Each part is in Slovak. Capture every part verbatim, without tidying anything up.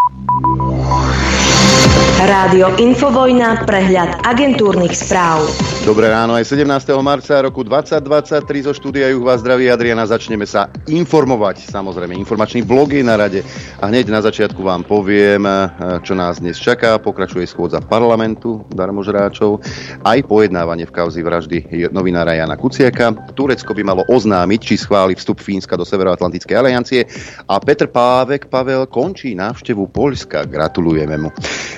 Rádio Infovojna, prehľad agentúrnych správ. Dobré ráno, aj sedemnásteho marca roku dvetisícdvadsaťtri zo štúdia Juh vás zdraví Adriana. Začneme sa informovať. Samozrejme, informačný blog je na rade. A hneď na začiatku vám poviem, čo nás dnes čaká. Pokračuje schôdza parlamentu darmožráčov. Aj pojednávanie v kauze vraždy novinára Jana Kuciaka. Turecko by malo oznámiť, či schváli vstup Fínska do Severoatlantickej aliancie. A Petr Pávek Pavel končí návštevu Poľska. Gratulujeme mu.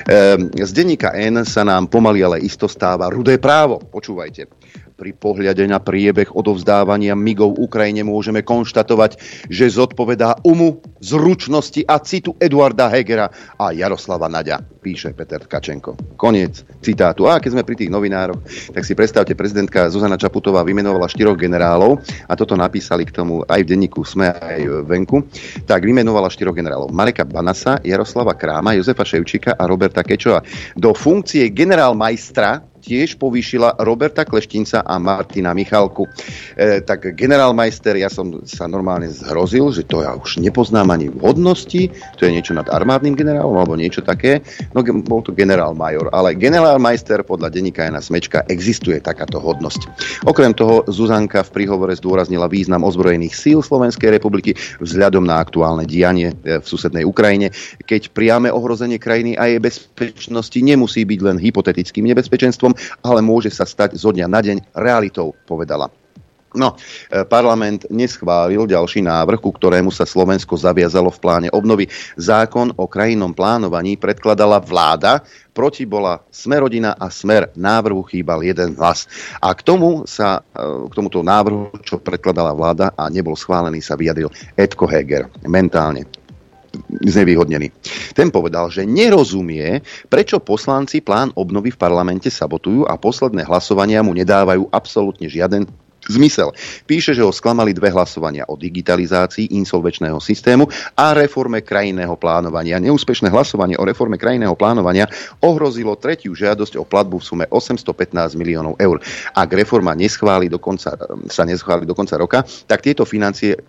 Z denníka N sa nám pomaly, ale isto stáva rudé právo. Počúvajte. Pri pohľade na priebeh odovzdávania migov Ukrajine môžeme konštatovať, že zodpovedá umu, zručnosti a citu Eduarda Hegera a Jaroslava Naďa, píše Peter Tkačenko. Koniec citátu. A keď sme pri tých novinároch, tak si predstavte, prezidentka Zuzana Čaputová vymenovala štyroch generálov a toto napísali k tomu aj v denníku SME, aj venku. Tak vymenovala štyroch generálov. Mareka Banasa, Jaroslava Kráma, Jozefa Ševčíka a Roberta Kečova. Do funkcie generálmajstra tiež povýšila Roberta Kleštinca a Martina Michalku. E, tak generálmajster, ja som sa normálne zhrozil, že to ja už nepoznám ani v hodnosti, to je niečo nad armádnym generálom, alebo niečo také. No, bol to generálmajor, ale generálmajster podľa denníka Jana Smečka existuje takáto hodnosť. Okrem toho, Zuzanka v príhovore zdôraznila význam ozbrojených síl Slovenskej republiky vzhľadom na aktuálne dianie v susednej Ukrajine, keď priame ohrozenie krajiny a jej bezpečnosti nemusí byť len hypotetickým nebezpečenstvom, ale môže sa stať zo dňa na deň realitou, povedala. No, parlament neschválil ďalší návrh, ku ktorému sa Slovensko zaviazalo v pláne obnovy. Zákon o krajinnom plánovaní predkladala vláda, proti bola Smer-rodina a Smer. Návrhu chýbal jeden hlas. A k tomu sa, k tomuto návrhu, čo predkladala vláda a nebol schválený, sa vyjadril Edko Heger mentálne znevýhodnený. Ten povedal, že nerozumie, prečo poslanci plán obnovy v parlamente sabotujú a posledné hlasovania mu nedávajú absolútne žiaden zmysel. Píše, že ho sklamali dve hlasovania o digitalizácii insolvenčného systému a reforme krajinného plánovania. Neúspešné hlasovanie o reforme krajinného plánovania ohrozilo tretiu žiadosť o platbu v sume osemstopätnásť miliónov eur. Ak reforma neschváli do konca, sa neschváli do konca roka, tak tieto financie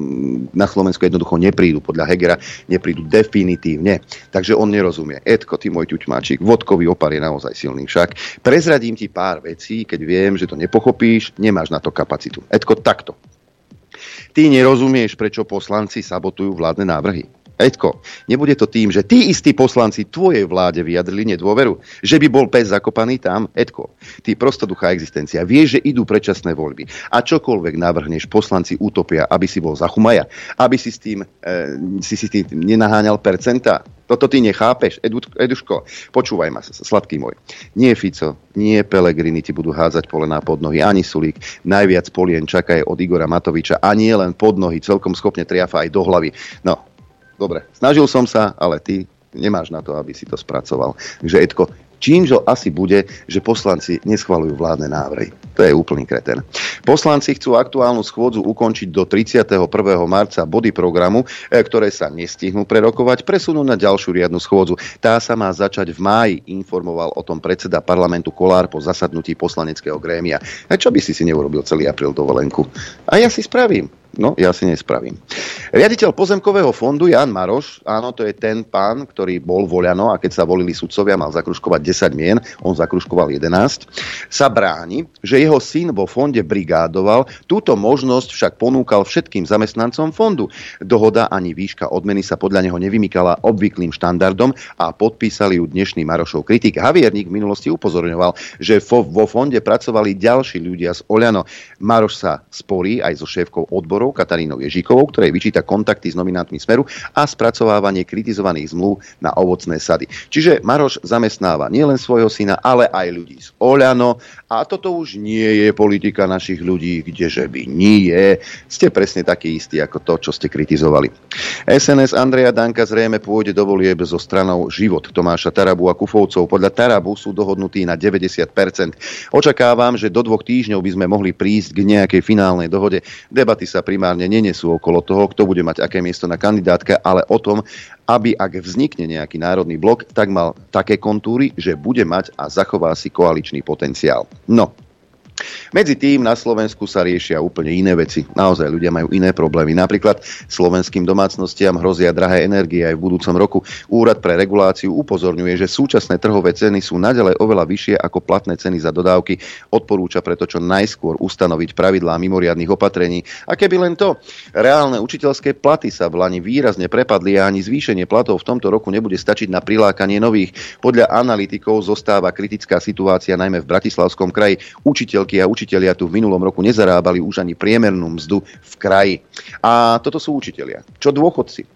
na Slovensku jednoducho neprídu. Podľa Hegera neprídu definitívne. Takže on nerozumie. Edko, ty môj ťuťmáčik, vodkový opar je naozaj silný. Však prezradím ti pár vecí, keď viem, že to nepochopíš, nemáš na to kapacitu. Edko, takto. Ty nerozumieš, prečo poslanci sabotujú vládne návrhy. Edko, nebude to tým, že tí istí poslanci tvojej vláde vyjadrili nedôveru, že by bol pes zakopaný tam? Edko, ty prostoduchá existencia, vieš, že idú predčasné voľby a čokoľvek navrhneš, poslanci utopia, aby si bol za chumaja, aby si s tým, e, si, si s tým nenaháňal percentá. Toto ty nechápeš, Edu, Eduško, počúvaj ma, sladký môj. Nie Fico, nie Pelegrini ti budú hádzať polená pod nohy, ani Sulík. Najviac polien čakajú od Igora Matoviča a nie len pod nohy, celkom schopne triafa aj do hlavy. No, dobre, snažil som sa, ale ty nemáš na to, aby si to spracoval. Takže Edko, čímžo asi bude, že poslanci neschvaľujú vládne návrhy. To je úplný kretén. Poslanci chcú aktuálnu schôdzu ukončiť do tridsiateho prvého marca. Body programu, ktoré sa nestihnú prerokovať, presunú na ďalšiu riadnu schôdzu. Tá sa má začať v máji, informoval o tom predseda parlamentu Kollár po zasadnutí poslaneckého grémia. A čo by si si neurobil celý apríl dovolenku? A ja si spravím. No, ja si nespravím. Riaditeľ pozemkového fondu Jan Maroš, áno, to je ten pán, ktorý bol voľano a keď sa volili sudcovia, mal zakružkovať desať mien, on zakružkoval jedenásť, sa bráni, že jeho syn vo fonde brigádoval, túto možnosť však ponúkal všetkým zamestnancom fondu. Dohoda ani výška odmeny sa podľa neho nevymykala obvyklým štandardom a podpísali ju dnešný Marošov kritik. Havierník v minulosti upozorňoval, že vo fonde pracovali ďalší ľudia z Oľano. Maroš sa sporí aj so šéfkou odboru Katarínou Ježíkovou, ktorej vyčíta kontakty s nominantmi Smeru a spracovávanie kritizovaných zmluv na ovocné sady. Čiže Maroš zamestnáva nielen svojho syna, ale aj ľudí z Oľano a toto už nie je politika našich ľudí, kdeže by nie. Ste presne takí istí ako to, čo ste kritizovali. es en es Andreja Danka zrejme pôjde do volieb so stranou Život Tomáša Tarabu a Kufovcov. Podľa Tarabu sú dohodnutí na deväťdesiat percent. Očakávam, že do dvoch týždňov by sme mohli prísť k nejakej finálnej dohode. Debaty sa primárne nenesú okolo toho, kto bude mať aké miesto na kandidátke, ale o tom, aby ak vznikne nejaký národný blok, tak mal také kontúry, že bude mať a zachová si koaličný potenciál. No, Medzi tým na Slovensku sa riešia úplne iné veci. Naozaj ľudia majú iné problémy. Napríklad slovenským domácnostiam hrozia drahé energie aj v budúcom roku. Úrad pre reguláciu upozorňuje, že súčasné trhové ceny sú naďalej oveľa vyššie ako platné ceny za dodávky. Odporúča preto čo najskôr ustanoviť pravidlá mimoriadnych opatrení. A keby len to, reálne učiteľské platy sa v lani výrazne prepadli a ani zvýšenie platov v tomto roku nebude stačiť na prilákanie nových. Podľa analytikov zostáva kritická situácia najmä v Bratislavskom kraji. Učiteľ a učitelia tu v minulom roku nezarábali už ani priemernú mzdu v kraji. A toto sú učitelia. Čo dôchodci?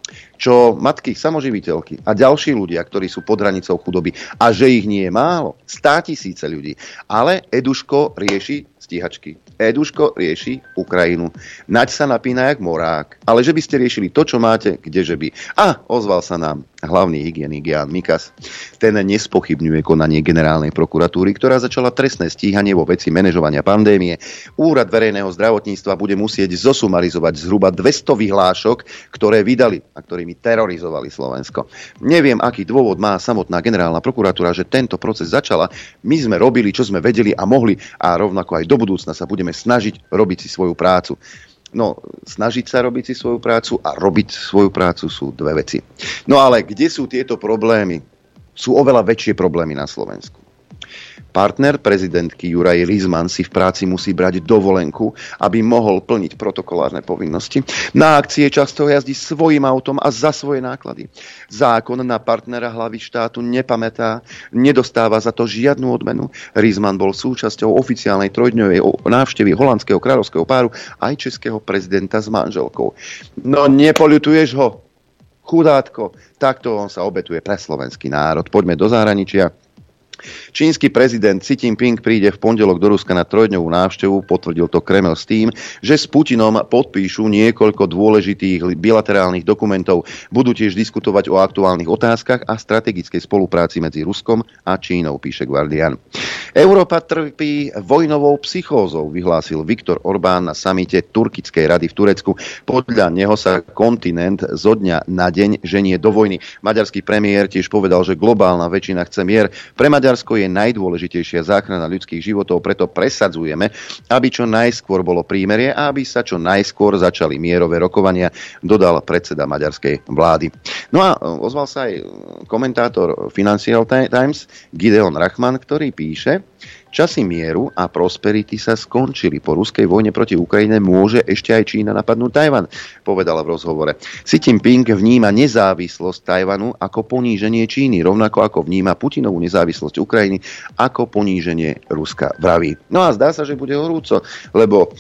Čo matky, samoživiteľky a ďalší ľudia, ktorí sú pod hranicou chudoby. A že ich nie je málo. Státisíce ľudí. Ale Eduško rieši stíhačky. Eduško rieši Ukrajinu. Naď sa napína jak morák. Ale že by ste riešili to, čo máte, kdeže by. A ozval sa nám hlavný hygienik Ján Mikas. Ten nespochybňuje konanie generálnej prokuratúry, ktorá začala trestné stíhanie vo veci manažovania pandémie. Úrad verejného zdravotníctva bude musieť zosumarizovať zhruba dvesto vyhlášok, ktoré vydali a ktorými terorizovali Slovensko. Neviem, aký dôvod má samotná generálna prokuratúra, že tento proces začala. My sme robili, čo sme vedeli a mohli a rovnako aj do budúcna sa budeme snažiť robiť si svoju prácu. No, snažiť sa robiť si svoju prácu a robiť svoju prácu sú dve veci. No ale kde sú tieto problémy? Sú oveľa väčšie problémy na Slovensku. Partner prezidentky Juraj Rizman si v práci musí brať dovolenku, aby mohol plniť protokolárne povinnosti. Na akcie často jazdí svojím autom a za svoje náklady. Zákon na partnera hlavy štátu nepamätá, nedostáva za to žiadnu odmenu. Rizman bol súčasťou oficiálnej trojdňovej návštevy holandského kráľovského páru aj českého prezidenta s manželkou. No nepoľutuješ ho, chudátko, takto on sa obetuje pre slovenský národ. Poďme do zahraničia. Čínsky prezident Xi Jinping príde v pondelok do Ruska na trojdňovú návštevu, potvrdil to Kreml s tým, že s Putinom podpíšu niekoľko dôležitých bilaterálnych dokumentov. Budú tiež diskutovať o aktuálnych otázkach a strategickej spolupráci medzi Ruskom a Čínou, píše Guardian. Európa trpí vojnovou psychózou, vyhlásil Viktor Orbán na samite Turkickej rady v Turecku. Podľa neho sa kontinent zo dňa na deň ženie do vojny. Maďarský premiér tiež povedal, že globálna väčšina chce mier. Pre Maďarsko je najdôležitejšia záchrana ľudských životov, preto presadzujeme, aby čo najskôr bolo prímerie a aby sa čo najskôr začali mierové rokovania, dodal predseda maďarskej vlády. No a ozval sa aj komentátor Financial Times Gideon Rachman, ktorý píše: časy mieru a prosperity sa skončili. Po ruskej vojne proti Ukrajine môže ešte aj Čína napadnúť Tajvan, povedala v rozhovore. Xi Jinping vníma nezávislosť Tajvanu ako poníženie Číny, rovnako ako vníma Putinovú nezávislosť Ukrajiny ako poníženie Ruska, vraví. No a zdá sa, že bude horúco, lebo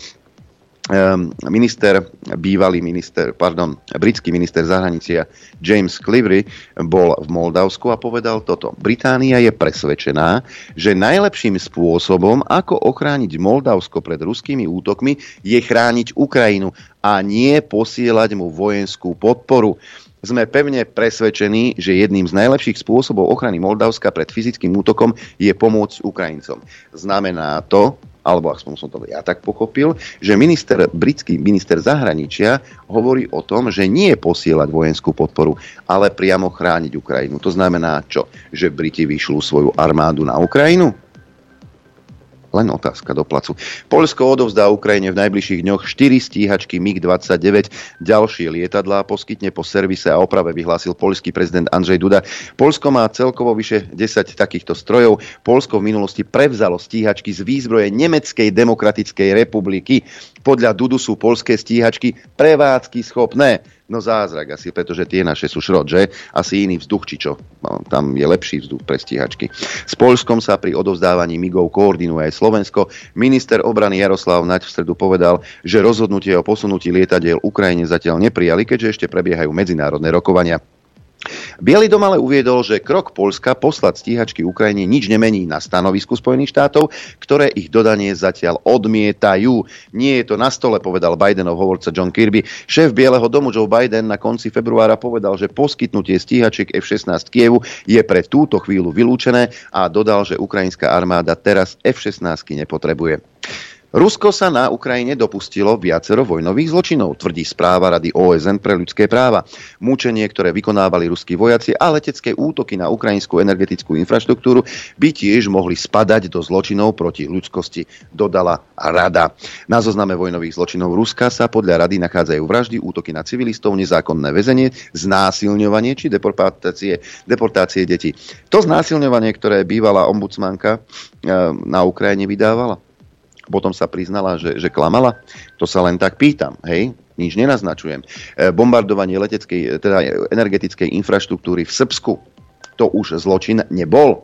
minister, bývalý minister, pardon, britský minister zahraničia James Cleverly bol v Moldavsku a povedal toto. Británia je presvedčená, že najlepším spôsobom, ako ochrániť Moldavsko pred ruskými útokmi, je chrániť Ukrajinu a nie posielať mu vojenskú podporu. Sme pevne presvedčení, že jedným z najlepších spôsobov ochrany Moldavska pred fyzickým útokom je pomôcť Ukrajincom. Znamená to, alebo aspoň som to ja tak pochopil, že minister, britský minister zahraničia hovorí o tom, že nie posielať vojenskú podporu, ale priamo chrániť Ukrajinu. To znamená čo? Že Briti vyšľú svoju armádu na Ukrajinu? Len otázka do placu. Poľsko odovzdá Ukrajine v najbližších dňoch štyri stíhačky mig dvadsaťdeväť. Ďalšie lietadlá poskytne po servise a oprave, vyhlásil poľský prezident Andrzej Duda. Poľsko má celkovo vyše desať takýchto strojov. Poľsko v minulosti prevzalo stíhačky z výzbroje Nemeckej demokratickej republiky. Podľa Dudu sú poľské stíhačky prevádzky schopné. No zázrak asi, pretože tie naše sú šrot, že? Asi iný vzduch, či čo? No, tam je lepší vzduch pre stíhačky. S Poľskom sa pri odovzdávaní migov koordinuje aj Slovensko. Minister obrany Jaroslav Naď v stredu povedal, že rozhodnutie o posunutí lietadiel Ukrajine zatiaľ neprijali, keďže ešte prebiehajú medzinárodné rokovania. Bielý dom ale uviedol, že krok Poľska poslať stíhačky Ukrajine nič nemení na stanovisku Spojených štátov, ktoré ich dodanie zatiaľ odmietajú. Nie je to na stole, povedal Bidenov hovorca John Kirby. Šéf Bieleho domu Joe Biden na konci februára povedal, že poskytnutie stíhačiek ef šestnásť Kievu je pre túto chvíľu vylúčené a dodal, že ukrajinská armáda teraz ef šestnásť nepotrebuje. Rusko sa na Ukrajine dopustilo viacero vojnových zločinov, tvrdí správa Rady ó es en pre ľudské práva. Múčenie, ktoré vykonávali ruskí vojaci a letecké útoky na ukrajinskú energetickú infraštruktúru by tiež mohli spadať do zločinov proti ľudskosti, dodala Rada. Na zozname vojnových zločinov Ruska sa podľa Rady nachádzajú vraždy, útoky na civilistov, nezákonné väzenie, znásilňovanie či deportácie, deportácie detí. To znásilňovanie, ktoré bývalá ombudsmanka na Ukrajine vydávala, potom sa priznala, že, že klamala. To sa len tak pýtam, hej? Nič nenaznačujem. E, bombardovanie leteckej, teda energetickej infraštruktúry v Srbsku, to už zločin nebol.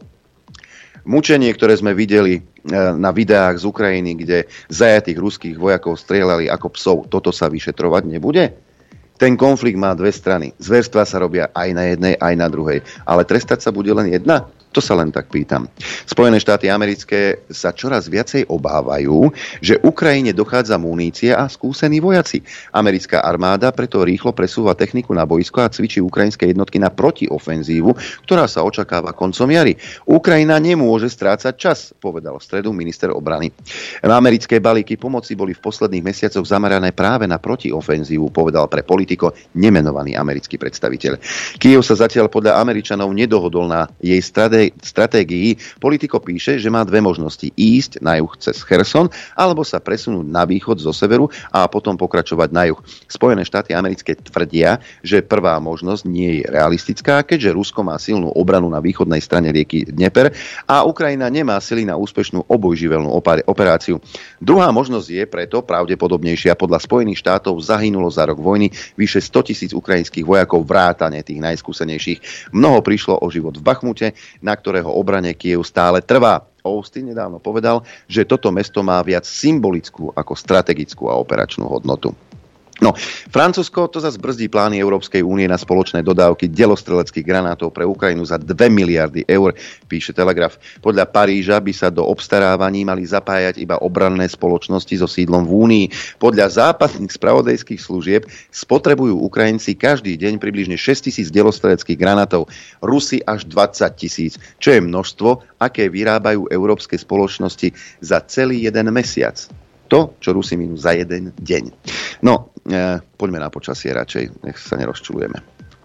Mučenie, ktoré sme videli e, na videách z Ukrajiny, kde zajatých ruských vojakov strieľali ako psov, toto sa vyšetrovať nebude? Ten konflikt má dve strany. Zverstvá sa robia aj na jednej, aj na druhej. Ale trestať sa bude len jedna? To sa len tak pýtam. Spojené štáty americké sa čoraz viacej obávajú, že Ukrajine dochádza munícia a skúsení vojaci. Americká armáda preto rýchlo presúva techniku na boisko a cvičí ukrajinské jednotky na protiofenzívu, ktorá sa očakáva koncom jary. Ukrajina nemôže strácať čas, povedal v stredu minister obrany. Americké balíky pomoci boli v posledných mesiacoch zamerané práve na protiofenzívu, povedal pre Politico nemenovaný americký predstaviteľ. Kyjev sa zatiaľ podľa Američanov nedohodol na jej strade stratégii. Politico píše, že má dve možnosti. Ísť na juh cez Cherson, alebo sa presunúť na východ zo severu a potom pokračovať na juh. Spojené štáty americké tvrdia, že prvá možnosť nie je realistická, keďže Rusko má silnú obranu na východnej strane rieky Dneper a Ukrajina nemá sily na úspešnú obojživelnú operáciu. Druhá možnosť je preto pravdepodobnejšia. Podľa Spojených štátov zahynulo za rok vojny vyše stotisíc ukrajinských vojakov vrátane tých najskúsenejších. Mnoho prišlo o život v Bachmute, na ktorého obrane Kyjev stále trvá. Austin nedávno povedal, že toto mesto má viac symbolickú ako strategickú a operačnú hodnotu. No, Francúzsko to zase brzdí plány Európskej únie na spoločné dodávky delostreleckých granátov pre Ukrajinu za dve miliardy eur, píše Telegraf. Podľa Paríža by sa do obstarávaní mali zapájať iba obranné spoločnosti so sídlom v Únii. Podľa západných spravodajských služieb spotrebujú Ukrajinci každý deň približne šesťtisíc delostreleckých granátov, Rusi až dvadsať tisíc, čo je množstvo, aké vyrábajú európske spoločnosti za celý jeden mesiac. To, čo Rusi minú za jeden deň. No, e, poďme na počasie radšej, nech sa nerozčulujeme.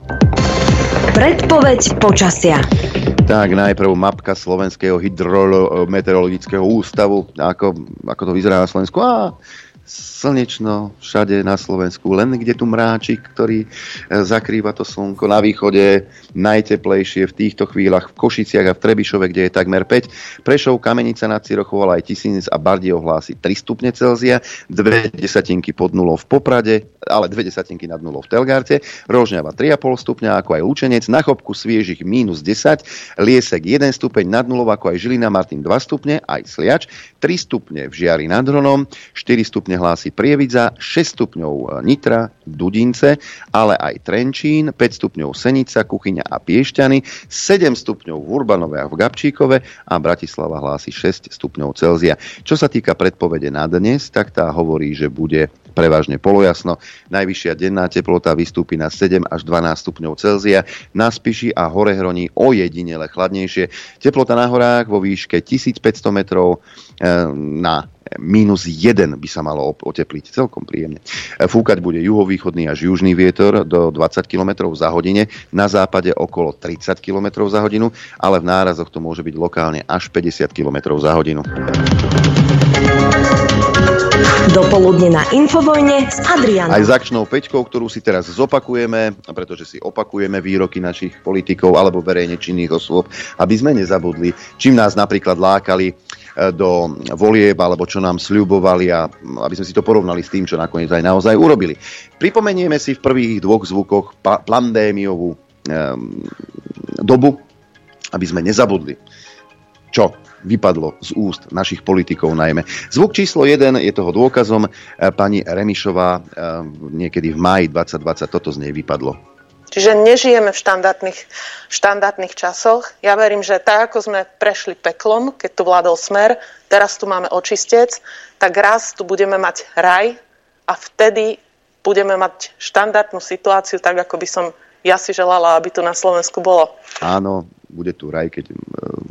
Predpoveď počasia. Tak, najprv mapka Slovenského hydrometeorologického ústavu. Ako, ako to vyzerá na Slovensku? Á, slnečno všade na Slovensku, len kde tu mráčik, ktorý zakrýva to slnko. Na východe najteplejšie v týchto chvíľach v Košiciach a v Trebišove, kde je takmer päť. Prešov, Kamenica nad Cirochou, ale aj Tisíc a Bardejov hlási tri stupne Celzia, dve desatinky pod nulou v Poprade, ale dve desatinky nad nulou v Telgárte, Rožňava tri a pol stupňa, ako aj Lučenec, na Chopku Sviežich mínus desať, Liesek jeden stupeň nad nulou, ako aj Žilina, Martin dva stupne, aj Sliač, tri stupne v Žiari nad Hronom, štyri stupne hlási Prievidza, šesť stupňov Nitra, Dudince, ale aj Trenčín, päť stupňov Senica, Kuchyňa a Piešťany, sedem stupňov v Urbanove a v Gabčíkove a Bratislava hlási šesť stupňov Celzia. Čo sa týka predpovede na dnes, tak tá hovorí, že bude prevažne polojasno. Najvyššia denná teplota vystúpi na sedem až dvanásť stupňov Celzia, na Spiši a Horehroní ojedinele chladnejšie. Teplota na horách vo výške tisícpäťsto metrov na mínus jeden by sa malo otepliť celkom príjemne. Fúkať bude juhovýchodný až južný vietor do dvadsať kilometrov za hodine, na západe okolo tridsať kilometrov za hodinu, ale v nárazoch to môže byť lokálne až päťdesiat kilometrov za hodinu. Dopoludne na Infovojne s Adrianom. Aj s akčnou peťkou, ktorú si teraz zopakujeme, pretože si opakujeme výroky našich politikov alebo verejne činných osôb, aby sme nezabudli, čím nás napríklad lákali do volieb, alebo čo nám sľubovali, a aby sme si to porovnali s tým, čo nakoniec aj naozaj urobili. Pripomenieme si v prvých dvoch zvukoch pa- pandémiovú um, dobu, aby sme nezabudli, čo vypadlo z úst našich politikov najmä. Zvuk číslo jeden je toho dôkazom. Pani Remišová niekedy v máji dvadsať dvadsať toto z nej vypadlo. Čiže nežijeme v štandardných, štandardných časoch. Ja verím, že tak, ako sme prešli peklom, keď tu vládol Smer, teraz tu máme očistec, tak raz tu budeme mať raj a vtedy budeme mať štandardnú situáciu, tak ako by som ja si želala, aby tu na Slovensku bolo. Áno, bude tu raj, keď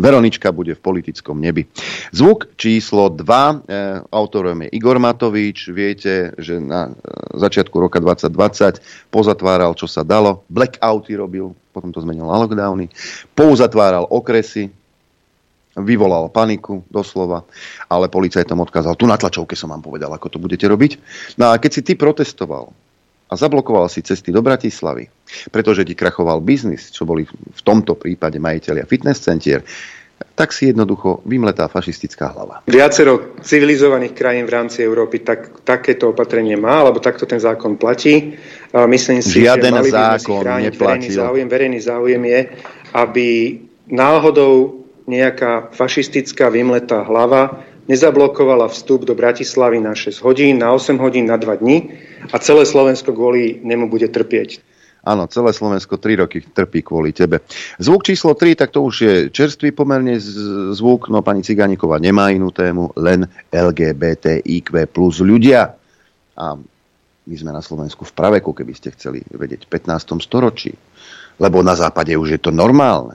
Veronička bude v politickom nebi. Zvuk číslo dva, e, autorom je Igor Matovič. Viete, že na e, začiatku roka dvadsať dvadsať pozatváral, čo sa dalo. Blackouty robil, potom to zmenil na lockdowny. Pouzatváral okresy, vyvolal paniku, doslova, ale policajtom odkázal. Tu na tlačovke som vám povedal, ako to budete robiť. No a keď si ty protestoval a zablokoval si cesty do Bratislavy, pretože ti krachoval biznis, čo boli v tomto prípade majitelia fitness centier, tak si jednoducho vymletá fašistická hlava. Viacero civilizovaných krajín v rámci Európy tak, takéto opatrenie má, alebo takto ten zákon platí. Myslím si, Žiaden že mali by sme zákon si chrániť neplatil. verejný záujem. Verejný záujem je, aby náhodou nejaká fašistická vymletá hlava nezablokovala vstup do Bratislavy na šesť hodín, na osem hodín, na dva dni a celé Slovensko kvôli nemu bude trpieť. Áno, celé Slovensko tri roky trpí kvôli tebe. Zvuk číslo tri, tak to už je čerstvý pomerne zvuk, no pani Cigániková nemá inú tému, len el gé bé té í kvé plus ľudia. A my sme na Slovensku v praveku, keby ste chceli vedieť, v pätnástom storočí. Lebo na západe už je to normálne.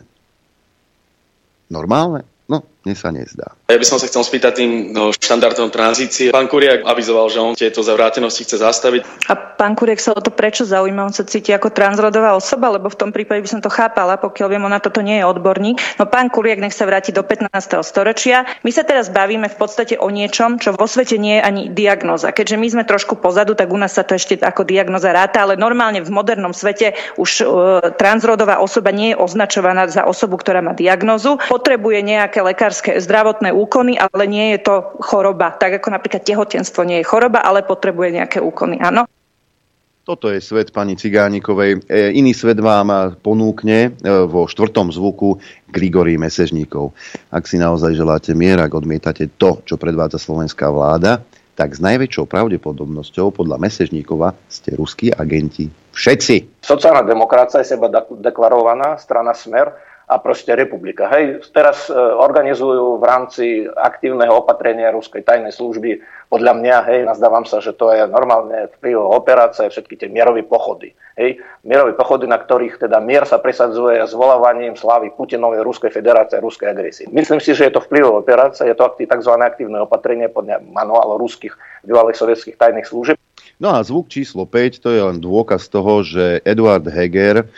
Normálne? No, mne sa nezdá. Ja by som sa chcel spýtať tým no, štandardom tranzície. Pán Kuriak avizoval, že on tieto zavrátenosti chce zastaviť. A pán Kuriak sa o to prečo zaujíma? On sa cíti ako transrodová osoba, lebo v tom prípade by som to chápala, pokiaľ viem, on na toto nie je odborník. No pán Kuriak nech sa vráti do pätnásteho storočia. My sa teraz bavíme v podstate o niečom, čo vo svete nie je ani diagnóza. Keďže my sme trošku pozadu, tak u nás sa to ešte ako diagnóza ráta, ale normálne v modernom svete už uh, transrodová osoba nie je označovaná za osobu, ktorá má diagnózu. Potrebuje nejaké lekárske zdravotné úkony, ale nie je to choroba. Tak ako napríklad tehotenstvo nie je choroba, ale potrebuje nejaké úkony, áno? Toto je svet pani Cigánikovej. E, iný svet vám ponúkne e, vo štvrtom zvuku Grigory Mesežníkov. Ak si naozaj želáte mier, ak odmietate to, čo predvádza slovenská vláda, tak s najväčšou pravdepodobnosťou podľa Mesežníkova ste ruskí agenti. Všetci. Sociálna demokracia je seba deklarovaná, strana Smer, a proste republika. Hej, teraz e, organizujú v rámci aktívneho opatrenia ruskej tajnej služby, podľa mňa, hej, nazdávam sa, že to je normálne vplyvová operácia, všetky tie mierové pochody. Hej, mierové pochody, na ktorých teda mier sa presadzuje zvolávaním slávy Putinovej Ruskej federácie a ruskej agresie. Myslím si, že je to vplyvová operácia, je to tzv. Aktívne opatrenie podľa manuálu ruských bývalých sovietských tajných služieb. No a zvuk číslo päť, to je len dôkaz toho, že Eduard Heger,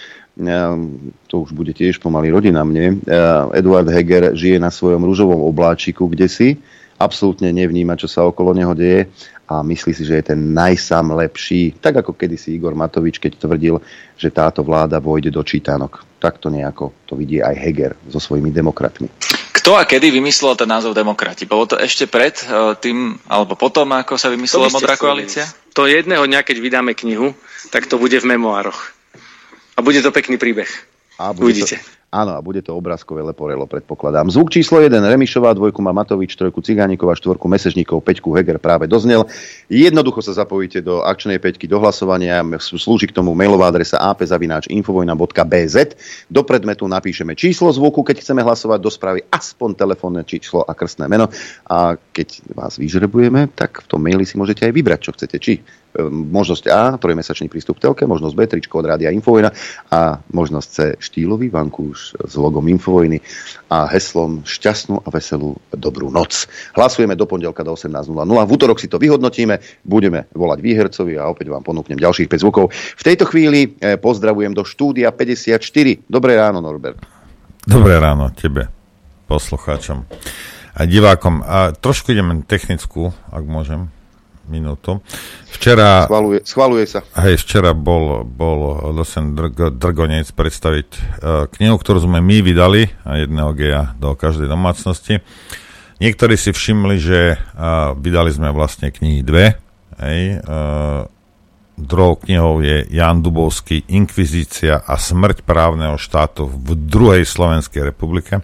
to už bude tiež pomaly rodina mne, Eduard Heger žije na svojom ružovom obláčiku kdesi, absolútne nevníma, čo sa okolo neho deje a myslí si, že je ten najsám lepší, tak ako kedysi Igor Matovič, keď tvrdil, že táto vláda vojde do čítánok. Takto nejako to vidí aj Heger so svojimi demokratmi. Kto a kedy vymyslel ten názov demokrati? Bolo to ešte pred tým, alebo potom, ako sa vymyslela Modrá koalícia? To jedného dňa, keď vydáme knihu, tak to bude v memoároch. A bude to pekný príbeh. A Uvidíte. To, áno, a bude to obrázkové leporelo, predpokladám. Zvuk číslo jeden, Remišová, dvojku má Matovič, trojku Cigániková, štvorku Mesežníkov, peťku Heger práve doznel. Jednoducho sa zapojíte do akčnej peťky, do hlasovania. Slúži k tomu mailová adresa á pé zavináč infovojna bodka bé zet. Do predmetu napíšeme číslo zvuku, keď chceme hlasovať, do správy aspoň telefónne číslo a krstné meno. A keď vás vyžrebujeme, tak v tom maili si môžete aj vybrať, čo chcete. Či možnosť A, trojmesačný prístup k telke, možnosť B, tričko od Rádia Infovojna a možnosť C, štýlový vankúš s logom Infovojny a heslom šťastnú a veselú dobrú noc. Hlasujeme do pondelka do osemnásť nula nula. V útorok si to vyhodnotíme, budeme volať výhercovi a opäť vám ponúknem ďalších päť zvukov. V tejto chvíli pozdravujem do štúdia päťdesiatštyri. Dobré ráno, Norbert. Dobré ráno tebe, poslucháčom a divákom. A trošku ideme technickú, ak môžem. Minútu. Včera... Schvaluje, schvaluje sa. Hej, včera bol, bol Dosen Drg, Drgonec predstaviť uh, knihu, ktorú sme my vydali, a jedného geja do každej domácnosti. Niektorí si všimli, že uh, vydali sme vlastne knihy dve. Hej, uh, druhou knihou je Ján Dubovský, Inkvizícia a smrť právneho štátu v druhej Slovenskej republike.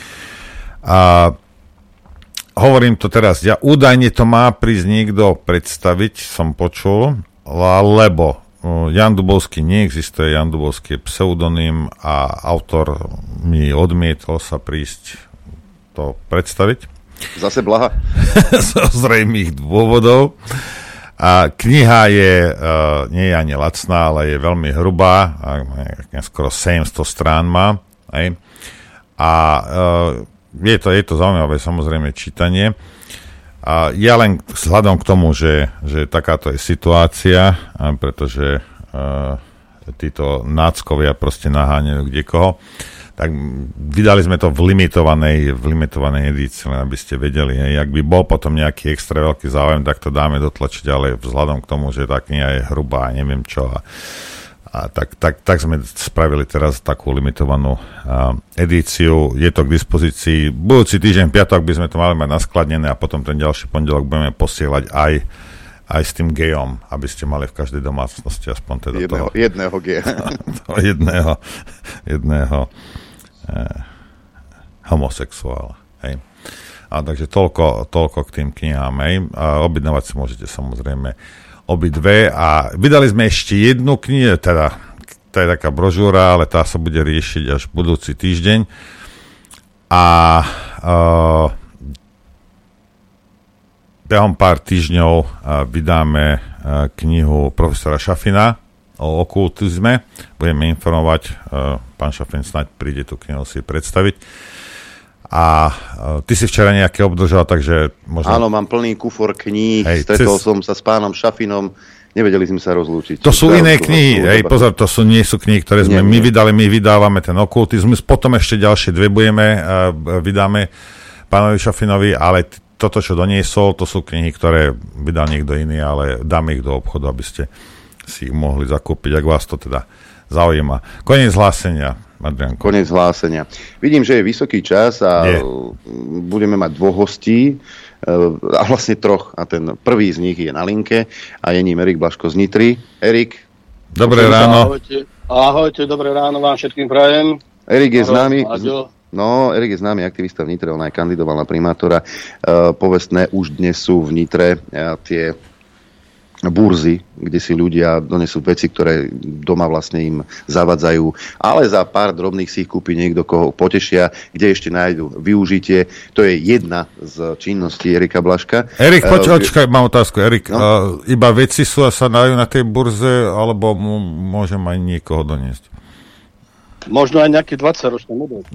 A hovorím to teraz, ja údajne to má prísť niekto predstaviť, som počul, lebo Ján Dubovský neexistuje, Ján Dubovský je pseudonym a autor mi odmietol sa prísť to predstaviť. Zase blaha. Zo zrejmých dôvodov. A kniha je, uh, nie je ani lacná, ale je veľmi hrubá, a skoro sedemsto strán má. Aj. A uh, je to, je to zaujímavé samozrejme čítanie. A ja len vzhľadom k tomu, že, že takáto je situácia, pretože uh, títo náckovia proste naháňajú kdekoho, tak vydali sme to v limitovanej, v limitovanej edícii, len aby ste vedeli. Hej. Ak by bol potom nejaký extra veľký záujem, tak to dáme dotlačiť, ale vzhľadom k tomu, že tá kniha je hrubá a neviem čo. A, a tak, tak, tak sme spravili teraz takú limitovanú a, edíciu. Je to k dispozícii. Budúci týždeň, piatok by sme to mali mať naskladnené a potom ten ďalší pondelok budeme posielať aj, aj s tým gejom, aby ste mali v každej domácnosti aspoň teda jedného, toho. Jedného geja. toho jedného, jedného eh, homosexuála. Hej. A takže toľko, toľko k tým knihám. Hej. A objednávať si môžete samozrejme obidve a vydali sme ešte jednu knihu, teda to je taká brožúra, ale tá sa bude riešiť až budúci týždeň a uh, behom pár týždňov uh, vydáme uh, knihu profesora Šafina o okultizme, budeme informovať, uh, pán Šafin snáď príde tú knihu si predstaviť. A uh, ty si včera nejaké obdržal, takže možno... Áno, mám plný kufor kníh, hej, stretol cez... som sa s pánom Šafinom, nevedeli sme sa rozlúčiť. To sú Zdravú, iné knihy, hej, pozor, to sú, nie sú knihy, ktoré sme nie, my nie. vydali, my vydávame ten okultizmus, potom ešte ďalšie dve budeme, uh, vydáme pánovi Šafinovi, ale t- toto, čo doniesol, to sú knihy, ktoré vydal niekto iný, ale dáme ich do obchodu, aby ste si ich mohli zakúpiť, ak vás to teda zaujíma. Koniec hlásenia. Adrianko. Koniec hlásenia. Vidím, že je vysoký čas a je. budeme mať dvoch hostí, a vlastne troch. A ten prvý z nich je na linke a je ním Erik Blaško z Nitry. Erik. Dobré ráno. Ahojte, ahojte, dobré ráno vám všetkým prajem. Erik je známy. No, Erik je známy aktivista v Nitre, on aj kandidoval na primátora. Uh, povestné už dnes sú v Nitre uh, tie burzy, kde si ľudia donesú veci, ktoré doma vlastne im zavadzajú, ale za pár drobných si ich kúpi niekto, koho potešia, kde ešte nájdu využitie. To je jedna z činností Erika Blaška. Erik, poď, očkaj, mám otázku. Erik, no? uh, iba veci sú a sa dajú na tej burze, alebo m- môžem aj niekoho doniesť? Možno aj nejaký dvadsaťročný model.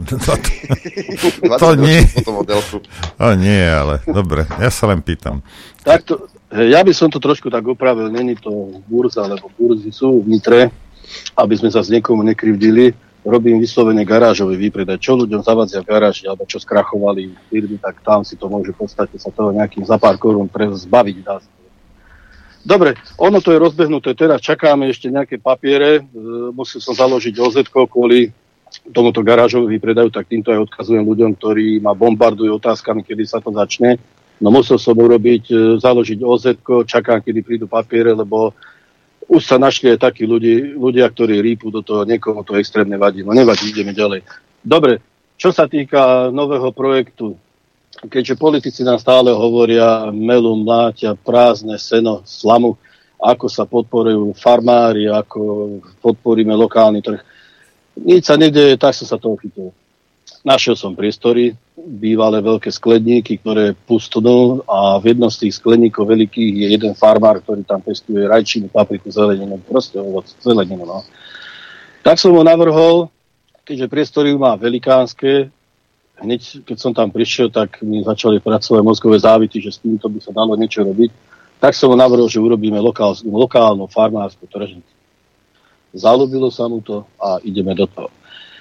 To nie. To nie, ale dobre, ja sa len pýtam. Takto, ja by som to trošku tak opravil, není to burza, lebo burzy sú v Nitre, aby sme sa s niekomu nekrivdili. Robím vyslovene garážový výpredaj. Čo ľuďom zavadzia v garáži, alebo čo skrachovali firmy, tak tam si to môže v podstate sa toho nejakým za pár korún pre zbaviť dá. Dobre, ono to je rozbehnuté, teraz čakáme ešte nejaké papiere, e, musel som založiť ó zetko kvôli tomuto garážovi výpredaju, tak týmto aj odkazujem ľuďom, ktorí ma bombardujú otázkami, kedy sa to začne. No musel som urobiť, e, založiť ó zetko, čakám, kedy prídu papiere, lebo už sa našli aj takí ľudí, ľudia, ktorí rýpu do toho, niekomu to extrémne vadí. No nevadí, ideme ďalej. Dobre, čo sa týka nového projektu, keďže politici nám stále hovoria, melú, mláťa, prázdne seno, slamu, ako sa podporujú farmári, ako podporíme lokálny trh. Nič sa nedeje, tak som sa toho chytil. Našiel som priestory, bývalé veľké skleníky, ktoré pustnú a v jednom z tých skleníkov veľkých je jeden farmár, ktorý tam pestuje rajčinu, papriku, zeleninu, proste ovoc, zeleninu. No. Tak som ho navrhol, keďže priestory má velikánske, hneď keď som tam prišiel, tak mi začali pracovať mozgové závity, že s týmto by sa dalo niečo robiť. Tak som ho navrhol, že urobíme lokál, lokálnu farmárskú tržnicu. Zalúbilo sa mu to a ideme do toho.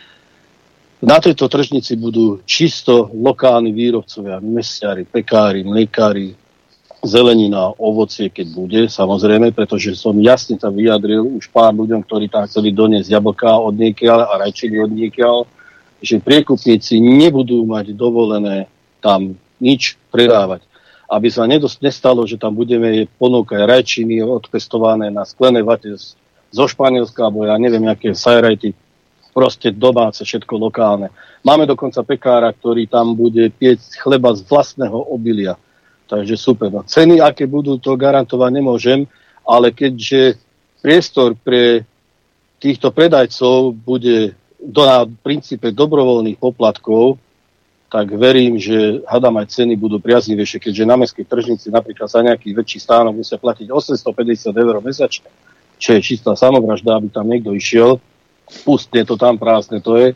Na tejto tržnici budú čisto lokálni výrobcovia, mesiari, pekári, mliekári, zelenina, ovocie, keď bude, samozrejme, pretože som jasne sa vyjadril už pár ľuďom, ktorí tam chceli doniesť jablká od niekiaľ a rajčiny od niekiaľ, že priekupníci nebudú mať dovolené tam nič predávať. Aby sa nedost nestalo, že tam budeme ponúkať rajčiny odpestované na sklené vate zo Španielska, alebo ja neviem, aké sajrajty, proste domáce, všetko lokálne. Máme dokonca pekára, ktorý tam bude piecť chleba z vlastného obilia. Takže super. No, ceny, aké budú, to garantovať nemôžem, ale keďže priestor pre týchto predajcov bude do, na princípe dobrovoľných poplatkov, tak verím, že hádam aj ceny budú priaznivejšie, keďže na mestskej tržnici napríklad za nejaký väčší stánok musia platiť osemstopäťdesiat eur mesačne, čo je čistá samovražda, aby tam niekto išiel, pustne to tam, prázdne to je,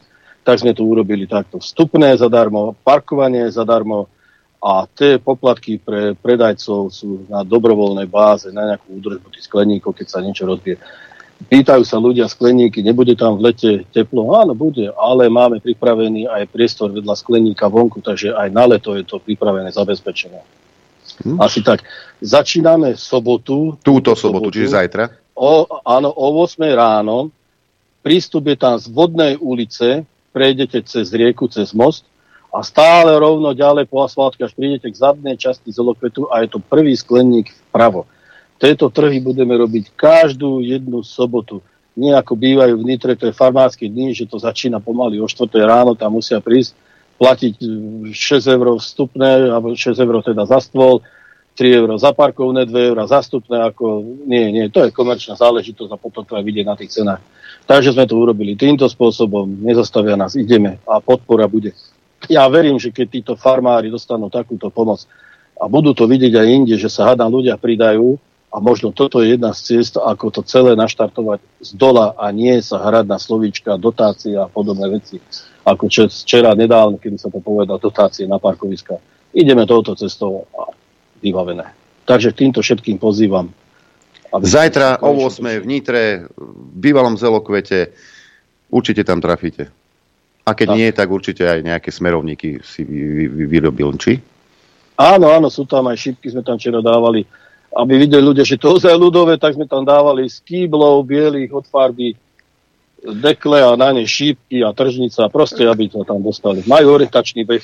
tak sme to urobili takto. Vstupné zadarmo, parkovanie zadarmo a tie poplatky pre predajcov sú na dobrovoľnej báze, na nejakú údržbu tých skleníkov, keď sa niečo rozbije. Pýtajú sa ľudia skleníky, nebude tam v lete teplo? Áno, bude, ale máme pripravený aj priestor vedľa skleníka vonku, takže aj na leto je to pripravené, zabezpečené. Hm? Asi tak. Začíname v sobotu. Túto sobotu, sobotu čiže zajtra? O, áno, o ôsmej ráno. Prístup je tam z Vodnej ulice, prejdete cez rieku, cez most a stále rovno ďalej po asfáltke, až prídete k zadnej časti Zelokvetu a je to prvý skleník vpravo. Tieto trhy budeme robiť každú jednu sobotu. Nie ako bývajú v Nitre, to je farmársky dní, že to začína pomaly o štvrtej ráno, tam musia prísť, platiť šesť eur vstupné, alebo šesť eur teda za stôl, tri eur za parkovné, dve eur za vstupné, ako nie, nie, to je komerčná záležitosť a potom to aj vidieť na tých cenách. Takže sme to urobili týmto spôsobom, nezastavia nás, ideme a podpora bude. Ja verím, že keď títo farmári dostanú takúto pomoc a budú to vidieť aj inde, že sa hádam ľudia pridajú, a možno toto je jedna z ciest, ako to celé naštartovať z dola a nie sa hrať na slovíčka, dotácie a podobné veci. Ako včera nedávno, kedy sa to povedal, dotácie na parkoviska. Ideme touto cestou a vybavené. Takže týmto všetkým pozývam. Zajtra o ôsmej v Nitre, v bývalom Zelokvete, určite tam trafíte. A keď tak. nie, tak určite aj nejaké smerovníky si vy, vy, vyrobil, či? Áno, áno, sú tam aj šípky, sme tam včera dávali, aby videli ľudia, že to je ľudové, tak sme tam dávali z kýblov bielých od farby dekle a na ne šípky a tržnica, proste, aby to tam dostali. Majú orientačný beh.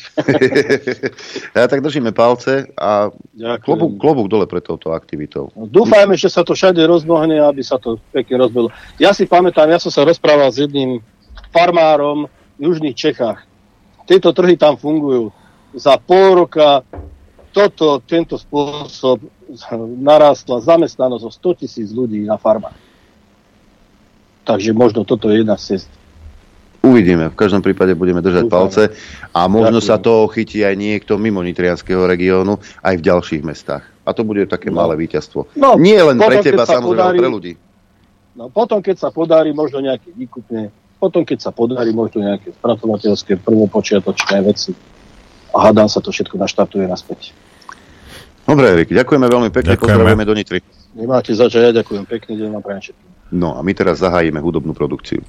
Ja tak držíme palce a klobúk, klobúk dole pre touto aktivitou. No, dúfajme, že sa to všade rozmohne, aby sa to pekne rozbilo. Ja si pamätám, ja som sa rozprával s jedným farmárom v južných Čechách. Tieto trhy tam fungujú. Za pol roka toto, tento spôsob narástla zamestnanosť o sto tisíc ľudí na farmách. Takže možno toto je jedna z ciest. Uvidíme. V každom prípade budeme držať Uvidíme. palce a možno Ďakujem. sa to chytí aj niekto mimo nitrianskeho regiónu, aj v ďalších mestách. A to bude také no. malé víťazstvo. No, Nie len potom, pre teba, samozrejme, podarí, ale pre ľudí. No potom, keď sa podarí možno nejaké výkupne, potom, keď sa podarí možno nejaké spracovateľské prvopočiatočné veci a hádam sa to všetko naštartuje naspäť. Dobre, Erik, ďakujeme veľmi pekne, ďakujeme. Pozdravujeme do Nitry. Nemáte za čo, ja ďakujem pekne, deň vám prajem všetkým. No a my teraz zahájime hudobnú produkciu.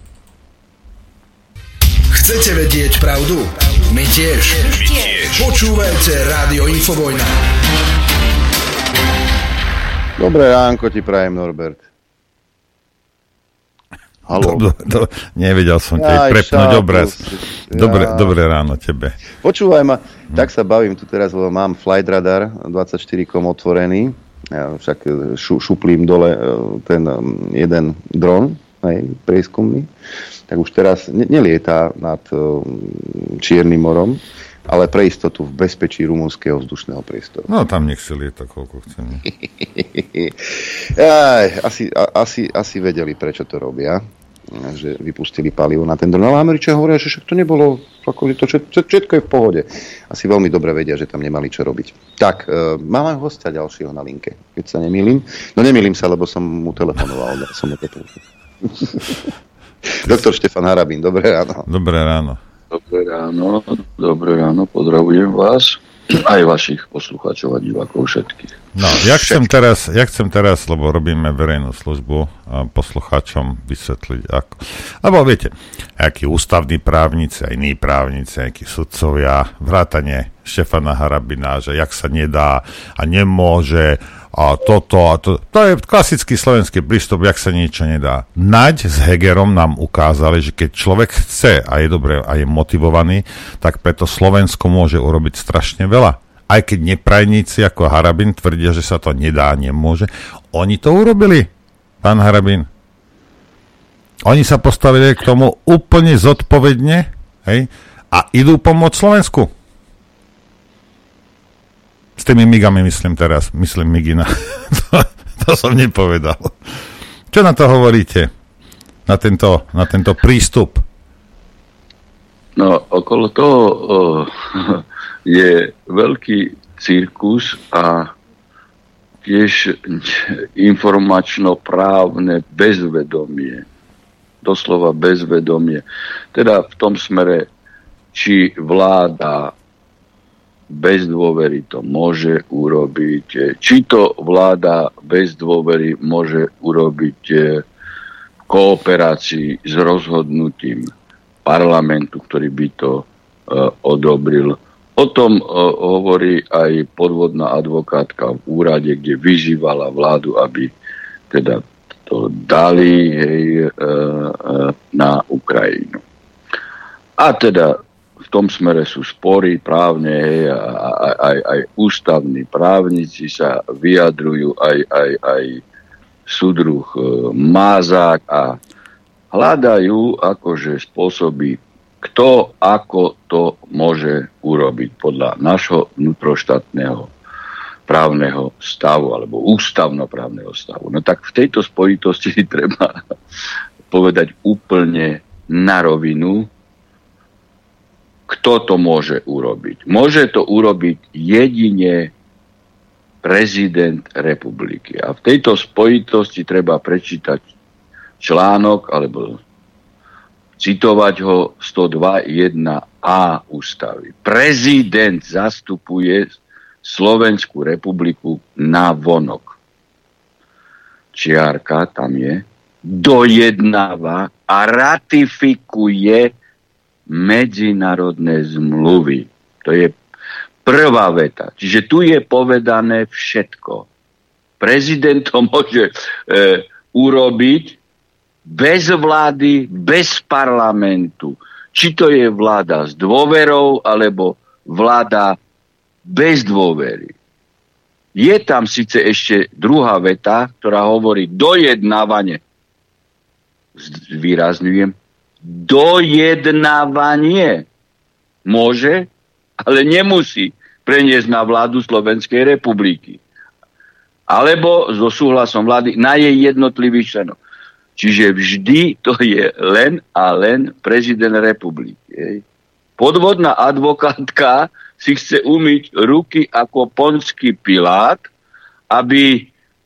Chcete vedieť pravdu? My tiež. My tiež. Počúvajte Rádio Infovojna. Dobré ránko ti prajem, Norbert. Haló. Do, do, do, nevedel som ťa prepnúť obraz. Dobre, ja. Dobré ráno tebe. Počúvaj ma, hm. tak sa bavím tu teraz, lebo mám Flight Radar dvadsaťštyri kom otvorený. Ja však šu, šuplím dole ten jeden dron, hej, prieskumný. Tak už teraz ne, nelietá nad uh, Čiernym morom, ale pre istotu v bezpečí rumunského vzdušného priestoru. No tam nech si lieta, koľko chce. Aj, asi, a, asi, asi vedeli, prečo to robia, že vypustili palivo na ten dron. Ale Američania hovoria, že však to nebolo, ako to všetko je v pohode. Asi veľmi dobre vedia, že tam nemali čo robiť. Tak, uh, máme hostia ďalšieho na linke, keď sa nemýlim. No nemýlim sa, lebo som mu telefonoval. Som mu Doktor Štefan Harabín, dobré ráno. Dobré ráno. Dobré ráno, dobré ráno, pozdravujem vás, aj vašich poslucháčov a divákov všetkých. No, ja chcem teraz, ja chcem teraz, lebo robíme verejnú službu poslucháčom vysvetliť ako. Lebo viete, akí ústavní právnici, aj iní právnici, akí sudcovia, vrátane Štefana Harabina, že jak sa nedá a nemôže a toto a to. To je klasický slovenský prístup, jak sa niečo nedá. Naď s Hegerom nám ukázali, že keď človek chce a je dobre a je motivovaný, tak preto Slovensko môže urobiť strašne veľa. Aj keď neprajníci ako Harabin tvrdia, že sa to nedá, nemôže. Oni to urobili, pán Harabin. Oni sa postavili k tomu úplne zodpovedne, hej, a idú pomôcť Slovensku. S tými migami myslím teraz. Myslím migina. to, to som nepovedal. Čo na to hovoríte? Na tento, na tento prístup? No, okolo toho oh, je veľký cirkus a tiež informačno-právne bezvedomie doslova bezvedomie. Teda v tom smere, či vláda bez dôvery to môže urobiť, či to vláda bez dôvery môže urobiť v kooperácii s rozhodnutím parlamentu, ktorý by to uh, odobril. O tom uh, hovorí aj podvodná advokátka v úrade, kde vyzývala vládu, aby teda to dali hej, uh, uh, na Ukrajinu. A teda v tom smere sú spory právne, hej, a, a, aj, aj ústavní právnici sa vyjadrujú, aj, aj, aj súdruh e, Mázák a hľadajú akože spôsoby, kto ako to môže urobiť podľa našho vnútroštátneho právneho stavu alebo ústavnoprávneho stavu. No tak v tejto spojitosti treba povedať úplne na rovinu, kto to môže urobiť. Môže to urobiť jedine prezident republiky. A v tejto spojitosti treba prečítať článok alebo citovať ho sto dva jeden a ústavy. Prezident zastupuje Slovenskú republiku na vonok. Čiarka tam je, dojednáva a ratifikuje medzinárodné zmluvy. To je prvá veta. Čiže tu je povedané všetko. Prezident to môže e, urobiť bez vlády, bez parlamentu. Či to je vláda s dôverou, alebo vláda bez dôvery. Je tam síce ešte druhá veta, ktorá hovorí dojednávanie. Zvýrazňujem, dojednávanie môže, ale nemusí preniesť na vládu Slovenskej republiky. Alebo so súhlasom vlády na jej jednotlivých členov. Čiže vždy to je len a len prezident republiky. Podvodná advokátka si chce umyť ruky ako Ponský Pilát, aby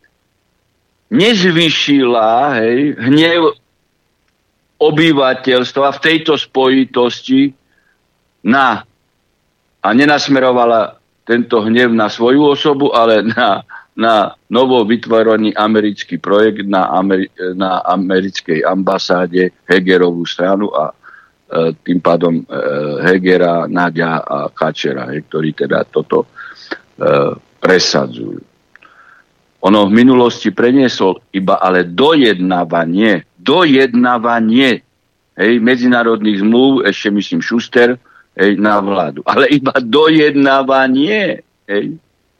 nezvýšila hej, hnev obyvateľstva v tejto spojitosti na, a nenasmerovala tento hnev na svoju osobu, ale na, na novo vytvorený americký projekt na, Ameri- na americkej ambasáde Hegerovú stranu a e, tým pádom e, Hegera, Naďa a Kačera, e, ktorí teda toto e, presadzujú. Ono v minulosti preniesol iba ale dojednávanie, dojednávanie hej, medzinárodných zmluv, ešte myslím Schuster, hej, na vládu. Ale iba dojednávanie. Hej.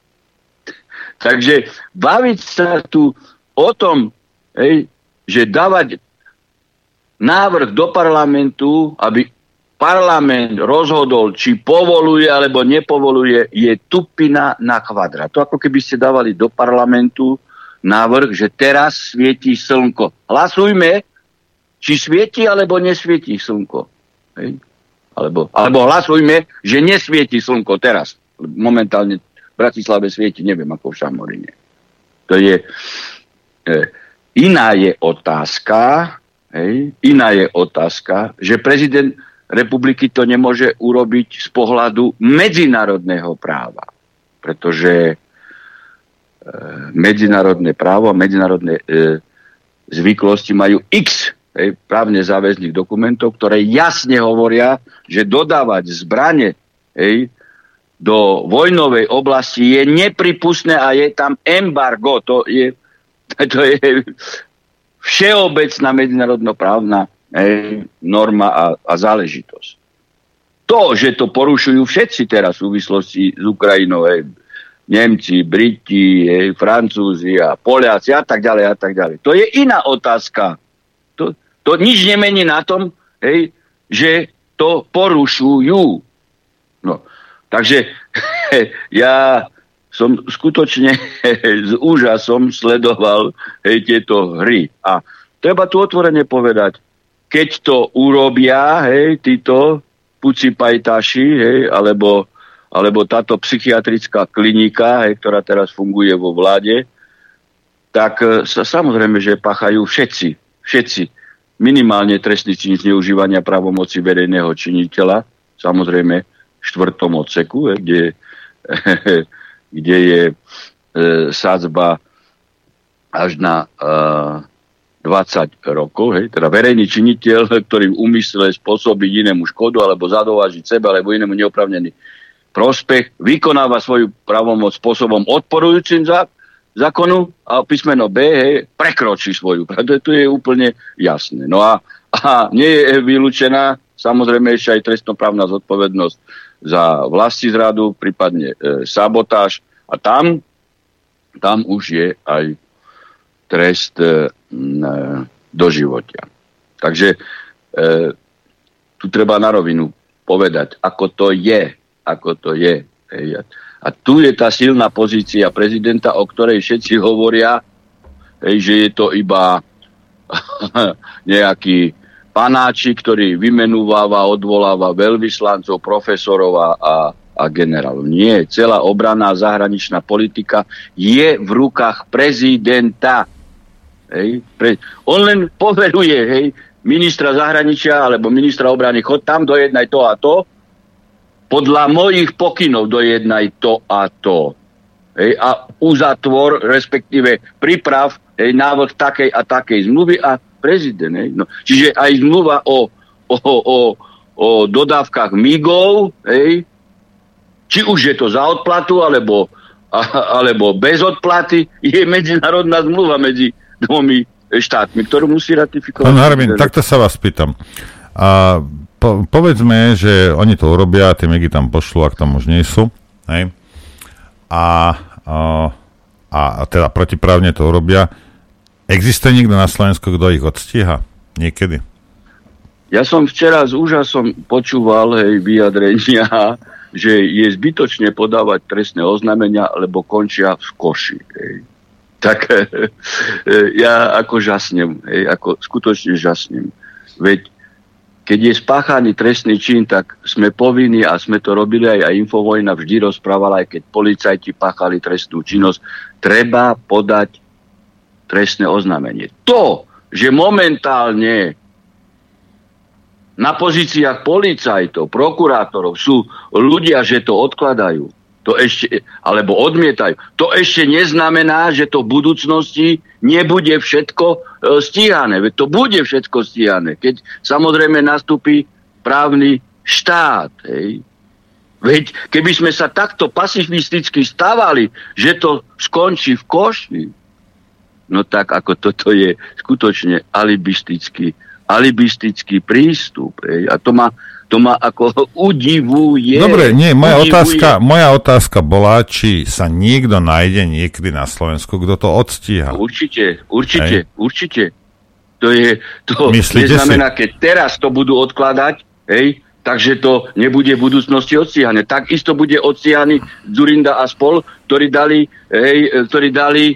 Takže baviť sa tu o tom, hej, že dávať návrh do parlamentu, aby parlament rozhodol, či povoluje alebo nepovoluje, je tupina na kvadrát. To ako keby ste dávali do parlamentu návrh, že teraz svieti slnko. Hlasujme, či svieti alebo nesvieti slnko. Hej? Alebo, alebo hlasujme, že nesvieti slnko teraz. Momentálne v Bratislave svieti, neviem ako v Šamorine. To je... E, iná je otázka, hej, iná je otázka, že prezident republiky to nemôže urobiť z pohľadu medzinárodného práva. Pretože e, medzinárodné právo a medzinárodné e, zvyklosti majú x hej, právne záväzných dokumentov, ktoré jasne hovoria, že dodávať zbrane hej, do vojnovej oblasti je nepripustné a je tam embargo. To je, to je všeobecná medzinárodnoprávna hej, norma a, a záležitosť. To, že to porušujú všetci teraz v súvislosti s Ukrajinou, hej, Nemci, Briti, hej, Francúzi a Poliaci a tak ďalej a tak ďalej. To je iná otázka. To, to nič nemení na tom, hej, že to porušujú. No, takže ja som skutočne s úžasom sledoval hej, tieto hry. A treba tu otvorene povedať, keď to urobia, hej, títo puci pajtaši, hej, alebo, alebo táto psychiatrická klinika, hej, ktorá teraz funguje vo vláde, tak sa samozrejme, že páchajú všetci, všetci minimálne trestný čin zneužívania právomoci verejného činiteľa, samozrejme v štvrtom odseku, kde, kde je e, sadzba až na e, dvadsať rokov, hej, teda verejný činiteľ, ktorý v úmysle spôsobiť inému škodu alebo zadovážiť sebe alebo inému neoprávnený prospech, vykonáva svoju pravomoc spôsobom odporujúcim za zákonu a písmeno B, hej, prekročí svoju. To je úplne jasné. No a, a nie je vylúčená samozrejme ešte aj trestnoprávna zodpovednosť za vlastizradu, prípadne e, sabotáž a tam, tam už je aj trest e, doživotia. Takže e, tu treba na rovinu povedať, ako to je, ako to je. Hej. A tu je tá silná pozícia prezidenta, o ktorej všetci hovoria, hej, že je to iba nejaký panáčik, ktorý vymenúváva, odvoláva veľvyslancov, profesorov a, a generálov. Nie, celá obranná zahraničná politika je v rukách prezidenta. Hej. Pre... On len poveruje, hej, ministra zahraničia alebo ministra obrany, chod tam, dojednaj to a to, podľa mojich pokynov dojednaj to a to. Hej. A uzatvor, respektíve priprav, hej, návrh takej a takej zmluvy a prezident. Hej. No, čiže aj zmluva o, o, o, o dodávkach migov, hej, či už je to za odplatu, alebo, a, alebo bez odplaty, je medzinárodná zmluva medzi dvomi štátmi, ktorú musí ratifikovať. Pán Harabin, takto sa vás pýtam. A po, povedzme, že oni to urobia, tie migy tam pošlú, ak tam už nie sú. Hej? A, a, a teda protiprávne to urobia. Existuje niekto na Slovensku, kto ich odstíha? Niekedy? Ja som včera s úžasom počúval, hej, vyjadrenia, že je zbytočne podávať trestné oznámenia, lebo končia v koši. Hej. Tak ja ako žasnem, hej, ako skutočne žasnem. Veď keď je spáchaný trestný čin, tak sme povinní, a sme to robili aj, aj Infovojna vždy rozprávala, aj keď policajti páchali trestnú činnosť, treba podať trestné oznámenie. To, že momentálne na pozíciách policajtov, prokurátorov sú ľudia, že to odkladajú, to ešte, alebo odmietajú. To ešte neznamená, že to v budúcnosti nebude všetko e, stíhané. Veď to bude všetko stíhané, keď samozrejme nastúpi právny štát. Hej. Veď keby sme sa takto pacifisticky stávali, že to skončí v koši, no tak ako toto je skutočne alibistický, alibistický prístup. Hej. A to má To ma ako udivuje. Dobre, nie, moja otázka, moja otázka bola, či sa niekto nájde niekedy na Slovensku, kto to odstíha. Určite, určite, hej. určite. To je, to Myslíte neznamená, si? keď teraz to budú odkladať, hej, takže to nebude v budúcnosti odstíhané. Takisto bude odstíhaný Dzurinda a spol, ktorí dali, hej, ktorí dali e,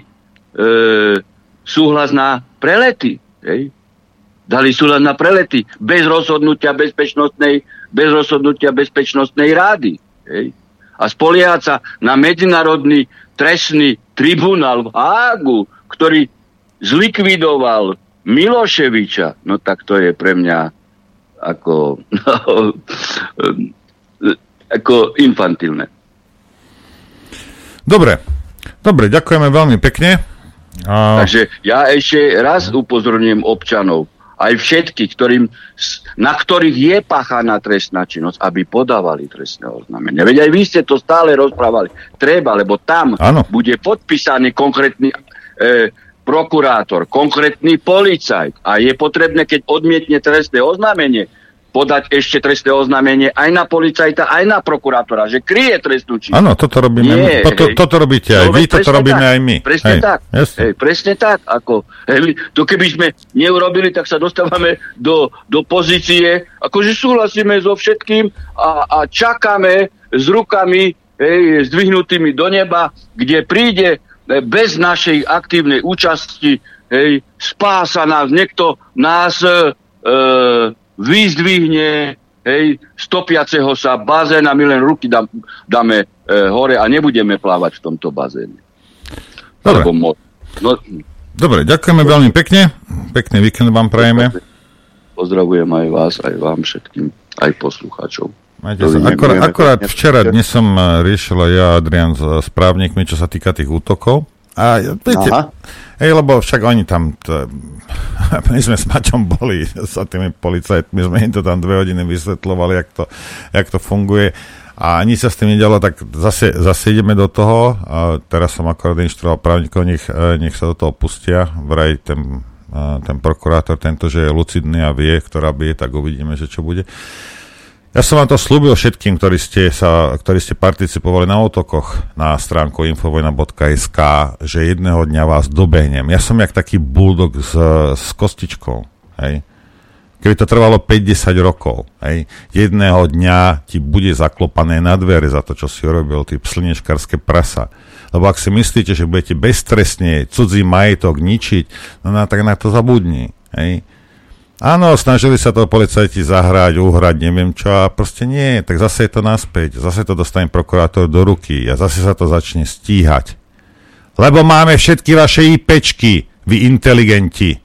súhlas na prelety, hej. Dali súhlas na prelety bez rozhodnutia bezpečnostnej, bez rozhodnutia bezpečnostnej rády. Hej. A spoliehať sa na medzinárodný trestný tribunál v Hágu, ktorý zlikvidoval Miloševiča, no tak to je pre mňa ako, no, ako infantilné. Dobre, dobre, ďakujeme veľmi pekne. A... Takže ja ešte raz upozorňujem občanov, aj všetkých, ktorým, na ktorých je páchaná trestná činnosť, aby podávali trestné oznámenie. Veď aj vy ste to stále rozprávali. Treba, lebo tam ano. bude podpísaný konkrétny e, prokurátor, konkrétny policajt a je potrebné, keď odmietne trestné oznámenie, podať ešte trestné oznámenie aj na policajta, aj na prokurátora, že kryje trestnú činnosť. Áno, toto robíme. Nie, toto, toto robíte aj no, vy, toto robíme tak, aj my. Presne hej, tak. Hej, presne tak. Ako, hej, to keby sme neurobili, tak sa dostávame do, do pozície, akože súhlasíme so všetkým a, a čakáme s rukami hej, zdvihnutými do neba, kde príde bez našej aktívnej účasti, hej, spása nás, niekto nás e, vyzdvihne, hej, stopiaceho sa bazéna, my len ruky dám, dáme e, hore a nebudeme plávať v tomto bazéne. Dobre. Mo- no, Dobre, ďakujeme veľmi pekne. Pekný víkend vám prajeme. pozdravujem aj vás, aj vám všetkým, aj poslucháčov. Majte sa, akorát, akorát včera, dnes som riešila ja, Adrian, s právnikmi, čo sa týka tých útokov. A viete, hej, lebo však oni tam, to, my sme s Maťom boli sa tými policajtmi, sme im to tam dve hodiny vysvetľovali, jak to, jak to funguje. A nič sa s tým nedialo, tak zase, zase ideme do toho. A teraz som akorát inštruoval právnikov, nech, nech sa do toho pustia. Vraj ten, ten prokurátor, tento, že je lucidný a vie, ktorá bije, tak uvidíme, že čo bude. Ja som vám to slúbil všetkým, ktorí ste, sa, ktorí ste participovali na útokoch na stránku infovojna bodka es ká, že jedného dňa vás dobehnem. Ja som jak taký bulldog s, s kostičkou. Hej. Keby to trvalo päť desať rokov, hej, jedného dňa ti bude zaklopané na dvere za to, čo si urobil, ty slnečkarské prasa. Lebo ak si myslíte, že budete beztrestne cudzí majetok ničiť, no na, tak na to zabudni. Hej. Áno, snažili sa to policajti zahrať, uhrať, neviem čo, a proste nie, tak zase je to naspäť, zase to dostane prokurátor do ruky a zase sa to začne stíhať. Lebo máme všetky vaše IPčky, vy inteligenti.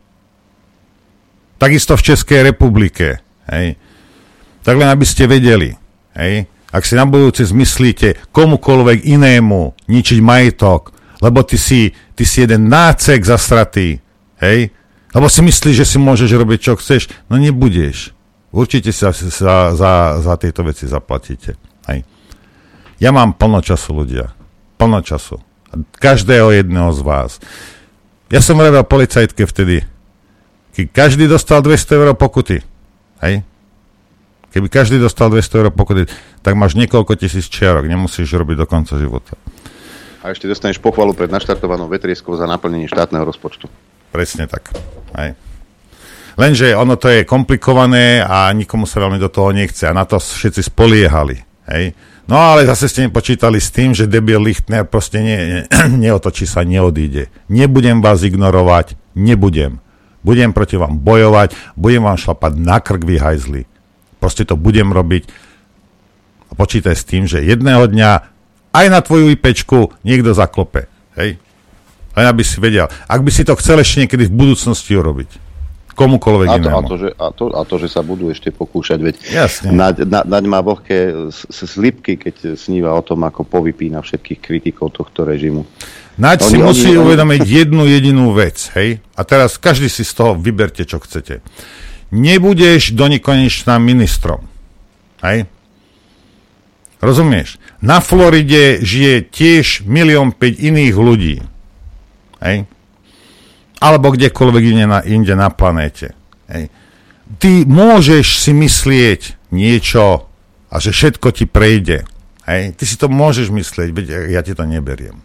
Takisto v Českej republike, hej. Tak len aby ste vedeli, hej. Ak si na budúce zmyslíte komukoľvek inému ničiť majetok, lebo ty si, ty si jeden nácek zasratý, hej. Lebo si myslíš, že si môžeš robiť, čo chceš. No nebudeš. Určite sa za, za, za tieto veci zaplatíte. Hej. Ja mám plno času, ľudia. Plno času. Každého jedného z vás. Ja som hovoril policajtke vtedy. Keď každý dostal dvesto eur pokuty. Hej. Keby každý dostal dvesto eur pokuty, tak máš niekoľko tisíc čiarok. Nemusíš robiť do konca života. A ešte dostaneš pochvalu pred naštartovanou vetrieskou za naplnenie štátneho rozpočtu. Presne tak. Hej. Lenže ono to je komplikované a nikomu sa veľmi do toho nechce a na to všetci spoliehali. Hej. No ale zase ste nepočítali s tým, že debil Lichtner proste ne, ne, neotočí sa, neodíde. Nebudem vás ignorovať, nebudem. Budem proti vám bojovať, budem vám šlapať na krk, vy hajzli. Proste to budem robiť a počítaj s tým, že jedného dňa aj na tvoju IPčku niekto zaklope. Hej. Len aby si vedel. Ak by si to chcel ešte niekedy v budúcnosti urobiť. Komukoľvek a to, inému. A to, že, a, to, a to, že sa budú ešte pokúšať, veď Jasne. Naď, naď má vlhké slipky, keď sníva o tom, ako povypína všetkých kritikov tohto režimu. Naď si oni, musí oni, uvedomiť oni... jednu jedinú vec, hej? A teraz každý si z toho vyberte, čo chcete. Nebudeš do nekonečna ministrom. Hej? Rozumieš? Na Floride žije tiež milión päť iných ľudí. Hej. Alebo kdekoľvek inde na, inde na planéte. Hej. Ty môžeš si myslieť niečo a že všetko ti prejde. Hej. Ty si to môžeš myslieť, veď ja ti to neberiem.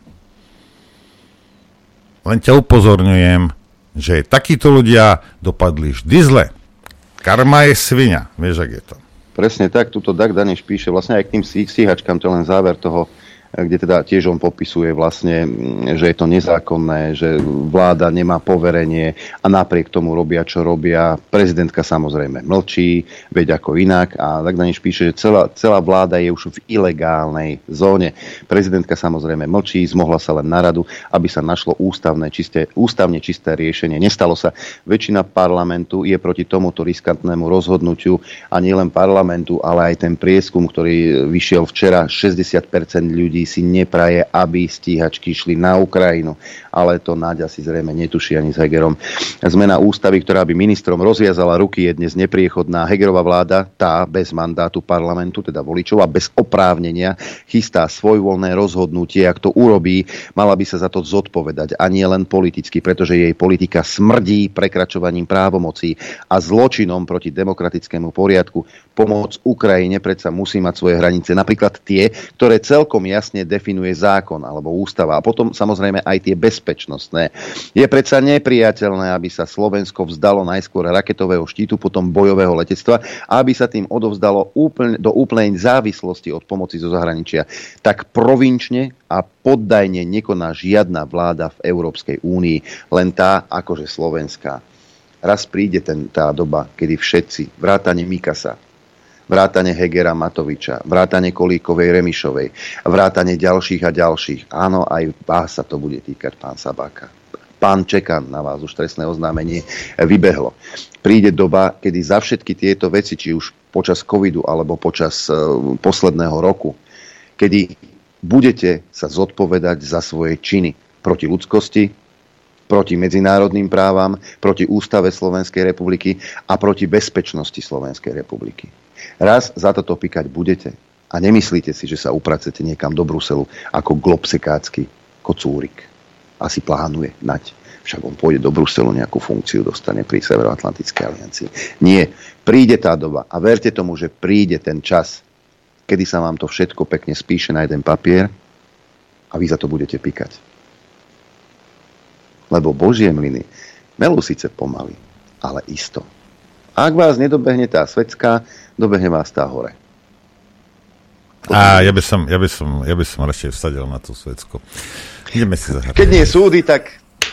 Len ťa upozorňujem, že takíto ľudia dopadli vždy zle. Karma je sviňa. Vieš, ak je to. Presne tak, tuto Dag Daneš píše, vlastne aj k tým stíhačkám, to je len záver toho, kde teda tiež on popisuje vlastne, že je to nezákonné, že vláda nemá poverenie a napriek tomu robia, čo robia. Prezidentka samozrejme mlčí, veď ako inak. A tak Daniš píše, že celá, celá vláda je už v ilegálnej zóne. Prezidentka samozrejme mlčí, zmohla sa len na radu, aby sa našlo ústavné, čisté, ústavne čisté riešenie. Nestalo sa. Väčšina parlamentu je proti tomuto riskantnému rozhodnutiu a nielen parlamentu, ale aj ten prieskum, ktorý vyšiel včera, šesťdesiat percent ľudí si nepraje, aby stíhačky šli na Ukrajinu. Ale to Naďa si zrejme netuší ani s Hegerom. Zmena ústavy, ktorá by ministrom rozviazala ruky, je dnes nepriechodná. Hegerová vláda, tá bez mandátu parlamentu, teda voličov a bez oprávnenia, chystá svojvoľné rozhodnutie. Ak to urobí, mala by sa za to zodpovedať. A nie len politicky, pretože jej politika smrdí prekračovaním právomocí a zločinom proti demokratickému poriadku. Pomoc Ukrajine predsa musí mať svoje hranice. Napríklad tie, ktoré celkom jasne definuje zákon alebo ústava. A potom samozrejme aj tie bezpečnostné. Je predsa nepriateľné, aby sa Slovensko vzdalo najskôr raketového štítu, potom bojového letectva a aby sa tým odovzdalo úplne, do úplnej závislosti od pomoci zo zahraničia. Tak provinčne a poddajne nekoná žiadna vláda v Európskej únii, len tá akože slovenská. Raz príde ten, tá doba, kedy všetci, vrátane Mikasa, vrátane Hegera Matoviča, vrátane Kolíkovej Remišovej, vrátane ďalších a ďalších. Áno, aj vás sa to bude týkať, pán Sabáka. pán Čekan, na vás už trestné oznámenie vybehlo. Príde doba, kedy za všetky tieto veci, či už počas covidu alebo počas posledného roku, kedy budete sa zodpovedať za svoje činy proti ľudskosti, proti medzinárodným právam, proti ústave Slovenskej republiky a proti bezpečnosti Slovenskej republiky. Raz za toto pikať budete a nemyslíte si, že sa upracete niekam do Bruselu ako globsekácky kocúrik. Asi plánuje nať. Však on pôjde do Bruselu, nejakú funkciu dostane pri Severoatlantickej aliancii. Nie. Príde tá doba a verte tomu, že príde ten čas, kedy sa vám to všetko pekne spíše na jeden papier a vy za to budete pikať. Lebo Božie mlyny melú síce pomaly, ale isto. Ak vás nedobehne tá svetská, dobehne vás tá hore. A ja by som, ja by som, ja by som radšej vsadil na tú svetsku. Ideme si zahrať. Keď nie súdy, tak...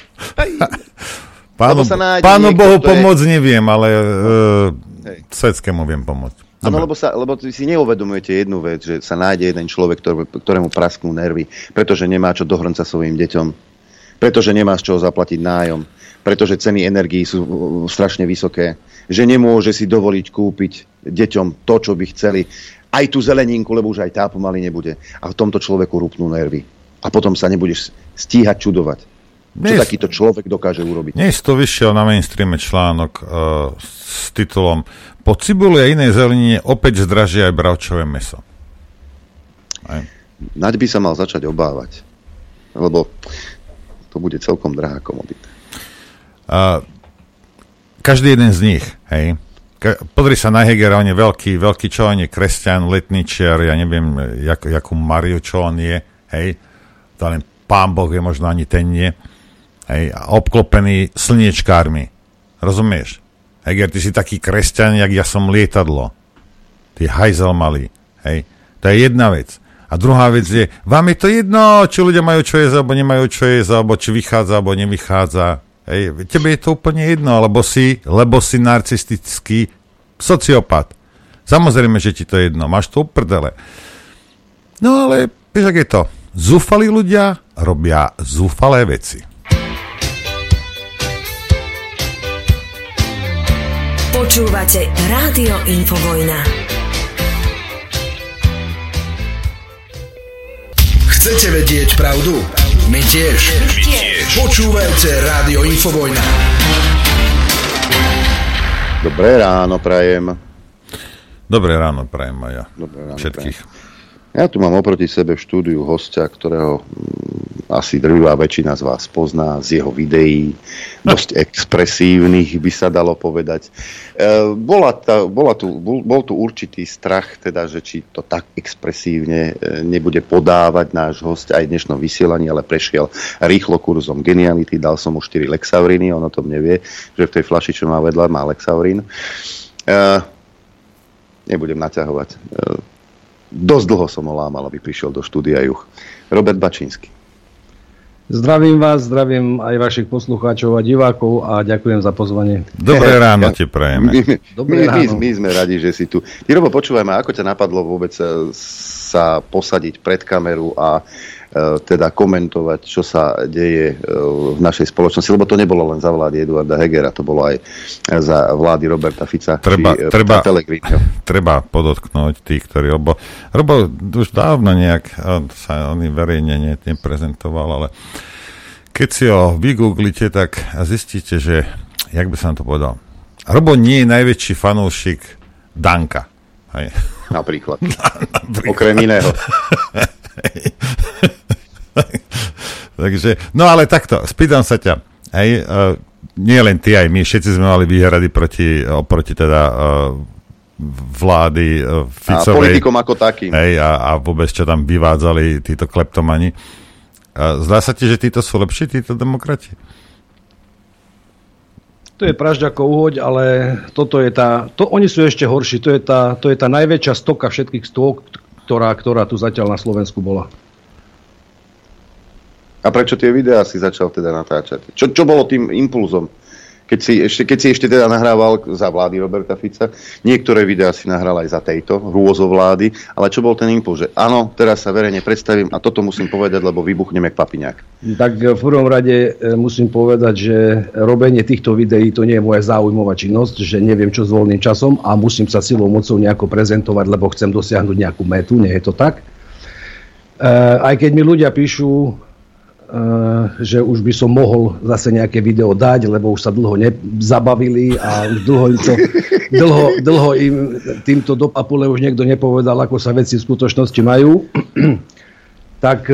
Pánu, pánu Bohu pomôcť je... neviem, ale uh, svetskému viem pomôcť. Áno, lebo, sa, lebo si neuvedomujete jednu vec, že sa nájde jeden človek, ktoré, ktorému prasknú nervy, pretože nemá čo do hrnca svojim deťom, pretože nemá z čoho zaplatiť nájom, pretože ceny energií sú strašne vysoké, že nemôže si dovoliť kúpiť deťom to, čo by chceli, aj tú zeleninku, lebo už aj tá pomaly nebude. A v tomto človeku rúpnú nervy. A potom sa nebudeš stíhať čudovať. Čo dnes, takýto človek dokáže urobiť? Dnes to vyšiel na mainstreame článok uh, s titulom Po cibuli a inej zelenine opäť zdraží aj bravčové mäso. Aj. Naď by sa mal začať obávať. Lebo to bude celkom drahá komodita. Uh, každý jeden z nich, hej, pozri sa na Hegera, on je veľký, veľký čo on je, kresťan, letničiar, ja neviem, jak, jakú Mariu, čo on je, hej, to len pán Boh je, možno ani ten nie, hej, a obklopený slniečkármi, rozumieš? Heger, ty si taký kresťan, jak ja som lietadlo, ty hajzel malý, hej, to je jedna vec. A druhá vec je, vám je to jedno, či ľudia majú čo jesť, alebo nemajú čo jesť, alebo či vychádza, alebo nevychádza. Hej, tebe je to úplne jedno, lebo si, lebo si narcistický sociopat. Samozrejme, že ti to je jedno, máš to uprdele. No ale, vieš, ak je to? Zúfalí ľudia robia zúfalé veci. Počúvate Rádio Infovojna. Chcete vedieť pravdu? My tiež. My tiež. Počúvajte Rádio Infovojna. Dobré ráno prajem. Dobré ráno prajem aj ja. Dobré ráno všetkých. Prajem. Ja tu mám oproti sebe v štúdiu hostia, ktorého mm, asi drvivá väčšina z vás pozná z jeho videí, dosť expresívnych by sa dalo povedať. E, bola ta, bola tu, bol, bol tu určitý strach, teda, že či to tak expresívne e, nebude podávať náš host aj v dnešnom vysielaní, ale prešiel rýchlo kurzom geniality, dal som mu štyri Lexauriny, on o tom nevie, že v tej fľaši, čo má vedľa, má Lexaurin. E, nebudem naťahovať. E, Dosť dlho som ho lámal, aby prišiel do štúdia Juh. Robert Bačínsky. Zdravím vás, zdravím aj vašich poslucháčov a divákov a ďakujem za pozvanie. Dobré ráno ti prajeme. My, my, my, my sme radi, že si tu. Ty, Robo, počúvajme, ako ťa napadlo vôbec sa posadiť pred kameru a teda komentovať, čo sa deje v našej spoločnosti, lebo to nebolo len za vlády Eduarda Hegera, to bolo aj za vlády Roberta Fica. Treba, treba, treba podotknúť tých, ktorí, lebo Robo už dávno nejak sa on verejne ne, neprezentoval, ale keď si ho vygooglite, tak zistíte, že, jak by som to povedal, Robo nie je najväčší fanúšik Danka. Hej. Napríklad. Napríklad. Okrem iného. Takže, no ale takto, spýtam sa ťa, hej, uh, nie len ty, aj my, všetci sme mali výhrady proti, oproti teda uh, vlády uh, Ficovej. A politikom ako takým. Hej, a, a vôbec, čo tam vyvádzali títo kleptomani. Uh, zdá sa ti, že títo sú lepší, títo demokrati? To je pražď ako uhoď, ale toto je tá, to, oni sú ešte horší, to je tá, to je tá najväčšia stoka všetkých stok, ktorá, ktorá tu zatiaľ na Slovensku bola. A prečo tie videá si začal teda natáčať? Čo, čo bolo tým impulzom? Keď si, ešte, keď si ešte teda nahrával za vlády Roberta Fica, niektoré videá si nahral aj za tejto, rôzo vlády, ale čo bol ten impuls, že áno, teraz sa verejne predstavím a toto musím povedať, lebo vybuchnem jak papiňák. Tak v prvom rade musím povedať, že robenie týchto videí to nie je moja záujmová činnosť, že neviem čo s voľným časom a musím sa silou mocou nejako prezentovať, lebo chcem dosiahnuť nejakú metu, nie je to tak. Aj keď mi ľudia píšu, že už by som mohol zase nejaké video dať, lebo už sa dlho nezabavili a už dlho im, to, dlho, dlho im týmto do papule už niekto nepovedal, ako sa veci v skutočnosti majú. Tak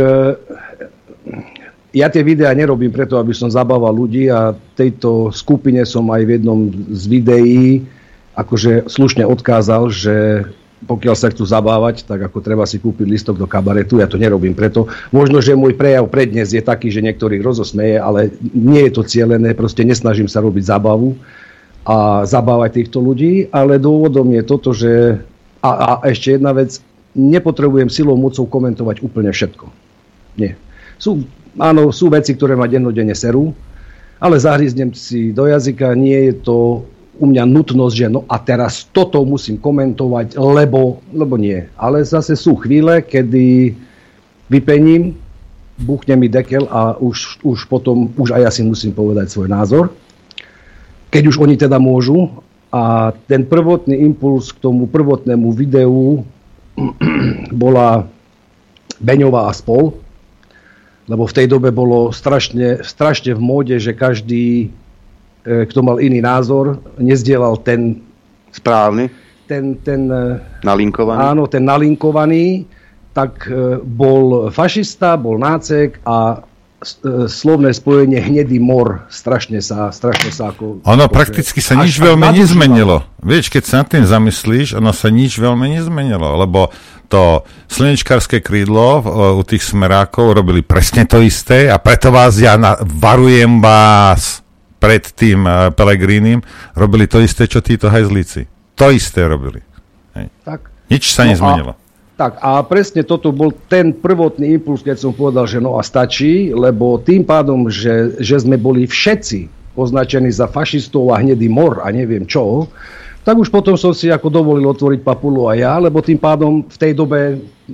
ja tie videá nerobím preto, aby som zabával ľudí a tejto skupine som aj v jednom z videí akože slušne odkázal, že pokiaľ sa chcú zabávať, tak ako treba si kúpiť listok do kabaretu, ja to nerobím preto. Možno, že môj prejav prednes je taký, že niektorých rozosmeje, ale nie je to cielené, proste nesnažím sa robiť zábavu a zabávať týchto ľudí, ale dôvodom je toto, že a, a ešte jedna vec, nepotrebujem silou mocou komentovať úplne všetko. Nie. Sú, áno, sú veci, ktoré ma dennodenne serú, ale zahryznem si do jazyka, nie je to u mňa nutnosť, že no a teraz toto musím komentovať, lebo, lebo nie. Ale zase sú chvíle, kedy vypením, buchne mi dekel a už, už potom, už aj ja si musím povedať svoj názor. Keď už oni teda môžu. A ten prvotný impuls k tomu prvotnému videu bola Beňová a spol, lebo v tej dobe bolo strašne, strašne v móde, že každý, kto mal iný názor, nezdielal ten správny, ten, ten nalinkovaný. Áno, ten nalinkovaný, tak bol fašista, bol nácek a slovné spojenie hnedý mor strašne sa, strašne sa ako... Ono prakticky sa nič veľmi nezmenilo. Vieš, keď sa nad tým zamyslíš, ono sa nič veľmi nezmenilo, lebo to slnečkárske krídlo u tých smerákov robili presne to isté a preto vás ja na, varujem vás pred tým uh, Pelegrínim, robili to isté, čo títo hajzlíci. To isté robili. Hej. Tak. Nič sa no nezmenilo. A, tak a presne toto bol ten prvotný impuls, keď som povedal, že no a stačí, lebo tým pádom, že, že sme boli všetci označení za fašistov a hnedý mor a neviem čo, tak už potom som si ako dovolil otvoriť papulu aj ja, lebo tým pádom v tej dobe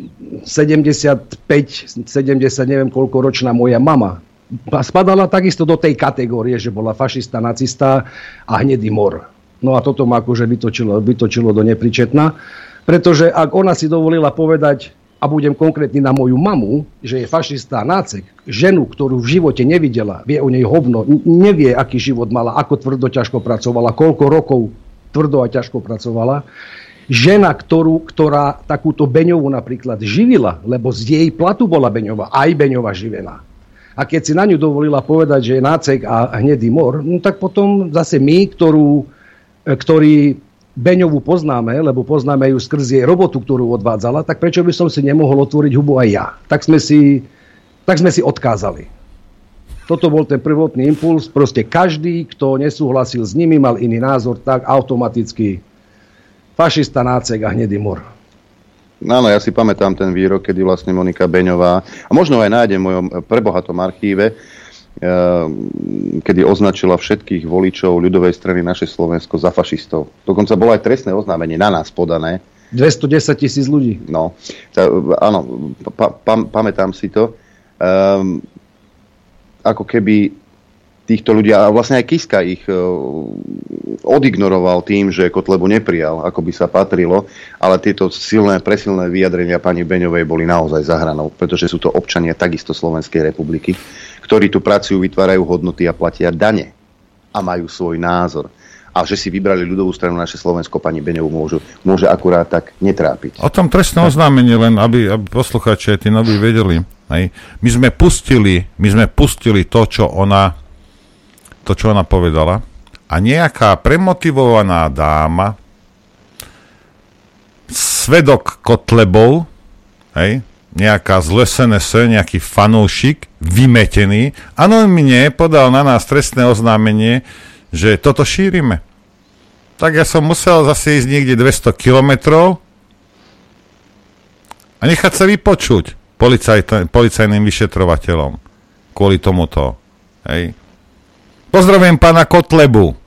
sedemdesiatpäť, sedemdesiat, neviem koľko ročná moja mama spadala takisto do tej kategórie, že bola fašista, nacista a hnedý mor. No a toto ma akože vytočilo, vytočilo do nepričetna, pretože ak ona si dovolila povedať, a budem konkrétny na moju mamu, že je fašista a nácek, ženu, ktorú v živote nevidela, vie o nej hovno, nevie, aký život mala, ako tvrdo ťažko pracovala, koľko rokov tvrdo a ťažko pracovala, žena, ktorú, ktorá takúto Beňovú napríklad živila, lebo z jej platu bola Beňová, aj Beňová živená. A keď si na ňu dovolila povedať, že je nácek a hnedý mor, no tak potom zase my, ktorú, ktorí Beňovú poznáme, lebo poznáme ju skrz jej robotu, ktorú odvádzala, tak prečo by som si nemohol otvoriť hubu aj ja? Tak sme si, tak sme si odkázali. Toto bol ten prvotný impuls. Proste každý, kto nesúhlasil s nimi, mal iný názor, tak automaticky fašista, nácek a hnedý mor. Áno, ja si pamätám ten výrok, kedy vlastne Monika Beňová, a možno aj nájdem v mojom prebohatom archíve, kedy označila všetkých voličov ľudovej strany Naše Slovensko za fašistov. Dokonca bolo aj trestné oznámenie na nás podané. dvestodesať tisíc ľudí. No, tá, áno, pa, pa, pamätám si to. Um, ako keby týchto ľudí, a vlastne aj Kiska ich uh, odignoroval tým, že Kotlebu neprijal, ako by sa patrilo, ale tieto silné, presilné vyjadrenia pani Beňovej boli naozaj za hranou, pretože sú to občania takisto Slovenskej republiky, ktorí tu pracujú, vytvárajú hodnoty a platia dane a majú svoj názor. A že si vybrali ľudovú stranu Naše Slovensko, pani Beňovú môžu, môže akurát tak netrápiť. O tom trestnom oznámení, len aby, aby poslucháči aj tí noví vedeli. Hej. My sme pustili, my sme pustili to, čo ona to, čo ona povedala, a nejaká premotivovaná dáma, svedok Kotlebov, hej, nejaká z es en es, nejaký fanúšik, vymetený, anonymne podal na nás trestné oznámenie, že toto šírime. Tak ja som musel zase ísť niekde dvesto kilometrov a nechať sa vypočuť policaj, policajným vyšetrovateľom kvôli tomuto. Hej. Pozdravujem pána Kotlebu.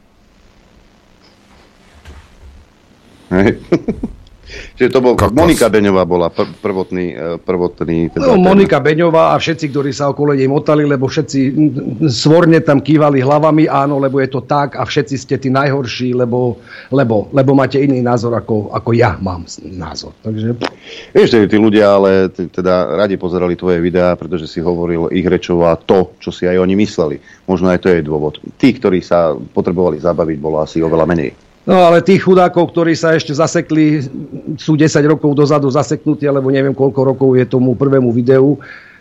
Čiže to bol, Kokos. Monika Beňová bola pr- prvotný... prvotný teda no, Monika Beňová a všetci, ktorí sa okolo nej motali, lebo všetci svorne tam kývali hlavami, áno, lebo je to tak a všetci ste tí najhorší, lebo, lebo, lebo máte iný názor, ako, ako ja mám názor. Takže... Ešte tí ľudia, ale teda radi pozerali tvoje videá, pretože si hovoril ich rečou a to, čo si aj oni mysleli. Možno aj to je dôvod. Tí, ktorí sa potrebovali zabaviť, bolo asi oveľa menej. No ale tých chudákov, ktorí sa ešte zasekli, sú desať rokov dozadu zaseknutí, alebo neviem koľko rokov je tomu prvému videu, e,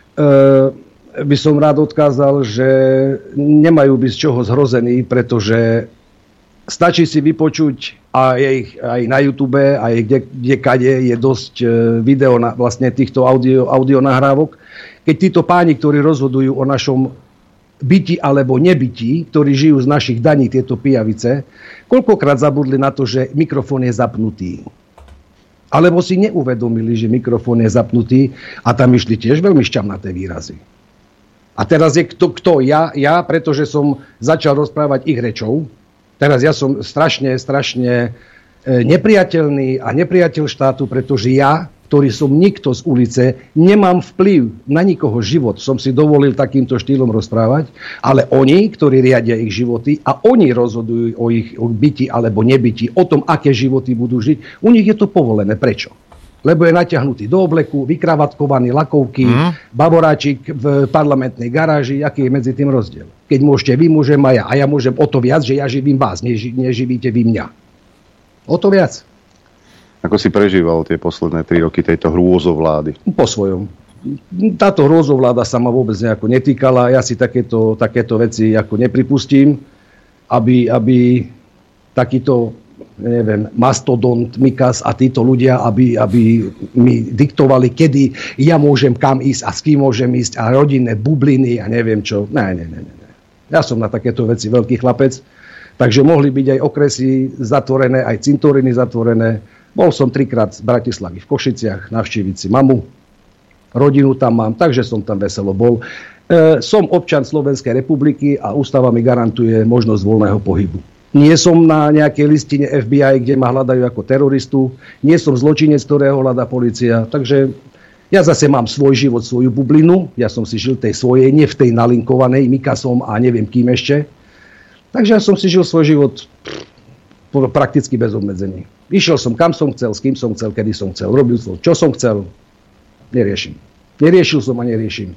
by som rád odkázal, že nemajú byť z čoho zhrození, pretože stačí si vypočuť a je ich aj na YouTube, aj kde, kde kade je dosť video na, vlastne týchto audio, audio nahrávok. Keď títo páni, ktorí rozhodujú o našom byti alebo nebyti, ktorí žijú z našich daní, tieto pijavice, koľkokrát zabudli na to, že mikrofón je zapnutý. Alebo si neuvedomili, že mikrofón je zapnutý a tam išli tiež veľmi šťavnaté výrazy. A teraz je kto, kto ja, ja, pretože som začal rozprávať ich rečou. Teraz ja som strašne, strašne nepriateľný a nepriateľ štátu, pretože ja, ktorý som nikto z ulice, nemám vplyv na nikoho život. Som si dovolil takýmto štýlom rozprávať, ale oni, ktorí riadia ich životy a oni rozhodujú o ich byti alebo nebyti, o tom, aké životy budú žiť, u nich je to povolené. Prečo? Lebo je natiahnutý do obleku, vykravatkovaný, lakovky, mm. bavoráčik v parlamentnej garáži. Aký je medzi tým rozdiel? Keď môžete vy, môžem aj ja. A ja môžem o to viac, že ja živím vás, neži, neživíte vy mňa. O to viac. Ako si prežíval tie posledné tri roky tejto hrôzovlády? Po svojom. Táto hrôzovláda sa ma vôbec nejako netýkala. Ja si takéto, takéto veci ako nepripustím, aby, aby takýto, neviem, mastodont, Mikas a títo ľudia, aby, aby mi diktovali, kedy ja môžem kam ísť a s kým môžem ísť a rodinné bubliny a neviem čo. Ne, ne, ne, ne. Ja som na takéto veci veľký chlapec, takže mohli byť aj okresy zatvorené, aj cintoriny zatvorené. Bol som trikrát z Bratislavy v Košiciach navštíviť si mamu. Rodinu tam mám, takže som tam veselo bol. E, som občan Slovenskej republiky a ústava mi garantuje možnosť voľného pohybu. Nie som na nejakej listine ef bí aj, kde ma hľadajú ako teroristu. Nie som zločinec, ktorého hľadá polícia. Takže ja zase mám svoj život, svoju bublinu. Ja som si žil tej svojej, nie v tej nalinkovanej Mikasom a neviem kým ešte. Takže ja som si žil svoj život prakticky bez obmedzení. Išiel som kam som chcel, s kým som chcel, kedy som chcel. Robil som, čo som chcel. Neriešim. Neriešil som a neriešim.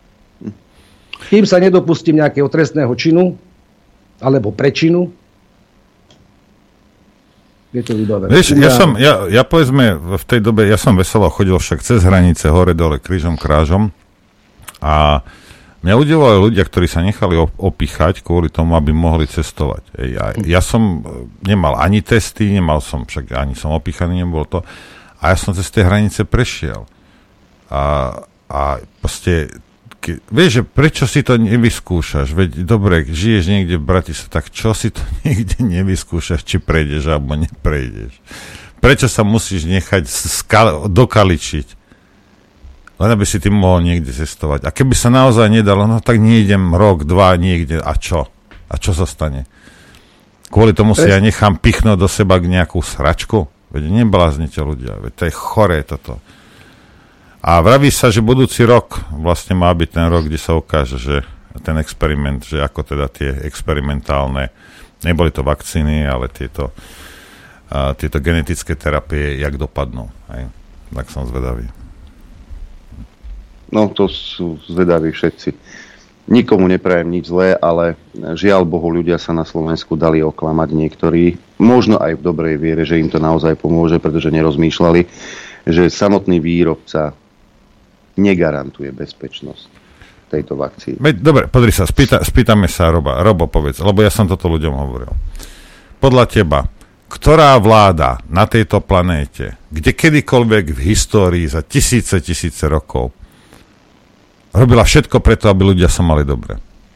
Kým sa nedopustím nejakého trestného činu alebo prečinu, je to vybavené. Vieš, ja, ja som, ja, ja povedzme, v tej dobe, ja som veselo chodil však cez hranice, hore, dole, krížom, krážom a mňa udivovali ľudia, ktorí sa nechali opíchať kvôli tomu, aby mohli cestovať. Ja, ja som nemal ani testy, nemal som, však ani som opíchaný, nebolo to. A ja som cez tie hranice prešiel. A, a proste, ke, vieš, že prečo si to nevyskúšaš? Veď dobre, žiješ niekde v Bratislave, tak čo si to niekde nevyskúšaš, či prejdeš alebo neprejdeš? Prečo sa musíš nechať skal- dokaličiť? Len aby si tým mohol niekde cestovať. A keby sa naozaj nedalo, no tak nejdem rok, dva niekde. A čo? A čo sa stane? Kvôli tomu si ja nechám pichnúť do seba nejakú sračku? Veď nebláznite ľudia. Veď to je choré toto. A vraví sa, že budúci rok vlastne má byť ten rok, kde sa ukáže, že ten experiment, že ako teda tie experimentálne, neboli to vakcíny, ale tieto, uh, tieto genetické terapie, jak dopadnú. Hej? Tak som zvedavý. No, to sú zvedaví všetci. Nikomu neprajem nič zlé, ale žiaľ Bohu, ľudia sa na Slovensku dali oklamať niektorí. Možno aj v dobrej viere, že im to naozaj pomôže, pretože nerozmýšľali, že samotný výrobca negarantuje bezpečnosť tejto vakcíny. Dobre, podri sa, spýta, spýtame sa Roba. Robo, povedz, lebo ja som toto ľuďom hovoril. Podľa teba, ktorá vláda na tejto planéte, kde kedykoľvek v histórii za tisíce, tisíce rokov robila všetko preto, aby ľudia sa mali dobre?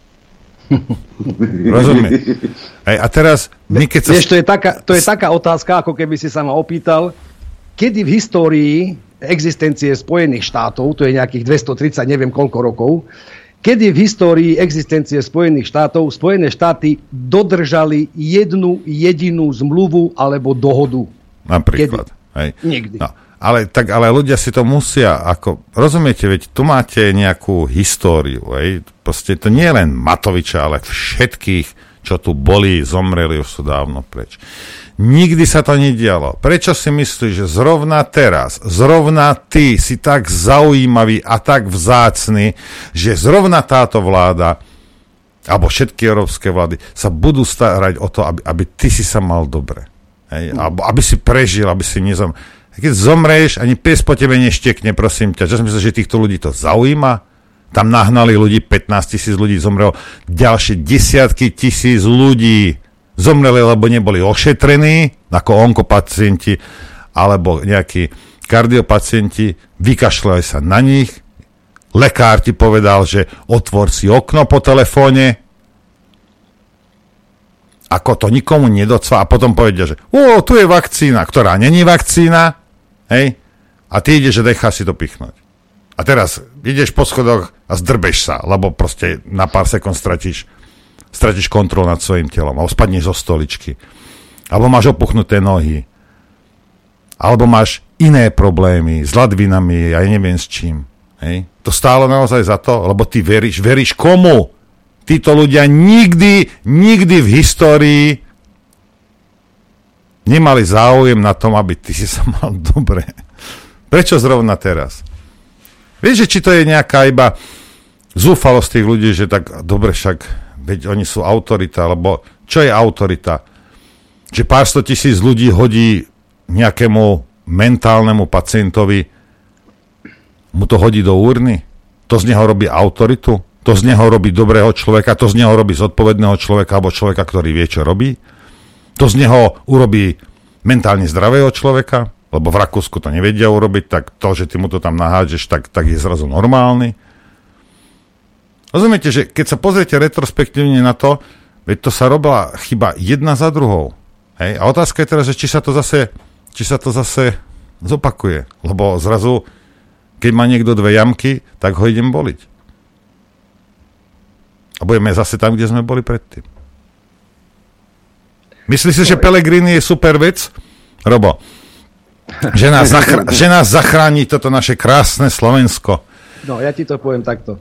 Rozumiem. Ej, a teraz my keď sa... Vieš, to je, taká, to je taká otázka, ako keby si sa ma opýtal, kedy v histórii existencie Spojených štátov, to je nejakých dvestotridsať, neviem koľko rokov, Kedy v histórii existencie Spojených štátov Spojené štáty dodržali jednu jedinú zmluvu alebo dohodu? Napríklad. Hej. Nikdy. No, ale, tak, ale ľudia si to musia, ako, rozumiete, veď tu máte nejakú históriu, hej. Proste to nie je len Matoviča, ale všetkých, čo tu boli, zomreli, už sú dávno preč. Nikdy sa to nedialo. Prečo si myslíš, že zrovna teraz, zrovna ty si tak zaujímavý a tak vzácny, že zrovna táto vláda, alebo všetky európske vlády, sa budú starať o to, aby, aby ty si sa mal dobre. Hej? Alebo aby si prežil, aby si nezom... Keď zomreješ, ani pes po tebe neštekne, prosím ťa. Čo si myslíš, že týchto ľudí to zaujíma? Tam nahnali ľudí, pätnásť tisíc ľudí zomrelo, ďalšie desiatky tisíc ľudí zomreli, lebo neboli ošetrení, ako onkopacienti, alebo nejakí kardiopacienti, vykašľali sa na nich, lekár ti povedal, že otvor si okno po telefóne, ako to nikomu nedocvá, a potom povedia, že o, tu je vakcína, ktorá není vakcína, hej, a ty ideš, že nechá si to pichnúť. A teraz ideš po schodoch a zdrbeš sa, lebo proste na pár sekúnd stratíš stratíš kontrolu nad svojím telom, alebo spadneš zo stoličky, alebo máš opuchnuté nohy, alebo máš iné problémy s ladvinami a ja neviem s čím. Hej? To stálo naozaj za to, lebo ty veríš, veríš komu? Títo ľudia nikdy, nikdy v histórii nemali záujem na tom, aby ty si sa mal dobre. Prečo zrovna teraz? Vieš, že či to je nejaká iba zúfalosť tých ľudí, že tak dobre však veď oni sú autorita, lebo čo je autorita? Že pár sto tisíc ľudí hodí nejakému mentálnemu pacientovi, mu to hodí do urny? To z neho robí autoritu? To z neho robí dobrého človeka? To z neho robí zodpovedného človeka alebo človeka, ktorý vie, čo robí? To z neho urobí mentálne zdravého človeka? Lebo v Rakúsku to nevedia urobiť, tak to, že ty mu to tam nahádžeš, tak, tak je zrazu normálny. Rozumiete, že keď sa pozriete retrospektívne na to, veď to sa robila chyba jedna za druhou. Hej? A otázka je teraz, že či sa to zase, či sa to zase zopakuje. Lebo zrazu, keď má niekto dve jamky, tak ho idem boliť. A budeme zase tam, kde sme boli predtým. Myslíš si, že Pellegrini je super vec? Robo, že nás, zachr- že nás zachráni toto naše krásne Slovensko. No, ja ti to poviem takto.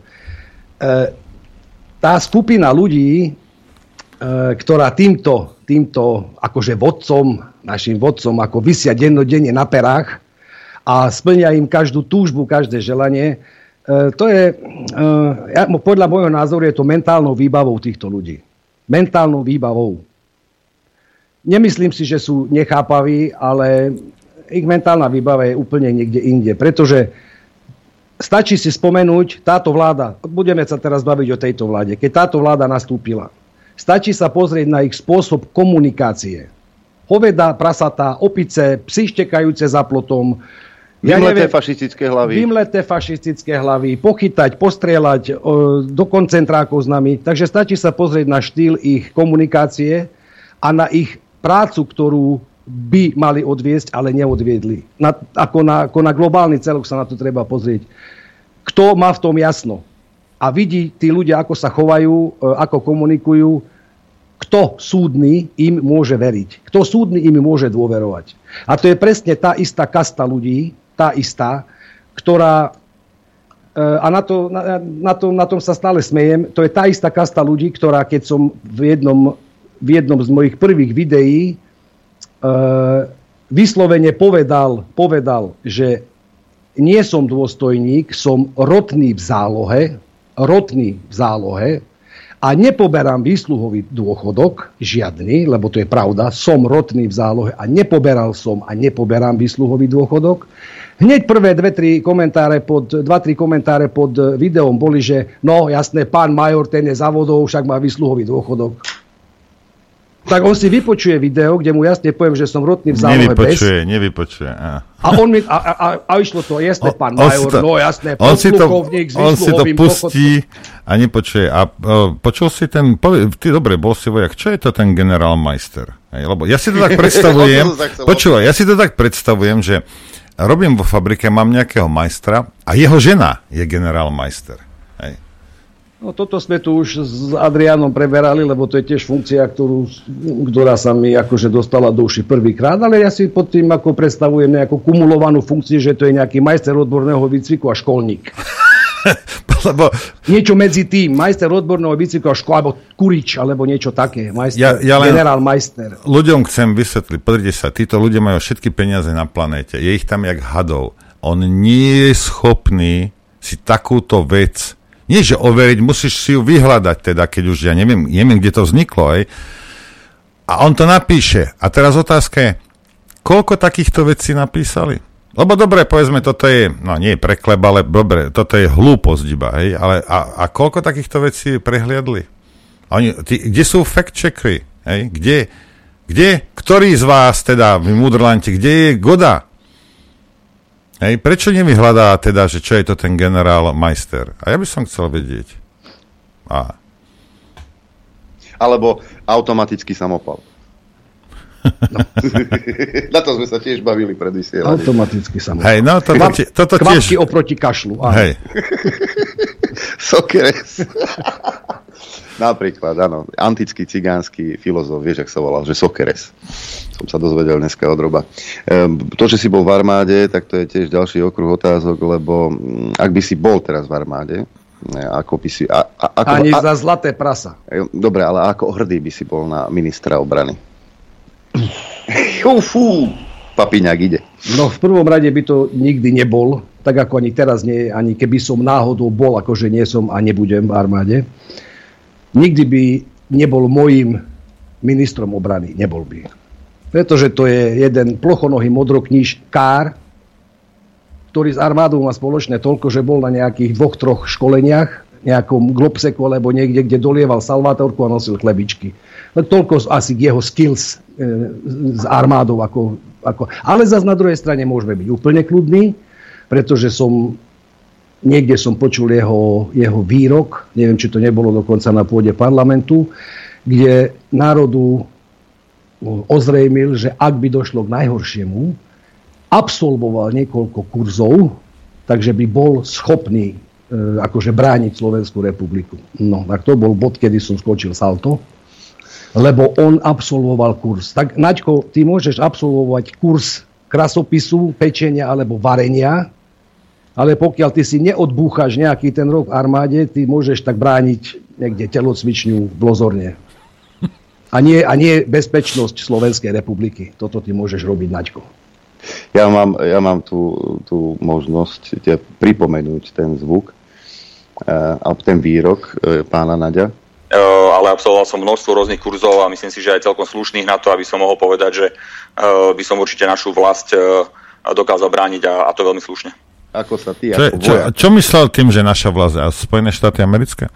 Tá skupina ľudí, ktorá týmto, týmto akože vodcom, našim vodcom, ako vysia dennodenne na perách a splnia im každú túžbu, každé želanie, to je, podľa môjho názoru, je to mentálnou výbavou týchto ľudí. Mentálnou výbavou. Nemyslím si, že sú nechápaví, ale ich mentálna výbava je úplne niekde inde, pretože stačí si spomenúť, táto vláda, budeme sa teraz baviť o tejto vláde, keď táto vláda nastúpila, stačí sa pozrieť na ich spôsob komunikácie. Hoveda, prasatá, opice, psi štekajúce za plotom. Ja vymleté neviem, fašistické hlavy. Vymleté fašistické hlavy, pochytať, postrieľať o, do koncentrákov s nami. Takže stačí sa pozrieť na štýl ich komunikácie a na ich prácu, ktorú by mali odviesť, ale neodviedli. Na, ako, na, ako na globálny celok sa na to treba pozrieť. Kto má v tom jasno a vidí tí ľudia, ako sa chovajú, ako komunikujú, kto súdny im môže veriť. Kto súdny im môže dôverovať. A to je presne tá istá kasta ľudí, tá istá, ktorá, a na, to, na, na, to, na tom sa stále smejem, to je tá istá kasta ľudí, ktorá, keď som v jednom, v jednom z mojich prvých videí vyslovene povedal, povedal, že nie som dôstojník, som rotný v zálohe, rotný v zálohe a nepoberám výsluhový dôchodok, žiadny, lebo to je pravda, som rotný v zálohe a nepoberal som a nepoberám výsluhový dôchodok. Hneď prvé dve, tri komentáre pod, dva, tri komentáre pod videom boli, že no jasné, pán major, ten je za vodou, však má výsluhový dôchodok. Tak on si vypočuje video, kde mu jasne poviem, že som rotný v zálohe bez. Nevypočuje, nevypočuje. A, a on mi, a, a, a išlo to, jasné, pán on, major, on to, no jasné, on si to, on si to pustí dôchodkom. A nepočuje. A uh, počul si ten, povie, ty dobre, bol si vojak, čo je to ten generálmajster? Hej, lebo ja si to tak predstavujem, počúvaj, ja si to tak predstavujem, že robím vo fabrike, mám nejakého majstra a jeho žena je generálmajster. Hej. No toto sme tu už s Adriánom preberali, lebo to je tiež funkcia, ktorú, ktorá sa mi akože dostala do uši prvýkrát, ale ja si pod tým ako predstavujem nejakú kumulovanú funkciu, že to je nejaký majster odborného výcviku a školník. Lebo... Niečo medzi tým, majster odborného výcviku a škol, alebo kurič, alebo niečo také, majster, ja, ja generál majster. Ľuďom chcem vysvetliť, pozrite sa, títo ľudia majú všetky peniaze na planéte, je ich tam jak hadov. On nie je schopný si takúto vec nie, že overiť, musíš si ju vyhľadať, teda, keď už ja neviem, neviem, kde to vzniklo, aj. A on to napíše. A teraz otázka je, koľko takýchto vecí napísali? Lebo dobre, povedzme, toto je, no nie je prekleb, ale dobre, toto je hlúposť iba, hej, ale a, a koľko takýchto vecí prehliadli? A oni, tí, kde sú fact-checkery, hej, kde, kde, ktorý z vás, teda, v Mudrlante, kde je Goda? Hej, prečo nevyhľadá teda, že čo je to ten generál majster? A ja by som chcel vedieť. A. Alebo automatický samopal. No. Na to sme sa tiež bavili pred vysielaním. Automatický samopal. Hej, no toto, Kvap, toto tiež... Kvapky oproti kašlu. Áno. Hej. Sokeres. Napríklad, áno, antický cigánsky filozof, vieš, ak sa volal, že Sokeres. Som sa dozvedel dneska od Roba. Ehm, to, že si bol v armáde, tak to je tiež ďalší okruh otázok, lebo ak by si bol teraz v armáde, ako by si... A, a, ako, Ani a, za zlaté prasa. Dobre, ale ako hrdý by si bol na ministra obrany? Fú, papiňák ide. No v prvom rade by to nikdy nebol, tak ako ani teraz nie, ani keby som náhodou bol, akože nie som a nebudem v armáde. Nikdy by nebol mojím ministrom obrany. Nebol by. Pretože to je jeden plochonohý modroknížkár, ktorý s armádou má spoločné toľko, že bol na nejakých dvoch, troch školeniach, nejakom globseku alebo niekde, kde dolieval salvátorku a nosil chlebičky. No, toľko asi jeho skills e, s armádou. Ako, ako. Ale zase na druhej strane môžeme byť úplne kľudní, pretože som... Niekde som počul jeho, jeho výrok, neviem, či to nebolo dokonca na pôde parlamentu, kde národu ozrejmil, že ak by došlo k najhoršiemu, absolvoval niekoľko kurzov, takže by bol schopný e, akože brániť Slovenskú republiku. No, tak to bol bod, kedy som skočil salto, lebo on absolvoval kurz. Tak, Naďko, ty môžeš absolvovať kurz krasopisu, pečenia alebo varenia, ale pokiaľ ty si neodbúchaš nejaký ten rok v armáde, ty môžeš tak brániť niekde telocvičňu v Lozorne. A nie, a nie bezpečnosť Slovenskej republiky. Toto ty môžeš robiť, Naďko. Ja mám, ja mám tú, tú možnosť te pripomenúť ten zvuk a ten výrok pána Naďa. Ale absolvoval som množstvo rôznych kurzov a myslím si, že aj celkom slušných na to, aby som mohol povedať, že by som určite našu vlast dokázal brániť a, a to veľmi slušne. Ako sa ty, čo, ako čo, čo myslel tým, že naša vlast a Spojené štáty americké?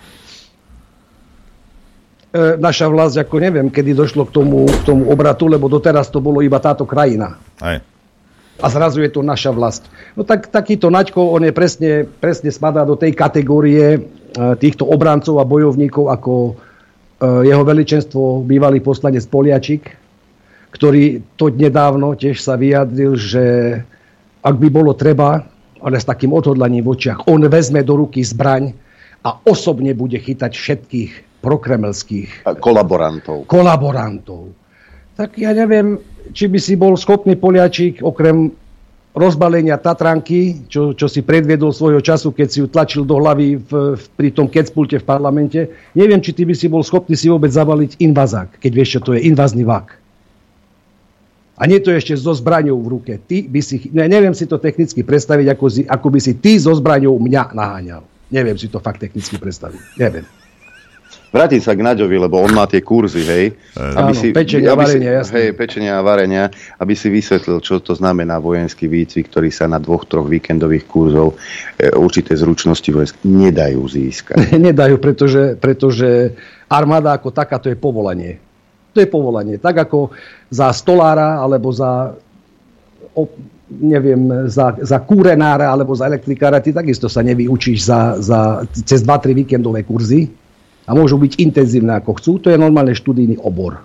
E, naša vlast, ako neviem, kedy došlo k tomu, k tomu obratu, lebo doteraz to bolo iba táto krajina. Aj. A zrazu je to naša vlast. No tak takýto Naďko, on je presne, presne spadá do tej kategórie e, týchto obrancov a bojovníkov, ako e, jeho veličenstvo bývalý poslanec Poliačik, ktorý to nedávno tiež sa vyjadril, že ak by bolo treba, ale s takým odhodlaním v očiach, on vezme do ruky zbraň a osobne bude chytať všetkých prokremelských kolaborantov. kolaborantov. Tak ja neviem, či by si bol schopný Poliačik, okrem rozbalenia Tatranky, čo, čo si predviedol svojho času, keď si ju tlačil do hlavy v, v, pri tom kecpulte v parlamente, neviem, či ty by si bol schopný si vôbec zavaliť invazák, keď vieš, čo to je invazný vák. A nie to ešte so zbraňou v ruke. Ty by si, ne, neviem si to technicky predstaviť, ako, si, ako by si ty so zbraňou mňa naháňal. Neviem si to fakt technicky predstaviť. Neviem. Vrátim sa k Naďovi, lebo on má tie kurzy, hej. Áno, si, pečenia a varenia, jasné. Hej, pečenia a varenia, aby si vysvetlil, čo to znamená vojenský výcvik, ktorý sa na dvoch, troch víkendových kurzov e, určité zručnosti vojsk nedajú získať. Nedajú, pretože, pretože armáda ako taká, to je povolanie. To je povolanie. Tak ako za stolára, alebo za, o, neviem, za, za kúrenára, alebo za elektrikára, ty takisto sa nevyučíš za, za, cez dva tri víkendové kurzy a môžu byť intenzívne ako chcú. To je normálne študijný obor.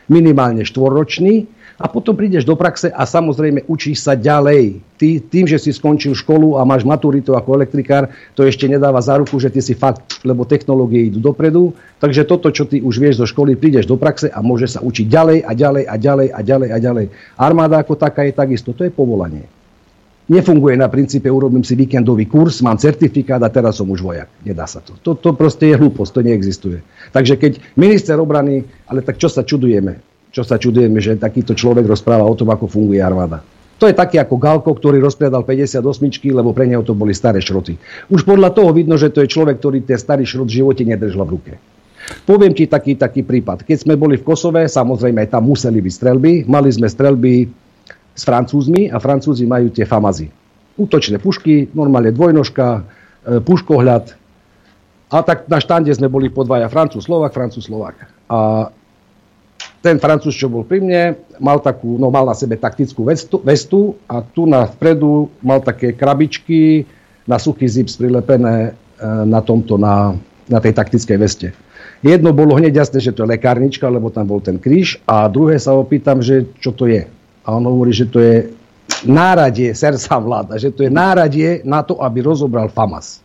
minimálne štvorročný, a potom prídeš do praxe a samozrejme učíš sa ďalej. Ty, tým, že si skončil školu a máš maturitu ako elektrikár, to ešte nedáva záruku, že ty si fakt, lebo technológie idú dopredu. Takže toto, čo ty už vieš zo školy, prídeš do praxe a môžeš sa učiť ďalej a ďalej a ďalej a ďalej a ďalej. Armáda ako taká je takisto, to je povolanie. Nefunguje na princípe, urobím si víkendový kurz, mám certifikát a teraz som už vojak. Nedá sa to. To, to proste je hlúposť, to neexistuje. Takže keď minister obrany, ale tak čo sa čudujeme? Čo sa čudujeme, že takýto človek rozpráva o tom, ako funguje armáda. To je taký ako Galko, ktorý rozpredal päťdesiatosmičky, lebo pre neho to boli staré šroty. Už podľa toho vidno, že to je človek, ktorý ten starý šrot v živote nedržal v ruke. Poviem ti taký, taký prípad. Keď sme boli v Kosove, samozrejme aj tam museli byť streľby. Mali sme streľby s Francúzmi a Francúzi majú tie FAMAZy. Útočné pušky, normálne dvojnožka, puškohľad. A tak na štande sme boli po dvaja, Francúz, Slovák, Francúz, Slovák. A ten Francúz, čo bol pri mne, mal takú, no mal na sebe taktickú vestu, vestu a tu na vpredu mal také krabičky na suchý zips prilepené na tomto, na, na tej taktickej veste. Jedno bolo hneď jasné, že to je lekárnička, lebo tam bol ten kríž, a druhé sa opýtam, že čo to je. A on hovorí, že to je náradie sersa vláda, že to je náradie na to, aby rozobral FAMAS.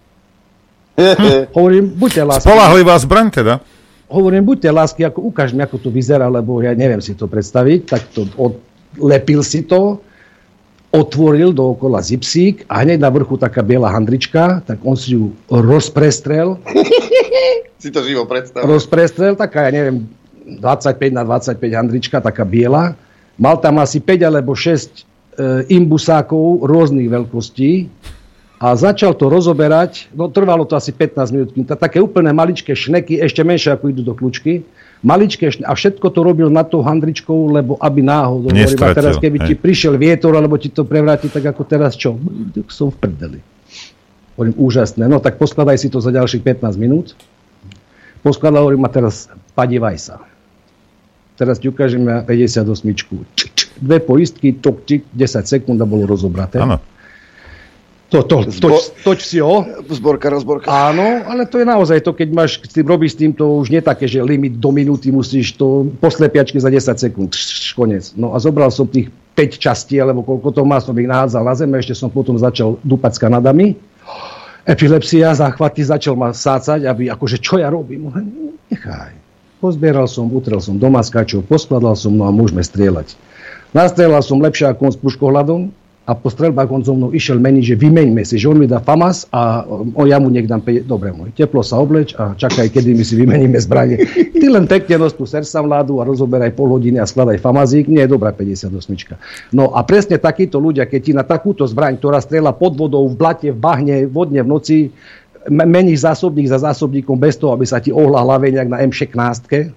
Hm. Hovorím, buďte lásky. Spolahlivá zbraň teda. Hovorím, buďte lásky, ako ukáž mi, ako to vyzerá, lebo ja neviem si to predstaviť. Tak to odlepil si to, otvoril dookola zipsík a hneď na vrchu taká biela handrička, tak on si ju rozprestrel. Si to živo predstav. Rozprestrel, taká, ja neviem, dvadsaťpäť na dvadsaťpäť handrička, taká biela. Mal tam asi päť alebo šesť e, imbusákov rôznych veľkostí. A začal to rozoberať, no trvalo to asi pätnásť minút, také úplne maličké šneky, ešte menšie ako idú do kľúčky, maličké šneky, a všetko to robil nad tou handričkou, lebo aby náhodou, hovorím, a teraz keby hej. ti prišiel vietor, alebo ti to prevráti, tak ako teraz čo? Som v prdeli. Hovorím, úžasné, no tak poskladaj si to za ďalších pätnásť minút. Poskladal, hovorím, a teraz padívaj sa. Teraz ti ukážem na päťdesiatosmičku. Dve poistky, tok, tik, desať sekúnd a bolo rozobraté. Áno. To, to, toč, toč si ho. Zborka, rozborka. Áno, ale to je naozaj to, keď máš, s tým robíš s tým, to už nie také, že limit do minúty musíš to poslepiačky za desať sekúnd. Konec. No a zobral som tých päť častí, alebo koľko to má, som ich nahádzal na zem, ešte som potom začal dúpať s kanadami. Epilepsia, záchvaty, začal ma sácať, aby akože čo ja robím? Nechaj. Pozbieral som, utrel som do maskáčov, poskladal som, no a môžeme strieľať. Nastrieľal som lepšie ako on s puškohľadom. A po streľbách on so mnou išiel meniť, že vymeňme si, že on mi dá FAMAS a o, ja mu nech dám päť. Dobre môj, teplo sa obleč a čakaj, kedy my si vymeníme zbranie. Ty len pekne nos tú sersa vládu a rozoberaj pol hodiny a skladaj FAMAZík, nie je dobrá päťdesiatosmička. No a presne takíto ľudia, keď ti na takúto zbraň, ktorá strieľa pod vodou, v blate, v bahne, vodne, v noci, meníš zásobník za zásobníkom bez toho, aby sa ti ohla hlave nejak na em šestnásť.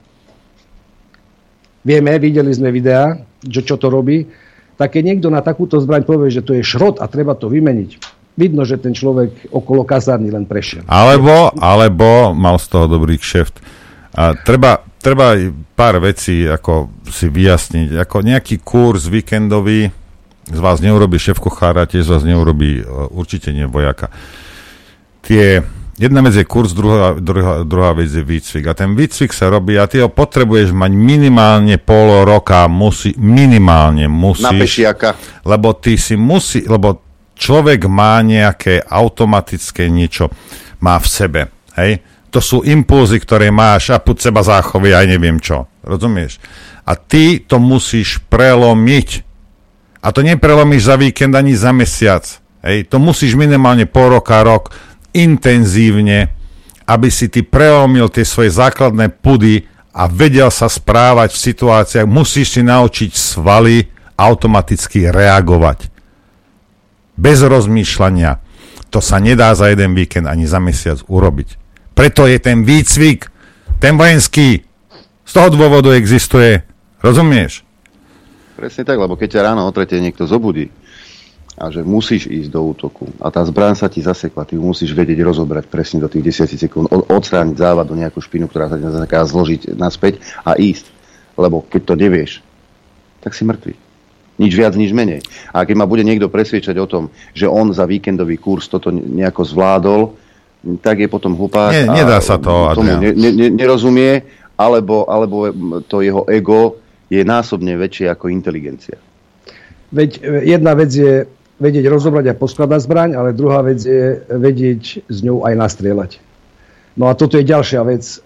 Vieme, videli sme videá, že čo to robí. Tak keď niekto na takúto zbraň povie, že to je šrot a treba to vymeniť, vidno, že ten človek okolo kasárny len prešiel. Alebo, alebo mal z toho dobrý kšeft. A treba, treba pár vecí ako si vyjasniť. Ako nejaký kurz víkendový z vás neurobí šéfkuchára, tiež z vás neurobí určite nie vojaka. Tie... Jedna vec je kurz, druhá, druhá, druhá vec je výcvik. A ten výcvik sa robí a ty ho potrebuješ mať minimálne pol roka, musí, minimálne musíš. Na pešiaka. Lebo ty si musí, lebo človek má nejaké automatické niečo, má v sebe. Hej? To sú impulzy, ktoré máš a púd seba záchovy, aj neviem čo. Rozumieš? A ty to musíš prelomiť. A to neprelomíš za víkend ani za mesiac. Hej? To musíš minimálne pol roka, rok intenzívne, aby si ty prelomil tie svoje základné pudy a vedel sa správať v situáciách. Musíš si naučiť svaly automaticky reagovať. Bez rozmýšľania. To sa nedá za jeden víkend ani za mesiac urobiť. Preto je ten výcvik, ten vojenský, z toho dôvodu existuje. Rozumieš? Presne tak, lebo keď ťa ráno o tretej niekto zobudí, a že musíš ísť do útoku a tá zbraň sa ti zasekla, ty ju musíš vedieť rozobrať presne do tých desať sekúnd, odstrániť závadu, nejakú špinu, ktorá sa ti zaseká, zložiť naspäť a ísť. Lebo keď to nevieš, tak si mŕtvy. Nič viac, nič menej. A keď ma bude niekto presviečať o tom, že on za víkendový kurz toto nejako zvládol, tak je potom hlupák. Nie, nedá sa to, tomu ne, ne, nerozumie. alebo, alebo to jeho ego je násobne väčšie ako inteligencia. Veď jedna vec je vedieť rozobrať a poskladať zbraň, ale druhá vec je vedieť s ňou aj nastrieľať. No a toto je ďalšia vec. E,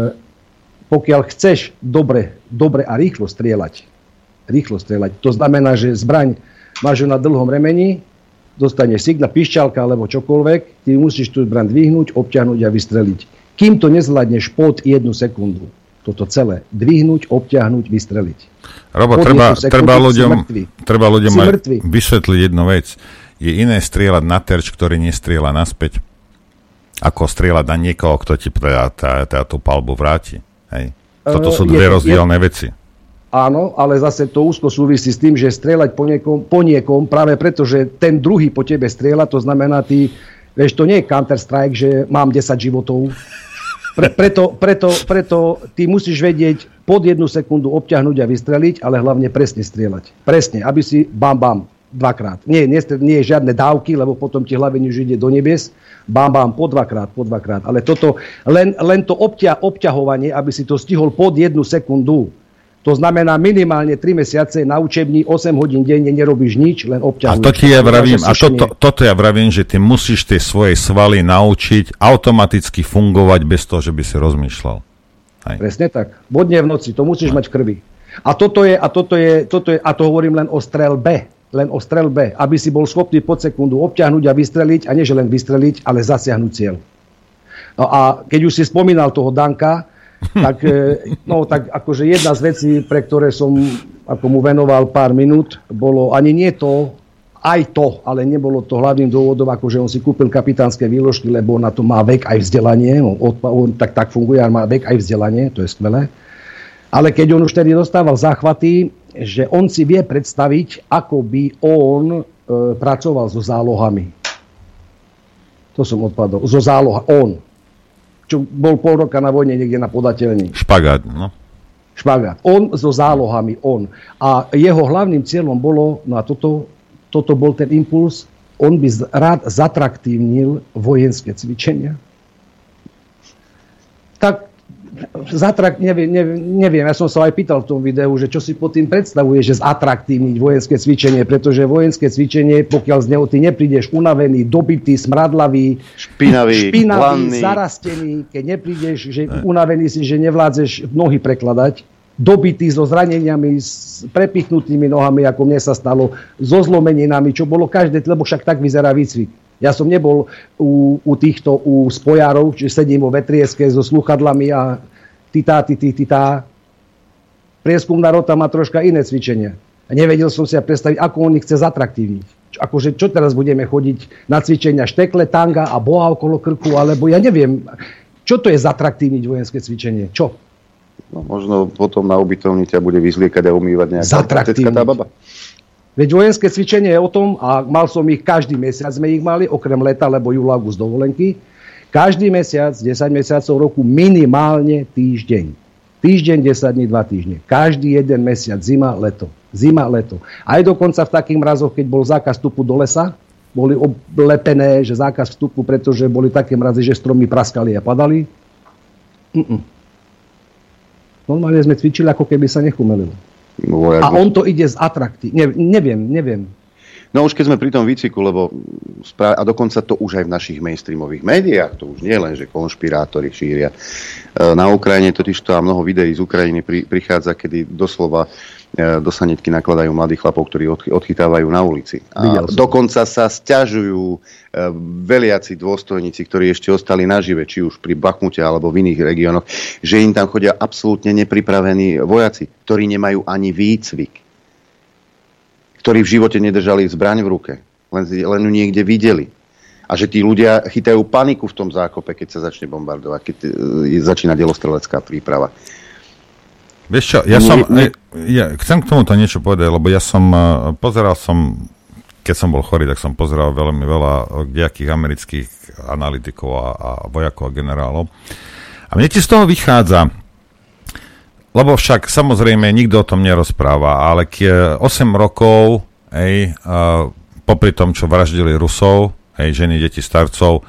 pokiaľ chceš dobre, dobre a rýchlo strieľať, rýchlo strieľať, to znamená, že zbraň máš ju na dlhom remeni, dostaneš signál, pišťalka alebo čokoľvek, ty musíš tú zbraň dvihnúť, obťahnuť a vystreliť. Kým to nezvládneš pod jednu sekundu, toto celé, dvihnúť, obťahnuť, vystreliť. Robo, treba, treba ľuďom, treba ľuďom aj vysvetliť jednu vec. Je iné strieľať na terč, ktorý nestrieľa naspäť, ako strieľať na niekoho, kto ti teda, tá, tá, tú palbu vráti. Hej. Toto sú dve uh, rozdielne je, veci. Áno, ale zase to úzko súvisí s tým, že strieľať po niekom, po niekom práve preto, že ten druhý po tebe strieľa, to znamená, ty, vieš, to nie je Counter-Strike, že mám desať životov. Pre, preto, preto, preto ty musíš vedieť pod jednu sekundu obťahnuť a vystreliť, ale hlavne presne strieľať. Presne, aby si bam, bam, dvakrát. Nie, nie, nie je žiadne dávky, lebo potom ti hlavne už ide do nebies. Bam, bam, po dvakrát, po dvakrát. Ale toto, len, len to obťa, obťahovanie, aby si to stihol pod jednu sekundu, to znamená minimálne tri mesiace na učebni, osem hodín denne nerobíš nič, len obťahuješ. A to ti ja vravím, a to, to, toto ja vravím, že ty musíš tie svoje svaly naučiť automaticky fungovať bez toho, že by si rozmýšľal. Hej. Presne tak. Bodne v noci, to musíš Hej. mať v krvi. A toto je, a toto je, toto je, a to hovorím len o streľbe, len o streľbe, aby si bol schopný pod sekundu obťahnuť a vystreliť, a nie že len vystreliť, ale zasiahnuť cieľ. No a keď už si spomínal toho Danka, tak, no, tak akože jedna z vecí, pre ktoré som ako mu venoval pár minút, bolo ani nie to, aj to, ale nebolo to hlavným dôvodom, akože on si kúpil kapitánske výložky, lebo na to má vek aj vzdelanie, on, on tak, tak funguje, ale má vek aj vzdelanie, to je skvelé. Ale keď on už tedy dostával záchvaty, že on si vie predstaviť, ako by on e, pracoval so zálohami. To som odpadol. So záloha, on. Čo bol pol roka na vojne niekde na podateľni. Špagát, no. Špagát. On so zálohami, on. A jeho hlavným cieľom bolo, no a toto, toto bol ten impuls, on by rád zatraktívnil vojenské cvičenia. Tak zatrakt, neviem, neviem, neviem, ja som sa aj pýtal v tom videu, že čo si pod tým predstavuje, že zatraktívniť vojenské cvičenie, pretože vojenské cvičenie, pokiaľ z neho ty neprídeš unavený, dobitý, smradlavý, špinavý, špinavý zarastený, keď neprídeš, že unavený si, že nevládzeš nohy prekladať, dobitý so zraneniami, s prepichnutými nohami, ako mne sa stalo, so zlomeninami, čo bolo každé, lebo však tak vyzerá výcvik. Ja som nebol u, u týchto, u spojárov, či sedím vo vetrieske so sluchadlami a titá, tití, titá. Prieskumná rota má troška iné cvičenia. A nevedel som si predstaviť, ako on ich chce zatraktívniť. Akože čo teraz budeme chodiť na cvičenia štekle, tanga a boa okolo krku, alebo ja neviem. Čo to je zatraktívniť vojenské cvičenie? Čo? No, možno potom na ubytovni ťa bude vyzliekať a umývať nejaká tecká tá baba. Veď vojenské cvičenie je o tom, a mal som ich každý mesiac, sme ich mali, okrem leta, lebo júl, august, dovolenky. Každý mesiac, desať mesiacov roku, minimálne týždeň. Týždeň, desať dní, dva týždne. Každý jeden mesiac, zima, leto. Zima, leto. Aj dokonca v takých mrazoch, keď bol zákaz vstupu do lesa, boli oblepené, že zákaz vstupu, pretože boli také mrazy, že stromy praskali a padali. Mm-mm. Normálne sme cvičili, ako keby sa nechumelilo. Vojak. A on to ide z atrakty. Ne, neviem, neviem. No už keď sme pri tom výcviku, lebo správ... a dokonca to už aj v našich mainstreamových médiách, to už nie len, že konšpirátori šíria. Na Ukrajine totiž to a mnoho videí z Ukrajiny pri, prichádza, kedy doslova do sanitky nakladajú mladých chlapov, ktorí odchytávajú na ulici. A dokonca sa sťažujú veliaci dôstojníci, ktorí ešte ostali nažive, či už pri Bachmute alebo v iných regiónoch, že im tam chodia absolútne nepripravení vojaci, ktorí nemajú ani výcvik, ktorí v živote nedržali zbraň v ruke, len, len ju niekde videli. A že tí ľudia chytajú paniku v tom zákope, keď sa začne bombardovať, keď začína delostrelecká príprava. Vieš čo, ja som, ja chcem k tomuto niečo povedať, lebo ja som, pozeral som, keď som bol chorý, tak som pozeral veľmi veľa nejakých amerických analytikov a, a vojakov a generálov. A mne ti z toho vychádza, lebo však samozrejme nikto o tom nerozpráva, ale osem rokov, hej, popri tom, čo vraždili Rusov, hej, ženy, deti, starcov,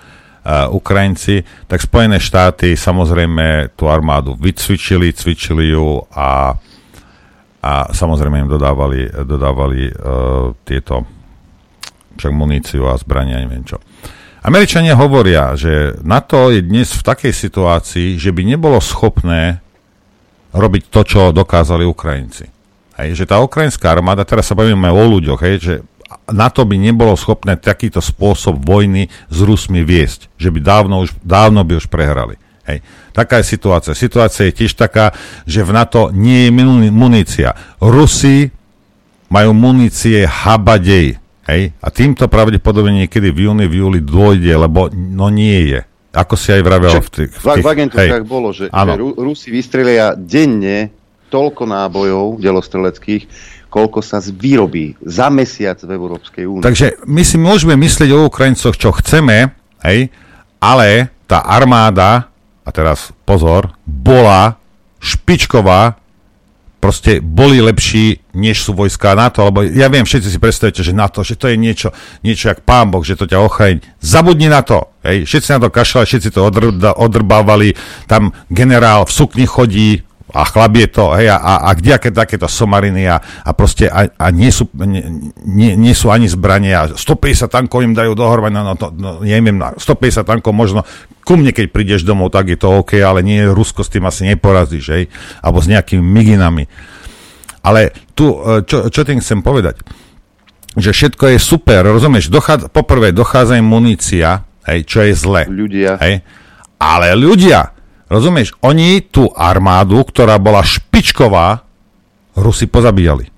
Ukrajinci, tak Spojené štáty samozrejme tú armádu vycvičili, cvičili ju a, a samozrejme im dodávali, dodávali uh, tieto však muníciu a zbrania, neviem čo. Američania hovoria, že NATO je dnes v takej situácii, že by nebolo schopné robiť to, čo dokázali Ukrajinci. Hej, že tá ukrajinská armáda, teraz sa bavíme o ľuďoch, hej, že NATO by nebolo schopné takýto spôsob vojny s Rusmi viesť, že by dávno, už, dávno by už prehrali. Hej. Taká je situácia. Situácia je tiež taká, že v NATO nie je munícia. Rusi majú munície habadej. Hej. A týmto pravdepodobne niekedy v júni, v júli dôjde, lebo no nie je. Ako si aj vravel v tých... V, v agentúrkach bolo, že, že Rusi vystrelia denne toľko nábojov delostreleckých, koľko sa vyrobí za mesiac v Európskej únii. Takže my si môžeme myslieť o Ukrajincoch, čo chceme, hej, ale tá armáda, a teraz pozor, bola špičková, proste boli lepší, než sú vojská NATO, lebo ja viem, všetci si predstavíte, že NATO, že to je niečo, niečo jak Pán Boh, že to ťa ochráni. Zabudni na to, hej, všetci na to kašľali, všetci to odr- odrbávali, tam generál v sukni chodí, a chlap je to, hej, a, a kdejaké takéto somariny a, a proste a, a nie, sú, nie, nie, nie sú ani zbrania. stopäťdesiat tankov im dajú dohromady, no, no, no, no neviem, stopäťdesiat tankov možno, ku mne, keď prídeš domov, tak je to OK, ale nie, Rusko s tým asi neporazíš, hej, alebo s nejakými miginami. Ale tu, čo, čo tým chcem povedať, že všetko je super, rozumieš, dochádza, poprvé dochádza im munícia, hej, čo je zle. Ľudia. Hej, ale ľudia, rozumieš, oni tú armádu, ktorá bola špičková, Rusi pozabíjali.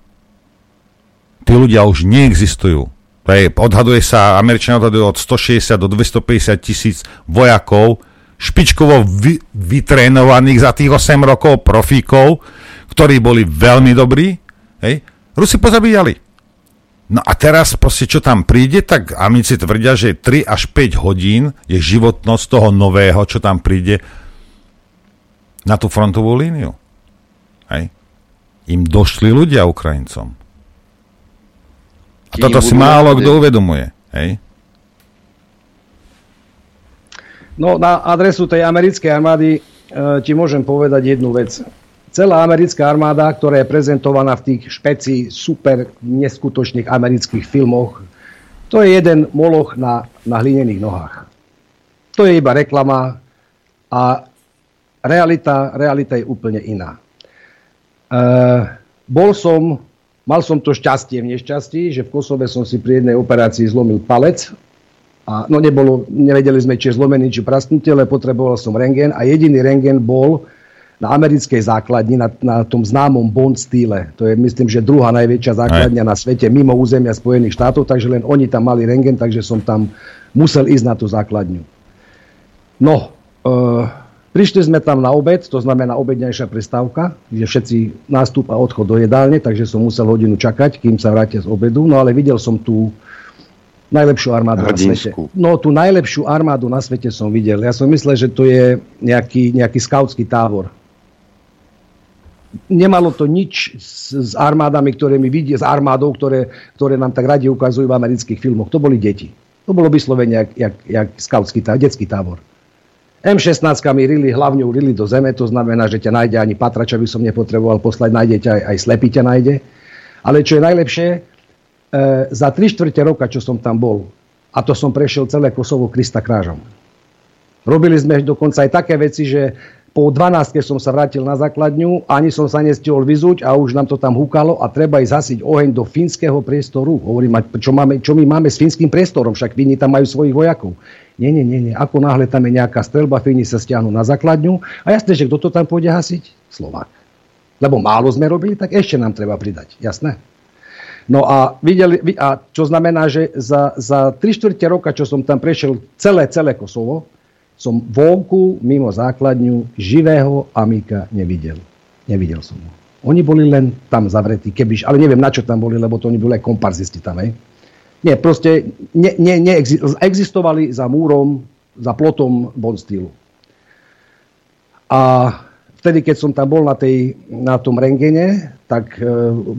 Tí ľudia už neexistujú. To je, odhaduje sa, Američania odhadujú od stošesťdesiat do dvestopäťdesiat tisíc vojakov, špičkovo vy, vytrénovaných za tých osem rokov profíkov, ktorí boli veľmi dobrí. Hej. Rusi pozabíjali. No a teraz proste, čo tam príde, tak Amici tvrdia, že tri až päť hodín je životnosť toho nového, čo tam príde na tú frontovú líniu. Hej. Im došli ľudia Ukrajincom. A Kým toto si málo kto uvedomuje. Hej. No, na adresu tej americkej armády e, ti môžem povedať jednu vec. Celá americká armáda, ktorá je prezentovaná v tých špeci super neskutočných amerických filmoch, to je jeden moloch na, na hlinených nohách. To je iba reklama a Realita, realita je úplne iná. E, bol som, mal som to šťastie v nešťastí, že v Kosove som si pri jednej operácii zlomil palec. A, no nebolo, nevedeli sme, či je zlomený, či prasknutý, ale potreboval som rentgen a jediný rentgen bol na americkej základni, na, na tom známom Bond stýle. To je, myslím, že druhá najväčšia základňa na svete mimo územia Spojených štátov, takže len oni tam mali rentgen, takže som tam musel ísť na tú základňu. No, e, prišli sme tam na obed, to znamená obedňajšia prestávka, že všetci nástup a odchod do jedálne, takže som musel hodinu čakať, kým sa vrátia z obedu. No ale videl som tú najlepšiu armádu Hrdinsku. Na svete. No tú najlepšiu armádu na svete som videl. Ja som myslel, že to je nejaký, nejaký skautský tábor. Nemalo to nič s, s armádami, ktoré mi vidia, s armádou, ktoré, ktoré nám tak radi ukazujú v amerických filmoch. To boli deti. To bolo vyslovene jak, jak, jak skautský tábor, detský tábor. em šestnásť mi rili, hlavňou rili do zeme, to znamená, že ťa nájde, ani patrača by som nepotreboval poslať, nájde ťa, aj, aj slepý ťa nájde. Ale čo je najlepšie, e, za tri štvrte roka, čo som tam bol, a to som prešiel celé Kosovo Krista krážom. Robili sme dokonca aj také veci, že po dvanástke som sa vrátil na základňu, ani som sa nestihol vyzuť a už nám to tam húkalo a treba ísť hasiť oheň do fínskeho priestoru. Hovorím, čo, máme, čo my máme s fínskym priestorom, však Fíni tam majú svojich vojakov. Nie, nie, nie, nie. Ako náhle tam je nejaká streľba, Fíni sa stiahnu na základňu a jasné, že kto to tam pôjde hasiť? Slovák. Lebo málo sme robili, tak ešte nám treba pridať. Jasné? No a videli, a čo znamená, že za, za tri štvrte roka, čo som tam prešiel celé, celé Kosovo, som vonku, mimo základňu, živého Amíka nevidel. Nevidel som ho. Oni boli len tam zavretí, kebyž, ale neviem, na čo tam boli, lebo to oni boli aj komparzisti tam, hej. Nie, proste ne, ne, ne, existovali za múrom, za plotom Bond stylu. A vtedy, keď som tam bol na, tej, na tom rentgene, tak e,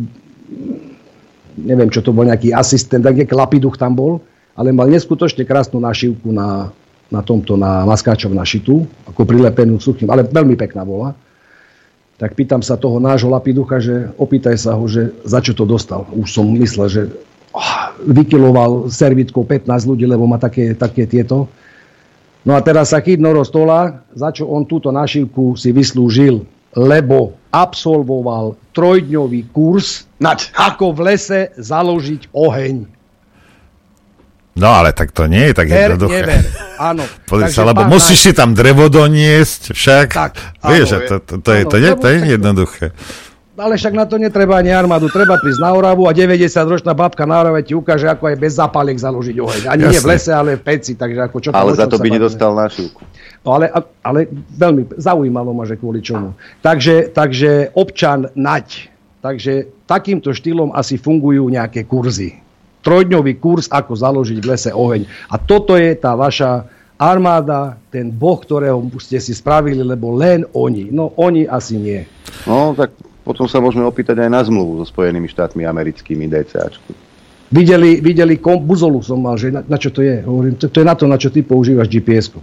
neviem, čo to bol, nejaký asistent, nejaký lapiduch tam bol, ale mal neskutočne krásnu našívku na, na tomto, na maskáčov na šitu, ako prilepenú suchým, ale veľmi pekná bola. Tak pýtam sa toho nášho lapiducha, že opýtaj sa ho, že za čo to dostal. Už som myslel, že oh, vykiloval servitkou pätnásť ľudí, lebo má také, také tieto. No a teraz sa chytno roztola, za čo on túto našivku si vyslúžil, lebo absolvoval trojdňový kurz, Naď. ako v lese založiť oheň. No ale tak to nie je tak Her, jednoduché. Never, áno. Pozri sa, lebo musíš si tam drevo doniesť, však. Tak, vieš, áno, to, to, to, je, to, je, to je jednoduché. Ale však na to netreba ani armádu, treba prísť na Oravu a deväťdesiatročná babka na Orave ti ukáže, ako aj bez zápaliek založiť oheň. Ani Jasne. nie v lese, ale v peci, takže ako čo tam. Ale za to by nedostal našivku. No ale, ale veľmi zaujímalo ma, že kvôli čomu. Takže, takže občan Naď. Takže takýmto štýlom asi fungujú nejaké kurzy. Trojdňový kurz, ako založiť v lese oheň. A toto je tá vaša armáda, ten boh, ktorého ste si spravili, lebo len oni. No oni asi nie. No tak potom sa môžeme opýtať aj na zmluvu so Spojenými štátmi americkými DCAčku. Videli, videli kom, buzolu som mal, že na, na čo to je. Hovorím, to, to je na to, na čo ty používaš gé pé esku.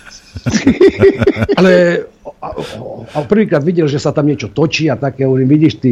Ale a, a prvýkrát videl, že sa tam niečo točí a také, hovorím, vidíš ty.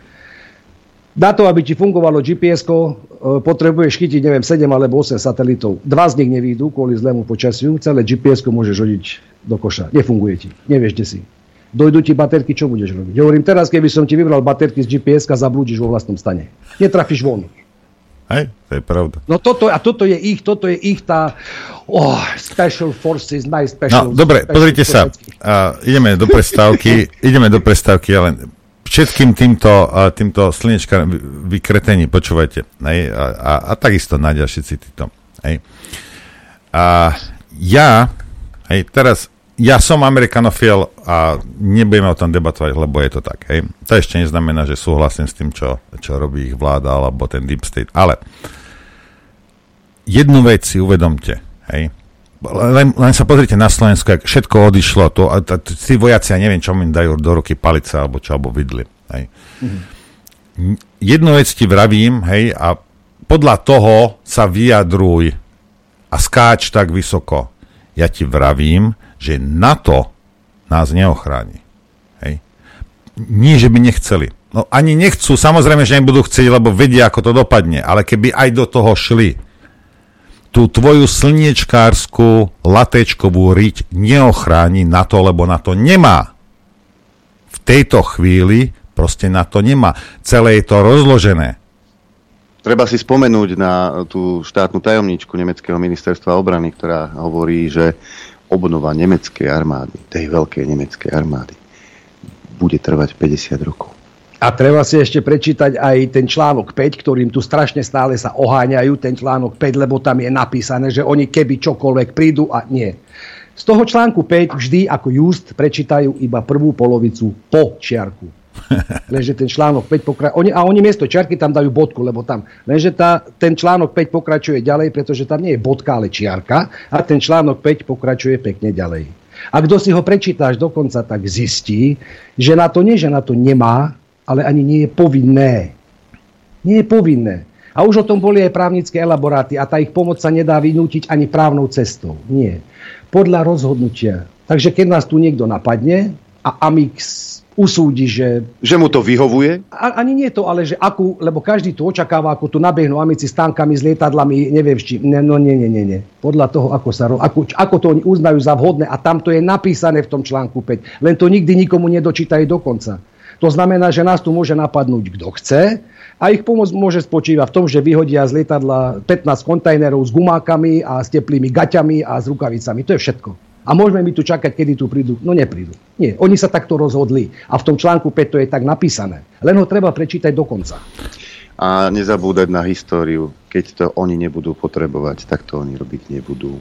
Na to, aby ti fungovalo gé pé esko, potrebuješ chytiť, neviem, sedem alebo osem satelitov. Dva z nich nevídu kvôli zlému počasiu. Celé gé pé esko môžeš hodiť do koša. Nefunguje ti. Nevieš, kde si. Dojdú ti baterky, čo budeš robiť? Hovorím, teraz, keby som ti vybral baterky z gé pé eska, zablúdiš vo vlastnom stane. Netrafíš von. Hej, to je pravda. No toto, a toto je ich, toto je ich tá oh, Special Forces, najspecial. No, dobre, pozrite sa. Uh, ideme do prestávky, ideme do prestávky, ale všetkým týmto, uh, týmto slnečkárom vykretení, počúvajte. Hej, a, a, a takisto Nadia, všetci títo. Hej. A ja, hej, teraz ja som amerikanofil a nebudeme o tom debatovať, lebo je to tak. Hej. To ešte neznamená, že súhlasím s tým, čo, čo robí ich vláda alebo ten Deep State. Ale jednu vec si uvedomte. Hej. Len, len sa pozrite na Slovensku, jak všetko odišlo. To, a, a, tí vojaci, ja neviem, čo im dajú do ruky palice alebo čo, alebo vidli. Hej. Mm-hmm. Jednu vec ti vravím, hej, a podľa toho sa vyjadruj a skáč tak vysoko. Ja ti vravím, že NATO nás neochráni. Hej. Nie, že by nechceli. No ani nechcú, samozrejme, že nebudú chcieť, lebo vedia, ako to dopadne. Ale keby aj do toho šli, tú tvoju slniečkárskú latečkovú riť neochráni NATO, lebo NATO nemá. V tejto chvíli proste NATO nemá. Celé je to rozložené. Treba si spomenúť na tú štátnu tajomníčku nemeckého ministerstva obrany, ktorá hovorí, že obnova nemeckej armády, tej veľkej nemeckej armády, bude trvať päťdesiat rokov. A treba si ešte prečítať aj ten článok päť, ktorým tu strašne stále sa oháňajú, ten článok päť, lebo tam je napísané, že oni keby čokoľvek prídu a nie. Z toho článku päť vždy ako just prečítajú iba prvú polovicu po čiarku. Lenže ten článok päť pokračuje, oni, a oni miesto čiarky tam dajú bodku, lebo tam, lenže tá, ten článok päť pokračuje ďalej, pretože tam nie je bodka, ale čiarka a ten článok päť pokračuje pekne ďalej. A kto si ho prečíta až dokonca, tak zistí, že na to nie, že na to nemá, ale ani nie je povinné. Nie je povinné. A už o tom boli aj právnické elaboráty a tá ich pomoc sa nedá vynútiť ani právnou cestou. Nie. Podľa rozhodnutia. Takže keď nás tu niekto napadne a Amix usúdi, že... Že mu to vyhovuje? A, ani nie to, ale že akú, lebo každý tu očakáva, ako tu nabehnú amici s tankami, s lietadlami, neviem s čím. Ne, no nie, nie, nie, nie. Podľa toho, ako, sa, ako, ako to oni uznajú za vhodné a tam to je napísané v tom článku päť. Len to nikdy nikomu nedočítajú do konca. To znamená, že nás tu môže napadnúť kto chce a ich pomoc môže spočívať v tom, že vyhodia z lietadla pätnásť kontajnerov s gumákami a s teplými gaťami a s rukavicami. To je všetko. A môžeme my tu čakať, kedy tu prídu. No neprídu. Nie, oni sa takto rozhodli. A v tom článku päť to je tak napísané. Len ho treba prečítať do konca. A nezabúdať na históriu. Keď to oni nebudú potrebovať, tak to oni robiť nebudú.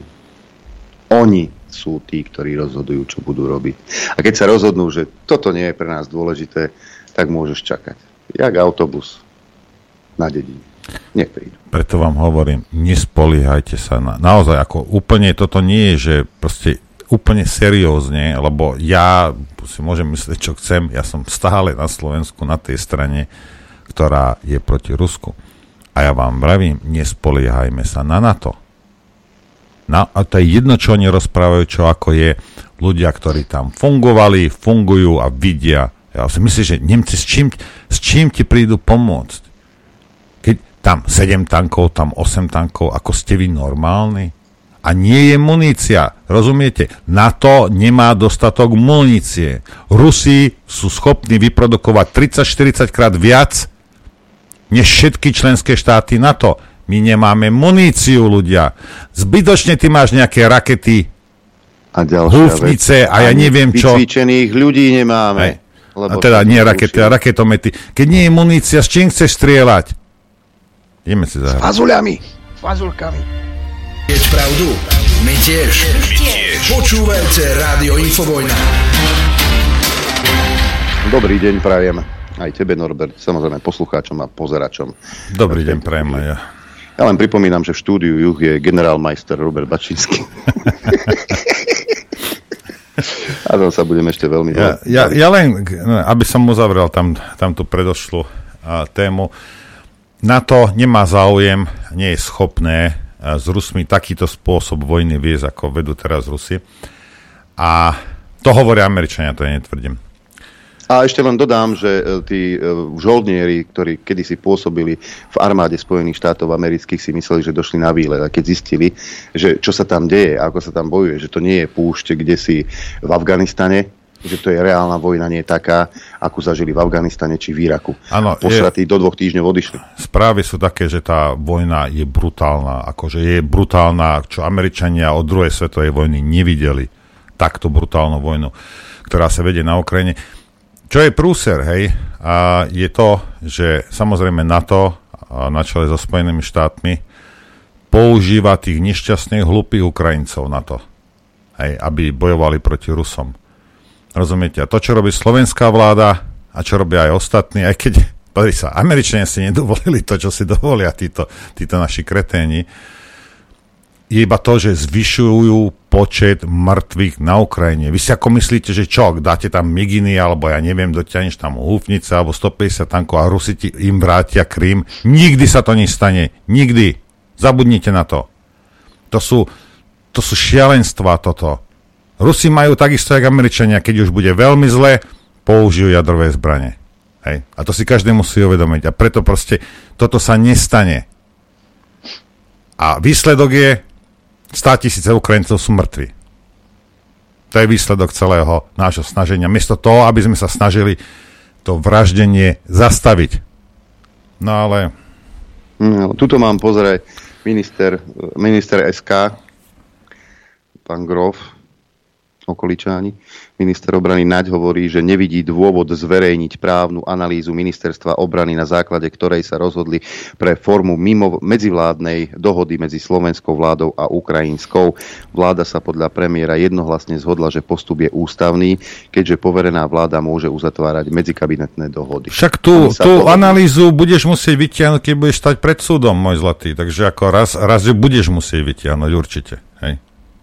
Oni sú tí, ktorí rozhodujú, čo budú robiť. A keď sa rozhodnú, že toto nie je pre nás dôležité, tak môžeš čakať. Jak autobus na dedine. Neprídu. Preto vám hovorím, nespoliehajte sa na... Naozaj, ako úplne toto nie je, že proste úplne seriózne, lebo ja si môžem myslieť, čo chcem, ja som stále na Slovensku na tej strane, ktorá je proti Rusku. A ja vám vravím, nespoliehajme sa na NATO. No, a to je jedno, čo oni rozprávajú, čo ako je. Ľudia, ktorí tam fungovali, fungujú a vidia. Ja si myslím, že Nemci s čím, s čím ti prídu pomôcť? Keď tam sedem tankov, tam osem tankov, ako ste vy normálni? A nie je munícia, rozumiete? NATO nemá dostatok munície. Rusi sú schopní vyprodukovať tridsať štyridsať krát viac než všetky členské štáty NATO. My nemáme muníciu, ľudia. Zbytočne ty máš nejaké rakety, a húfnice a ja neviem čo. Vycvičených ľudí nemáme. A teda nie rakety, a raketomety. Keď nie je munícia, s čím chceš strieľať? Ideme si zahrať. S fazuľami, s fazulkami. Keď pravdu, my tiež. My tiež. Počúvajte Rádio Infovojna. Dobrý deň prajem aj tebe, Norbert, samozrejme poslucháčom a pozeračom. Dobrý deň prajem aj ja. Ja len pripomínam, že v štúdiu Juh je generálmajster Robert Bačínsky. A to sa budeme ešte veľmi... Ja, ja, ja len, aby som uzavrel tam, tam tú predošlú a, tému, NATO nemá záujem, nie je schopné s Rusmi takýto spôsob vojny viesť, ako vedú teraz Rusi. A to hovoria Američania, to ja netvrdím. A ešte len dodám, že tí žoldnieri, ktorí kedysi pôsobili v armáde Spojených štátov amerických, si mysleli, že došli na výlet. A keď zistili, že čo sa tam deje, ako sa tam bojuje, že to nie je púšť kdesi v Afganistane, že to je reálna vojna, nie taká, akú zažili v Afganistane či v Iraku. Áno, posratí do dvoch týždňov odišli. Správy sú také, že tá vojna je brutálna, akože je brutálna, čo Američania od druhej svetovej vojny nevideli. Takto brutálnu vojnu, ktorá sa vedie na Ukrajine. Čo je prúser, hej, a je to, že samozrejme NATO na čele so Spojenými štátmi používa tých nešťastných hlupých Ukrajincov na to, hej, aby bojovali proti Rusom. Rozumiete? A to, čo robí slovenská vláda a čo robia aj ostatní, aj keď, pozri sa, Američania si nedovolili to, čo si dovolia títo, títo naši kreténi, je iba to, že zvyšujú počet mŕtvych na Ukrajine. Vy si ako myslíte, že čo, dáte tam miginy, alebo ja neviem, dotiahneš tam húfnice, alebo stopäťdesiat tankov a Rusi ti im vrátia Krym. Nikdy sa to nestane. Nikdy. Zabudnite na to. To sú, to sú šialenstva toto. Rusi majú takisto, jak Američania, keď už bude veľmi zle, použijú jadrové zbrane. Hej. A to si každý musí uvedomiť. A preto proste toto sa nestane. A výsledok je, státisíce Ukrajincov sú mŕtvi. To je výsledok celého nášho snaženia. Miesto toho, aby sme sa snažili to vraždenie zastaviť. No ale... No, tuto mám pozerať minister, minister es ká, pán Grof, Okoličáni. Minister obrany Naď hovorí, že nevidí dôvod zverejniť právnu analýzu ministerstva obrany, na základe ktorej sa rozhodli pre formu mimo medzivládnej dohody medzi slovenskou vládou a ukrajinskou. Vláda sa podľa premiéra jednohlasne zhodla, že postup je ústavný, keďže poverená vláda môže uzatvárať medzikabinetné dohody. Však tú, tú analýzu budeš musieť vytiahnuť, keď budeš stať pred súdom, môj zlatý. Takže ako raz, raz ju budeš musieť vytiahnuť, určite. Hej.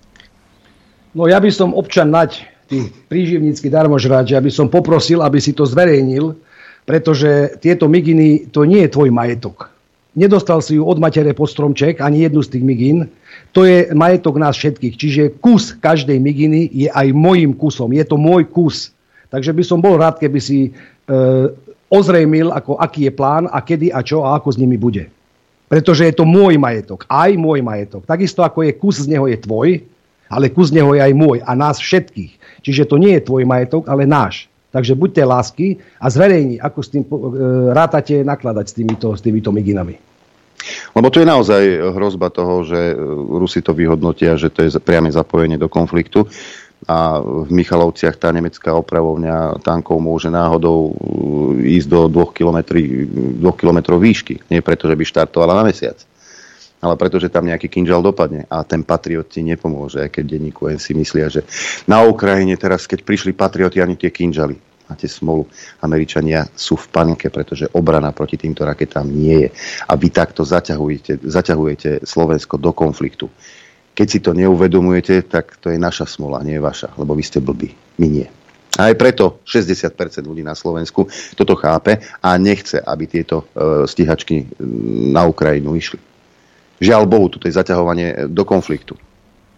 No ja by som občan Naď, tí príživnícky darmožráč, ja by som poprosil, aby si to zverejnil, pretože tieto miginy, to nie je tvoj majetok. Nedostal si ju od matere pod stromček, ani jednu z tých migín. To je majetok nás všetkých. Čiže kus každej miginy je aj mojím kusom. Je to môj kus. Takže by som bol rád, keby si e, ozrejmil, ako, aký je plán a kedy a čo a ako s nimi bude. Pretože je to môj majetok. Aj môj majetok. Takisto ako je kus z neho je tvoj, ale kus neho je aj môj a nás všetkých. Čiže to nie je tvoj majetok, ale náš. Takže buďte lásky a zverejni, ako s tým e, rátate nakladať s týmito, s týmito miginami. Lebo to je naozaj hrozba toho, že Rusi to vyhodnotia, že to je priame zapojenie do konfliktu a v Michalovciach tá nemecká opravovňa tankov môže náhodou ísť do dvoch kilometrov výšky. Nie preto, že by štartovala na mesiac, ale pretože tam nejaký kinžal dopadne a ten patriot ti nepomôže, aj keď denníku N si myslia, že na Ukrajine teraz, keď prišli patrioti, ani tie kinžaly. Máte smolu. Američania sú v panike, pretože obrana proti týmto raketám nie je. A vy takto zaťahujete, zaťahujete Slovensko do konfliktu. Keď si to neuvedomujete, tak to je naša smola, nie je vaša, lebo vy ste blbí, my nie. A aj preto šesťdesiat percent ľudí na Slovensku toto chápe a nechce, aby tieto e, stíhačky na Ukrajinu išli. Žiaľ Bohu, toto je zaťahovanie do konfliktu.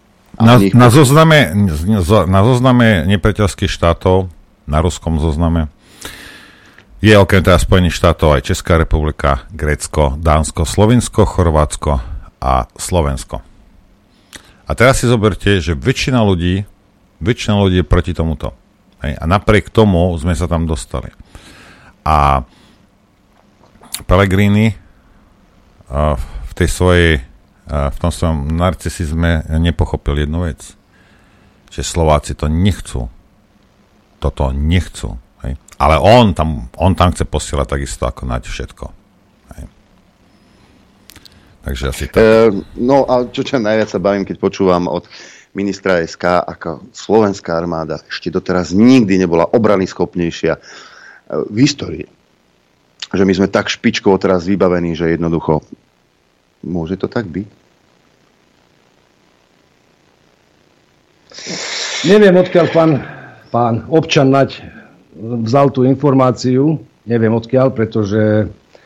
Na, na, zozname, na zozname nepriateľských štátov, na ruskom zozname, je okrem teda Spojených štátov aj Česká republika, Grécko, Dánsko, Slovinsko, Chorvátsko a Slovensko. A teraz si zoberte, že väčšina ľudí, väčšina ľudí je proti tomuto. Hej? A napriek tomu sme sa tam dostali. A Pellegrini uh, v tej svojej v tom svojom narcisizme nepochopil jednu vec. Že Slováci to nechcú. Toto nechcú. Hej. Ale on tam, on tam chce posielať takisto ako nať všetko. Hej. Takže asi to... E, no a čo čo najviac sa bavím, keď počúvam od ministra es ká, ako slovenská armáda ešte doteraz nikdy nebola obrany schopnejšia v histórii. Že my sme tak špičkovo teraz vybavení, že jednoducho môže to tak byť? Neviem, odkiaľ pán, pán občan Naď vzal tú informáciu. Neviem odkiaľ, pretože e,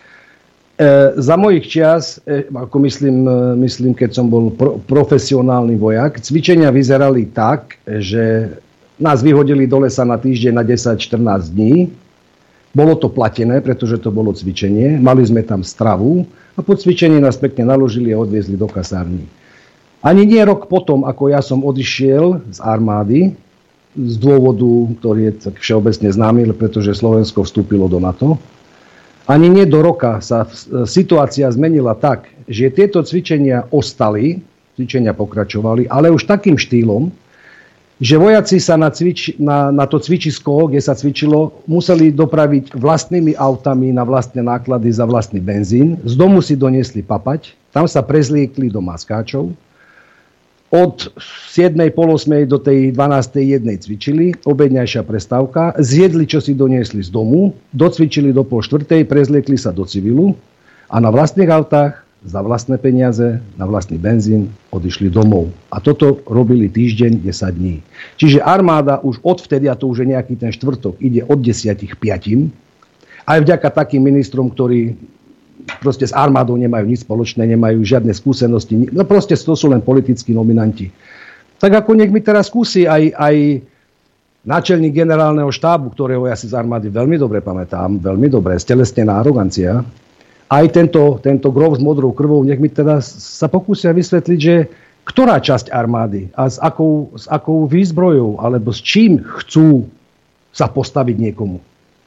za mojich čias, e, ako myslím, myslím, keď som bol pro, profesionálny vojak, cvičenia vyzerali tak, že nás vyhodili do lesa na týždeň na desať štrnásť dní. Bolo to platené, pretože to bolo cvičenie. Mali sme tam stravu. A po cvičení nás pekne naložili a odviezli do kasárny. Ani nie rok potom, ako ja som odišiel z armády, z dôvodu, ktorý je tak všeobecne známy, pretože Slovensko vstúpilo do NATO, ani nie do roka sa situácia zmenila tak, že tieto cvičenia ostali, cvičenia pokračovali, ale už takým štýlom, že vojaci sa na, cvič, na, na to cvičisko, kde sa cvičilo, museli dopraviť vlastnými autami na vlastné náklady za vlastný benzín. Z domu si doniesli papať, tam sa prezliekli do maskáčov. Od siedmej pol ôsmej do tej dvanástej jednej cvičili, obedňajšia prestávka, zjedli, čo si doniesli z domu, docvičili do pol štvrtej, prezliekli sa do civilu a na vlastných autách za vlastné peniaze, na vlastný benzín, odišli domov. A toto robili týždeň, desať dní. Čiže armáda už odvtedy, a to už je nejaký ten štvrtok, ide od desiatich piatim. Aj vďaka takým ministrom, ktorí proste s armádou nemajú nič spoločné, nemajú žiadne skúsenosti. No proste to sú len politickí nominanti. Tak ako nech mi teraz skúsi aj, aj náčelník generálneho štábu, ktorého ja si z armády veľmi dobre pamätám, veľmi dobre, stelesnená arogancia, aj tento, tento grof s modrou krvou, nech mi teda sa pokúsia vysvetliť, že ktorá časť armády a s akou, s akou výzbrojou alebo s čím chcú sa postaviť niekomu.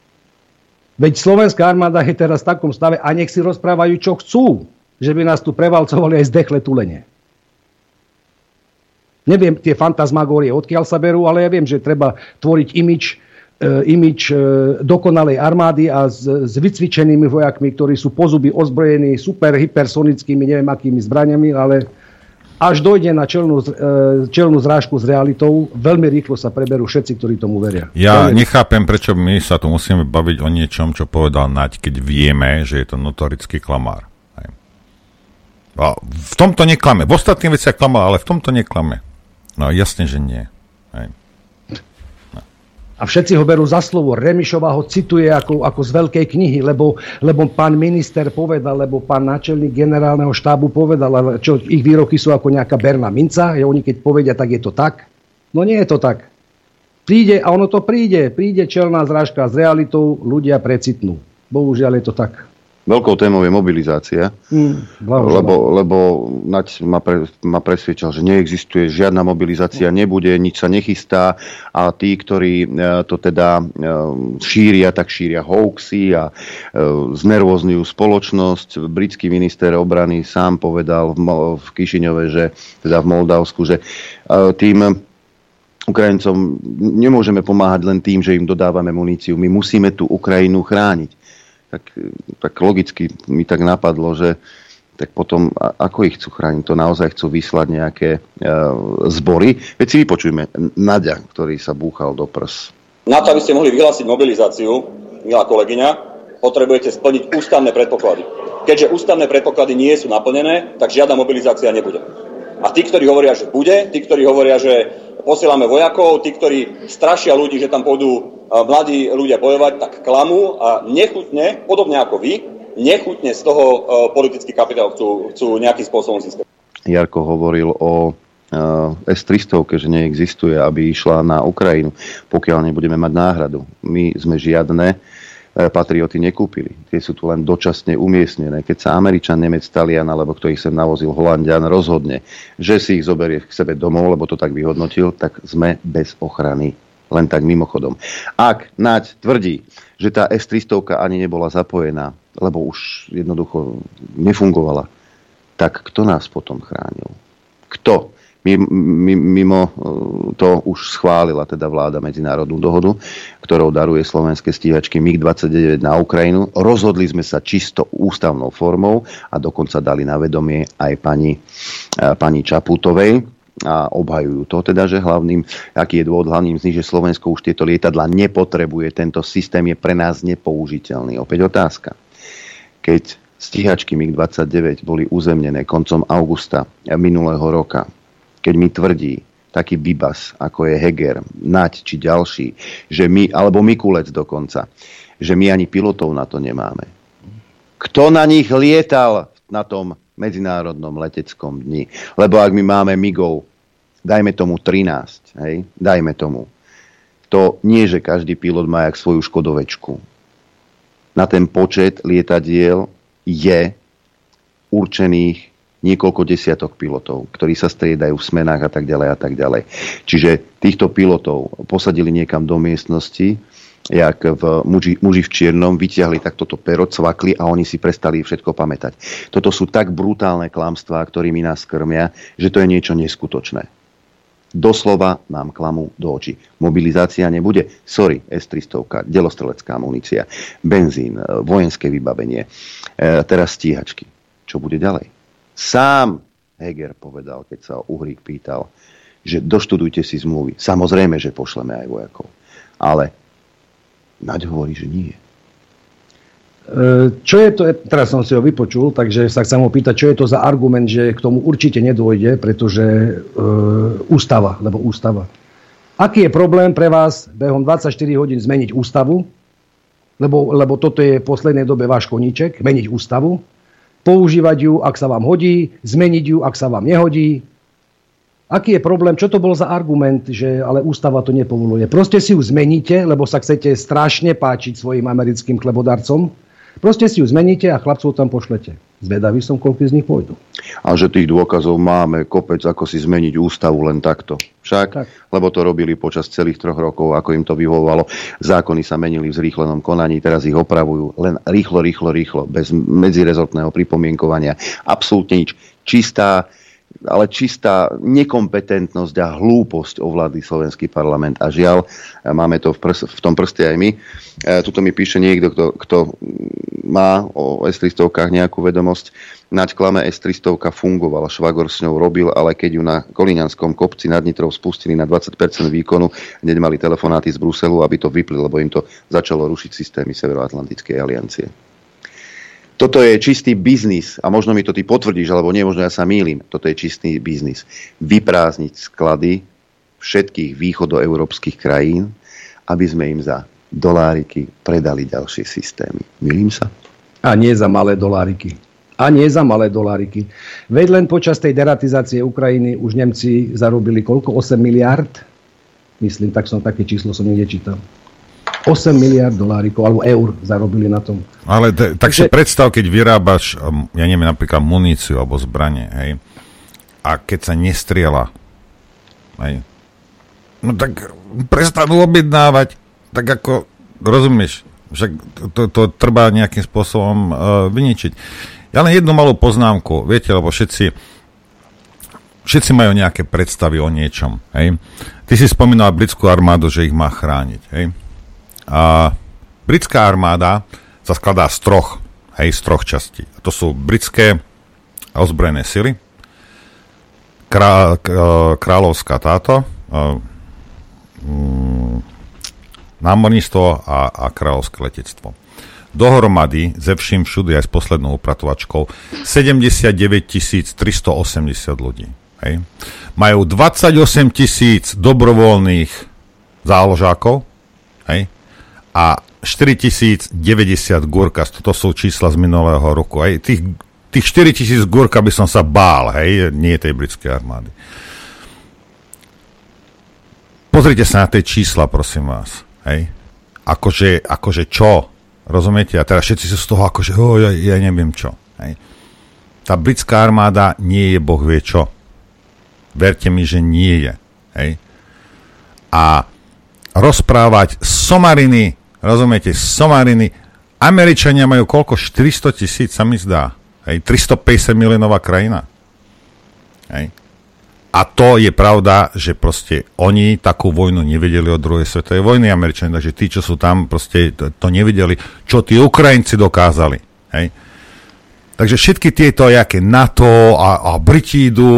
Veď slovenská armáda je teraz v takom stave a nech si rozprávajú, čo chcú, že by nás tu prevalcovali aj zdechle tulene. Neviem tie fantasmagórie, odkiaľ sa berú, ale ja viem, že treba tvoriť imič imič dokonalej armády a s, s vycvičenými vojakmi, ktorí sú po zuby ozbrojení super hypersonickými, neviem akými zbraniami, ale až dojde na čelnú, čelnú zrážku s realitou, veľmi rýchlo sa preberú všetci, ktorí tomu veria. Ja veľmi... nechápem, prečo my sa tu musíme baviť o niečom, čo povedal Naď, keď vieme, že je to notorický klamár. V tomto neklame. V ostatných veciach klamal, ale v tomto neklame. No jasne, že nie. Hej. A všetci ho berú za slovo. Remišová ho cituje ako, ako z veľkej knihy, lebo, lebo pán minister povedal, lebo pán náčelník generálneho štábu povedal, ale čo ich výroky sú ako nejaká berná minca, že oni keď povedia, tak je to tak. No nie je to tak. Príde, a ono to príde, príde čelná zrážka s realitou, ľudia precitnú. Bohužiaľ je to tak. Veľkou témou je mobilizácia, mm, lebo, lebo Naď ma, pre, ma presviečal, že neexistuje žiadna mobilizácia, nebude, nič sa nechystá a tí, ktorí to teda šíria, tak šíria hoaxy a znervozňujú spoločnosť. Britský minister obrany sám povedal v, v Kišiňove, že teda v Moldavsku, že tým Ukrajincom nemôžeme pomáhať len tým, že im dodávame muníciu. My musíme tú Ukrajinu chrániť. Tak, tak logicky mi tak napadlo, že tak potom ako ich chcú chrániť? To naozaj chcú vyslať nejaké e, zbory? Veď si vypočujme Naďa, ktorý sa búchal do prs. Na to, aby ste mohli vyhlásiť mobilizáciu, milá kolegyňa, potrebujete splniť ústavné predpoklady. Keďže ústavné predpoklady nie sú naplnené, tak žiadna mobilizácia nebude. A tí, ktorí hovoria, že bude, tí, ktorí hovoria, že posielame vojakov, tí, ktorí strašia ľudí, že tam pôjdu mladí ľudia bojovať, tak klamú a nechutne, podobne ako vy, nechutne z toho uh, politický kapitál chcú, chcú nejakým spôsobom získať. Jarko hovoril o uh, es tristo, že neexistuje, aby išla na Ukrajinu, pokiaľ nebudeme mať náhradu. My sme žiadne patrioty nekúpili. Tie sú tu len dočasne umiestnené. Keď sa Američan, Nemec, Talian alebo kto ich sem navozil, Holandian, rozhodne, že si ich zoberie k sebe domov, lebo to tak vyhodnotil, tak sme bez ochrany. Len tak mimochodom. Ak Naď tvrdí, že tá es tristo ani nebola zapojená, lebo už jednoducho nefungovala, tak kto nás potom chránil? Kto? Mimo to už schválila teda vláda medzinárodnú dohodu, ktorou daruje slovenské stíhačky mig dvadsaťdeväť na Ukrajinu. Rozhodli sme sa čisto ústavnou formou a dokonca dali na vedomie aj pani, pani Čaputovej a obhajujú to teda, že hlavným, aký je dôvod hlavným z nich, že Slovensko už tieto lietadla nepotrebuje, tento systém je pre nás nepoužiteľný. Opäť otázka. Keď stíhačky mig dvadsaťdeväť boli uzemnené koncom augusta minulého roka, keď mi tvrdí taký bibas, ako je Heger, Naď či ďalší, že my, alebo Mikulec dokonca, že my ani pilotov na to nemáme. Kto na nich lietal na tom medzinárodnom leteckom dni? Lebo ak my máme migov, dajme tomu trinásť, hej, dajme tomu. To nie, že každý pilot má jak svoju škodovečku. Na ten počet lietadiel je určených niekoľko desiatok pilotov, ktorí sa striedajú v smenách a tak ďalej a tak ďalej. Čiže týchto pilotov posadili niekam do miestnosti, jak v muži, muži v čiernom, vyťahli takto to pero, cvakli a oni si prestali všetko pamätať. Toto sú tak brutálne klamstvá, ktorými nás krmia, že to je niečo neskutočné. Doslova nám klamú do očí. Mobilizácia nebude. Sorry, es tristo, delostrelecká munícia, benzín, vojenské vybavenie, e, teraz stíhačky. Čo bude ďalej? Sám Heger povedal, keď sa Uhrík pýtal, že doštudujte si zmluvy. Samozrejme, že pošleme aj vojakov. Ale Naď hovorí, že nie. Čo je to, teraz som si ho vypočul, takže sa chcem opýtať, čo je to za argument, že k tomu určite nedôjde, pretože e, ústava, lebo ústava. Aký je problém pre vás behom dvadsaťštyri hodín zmeniť ústavu, lebo, lebo toto je v poslednej dobe váš koníček, meniť ústavu, používať ju, ak sa vám hodí, zmeniť ju, ak sa vám nehodí. Aký je problém? Čo to bol za argument, že ale ústava to nepovoluje? Proste si ju zmeníte, lebo sa chcete strašne páčiť svojim americkým chlebodarcom. Proste si ju zmeníte a chlapcov tam pošlete. Zvedavý som, koľko z nich pôjdu. A že tých dôkazov máme kopec, ako si zmeniť ústavu len takto. Však, tak. Lebo to robili počas celých troch rokov, ako im to vyhovovalo. Zákony sa menili v zrýchlenom konaní, teraz ich opravujú len rýchlo, rýchlo, rýchlo, bez medzirezortného pripomienkovania. Absolútne nič. Čistá ale čistá nekompetentnosť a hlúposť ovládli slovenský parlament. A žiaľ, máme to v, prs- v tom prste aj my. E, tuto mi píše niekto, kto, kto má o es tristo nejakú vedomosť. Naď klame, es tristo fungovala, Švagor s ňou robil, ale keď ju na Kolíňanskom kopci nad Nitrou spustili na dvadsať percent výkonu, hneď mali telefonáty z Bruselu, aby to vypli, lebo im to začalo rušiť systémy Severoatlantickej aliancie. Toto je čistý biznis a možno mi to ty potvrdíš, alebo nie, možno ja sa mýlim. Toto je čistý biznis. Vyprázdniť sklady všetkých východoeurópskych krajín, aby sme im za doláriky predali ďalšie systémy. Mýlim sa? A nie za malé doláriky. A nie za malé doláriky. Veď len počas tej deratizácie Ukrajiny už Nemci zarobili koľko? osem miliárd? Myslím, tak som také číslo som niekde čítal. osem miliárd dolárikov alebo eur zarobili na tom. Ale t- tak si predstav, keď vyrábaš, ja neviem, napríklad muníciu alebo zbranie, hej, a keď sa nestrieľa, hej, no tak prestanú objednávať, tak ako, rozumieš, však to, to treba nejakým spôsobom uh, vyničiť. Ja len jednu malú poznámku, viete, lebo všetci všetci majú nejaké predstavy o niečom, hej. Ty si spomínal britskú armádu, že ich má chrániť, hej. A britská armáda sa skladá z troch, hej, z troch častí. To sú britské ozbrojené sily, krá, kráľovská táto, námorníctvo a, a kráľovské letectvo. Dohromady, ze vším všude aj s poslednou upratovačkou, sedemdesiatdeväť tisíc tristoosemdesiat ľudí. Hej. Majú dvadsaťosem tisíc dobrovoľných záložákov, hej, a štyritisícdeväťdesiat gurka, toto sú čísla z minulého roku. Hej. Tých, tých štyritisíc gurka by som sa bál, hej, nie tej britskej armády. pozrite sa na tie čísla, prosím vás. Hej? Akože, akože čo? Rozumiete? A teraz všetci sú z toho akože, oh, ja, ja neviem čo. Hej? Tá britská armáda nie je boh vie čo. Verte mi, že nie je. Hej? A rozprávať somariny, rozumiete, somariny, Američania majú koľko? štyristo tisíc, sa mi zdá. Hej? tristopäťdesiat miliónová krajina. Hej? A to je pravda, že proste oni takú vojnu nevedeli od druhej svetovej vojny, Američania, takže tí, čo sú tam, proste to, to nevideli, čo tí Ukrajinci dokázali. Hej? Takže všetky tieto, jaké NATO a, a Briti idú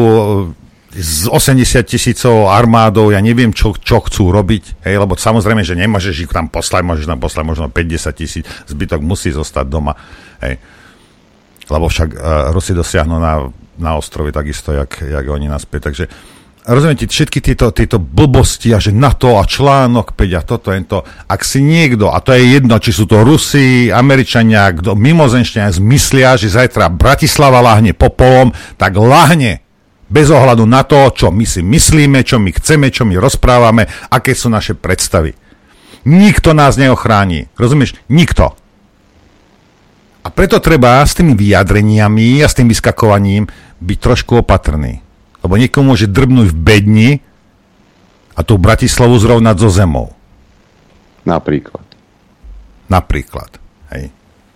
s osemdesiat tisícov armádou, ja neviem, čo, čo chcú robiť, hej? Lebo samozrejme, že nemôžeš ich tam poslať, môžeš tam poslať možno päťdesiat tisíc, zbytok musí zostať doma. Hej? Lebo však uh, Rusi dosiahnu na na ostrove takisto, jak, jak oni naspäť. Takže rozumiete, všetky tieto, tieto blbosti a že NATO a článok päť a toto, to, ak si niekto, a to je jedno, či sú to Rusi, Američania, kto mimozenšťania zmyslia, že zajtra Bratislava láhne popolom, tak láhne bez ohľadu na to, čo my si myslíme, čo my chceme, čo my rozprávame, aké sú naše predstavy. Nikto nás neochráni. Rozumieš? Nikto. A preto treba s tými vyjadreniami a s tým vyskakovaním byť trošku opatrný. Lebo niekomu môže drbnúť v bedni a tú Bratislavu zrovnať so zemou. Napríklad. Napríklad. Hej.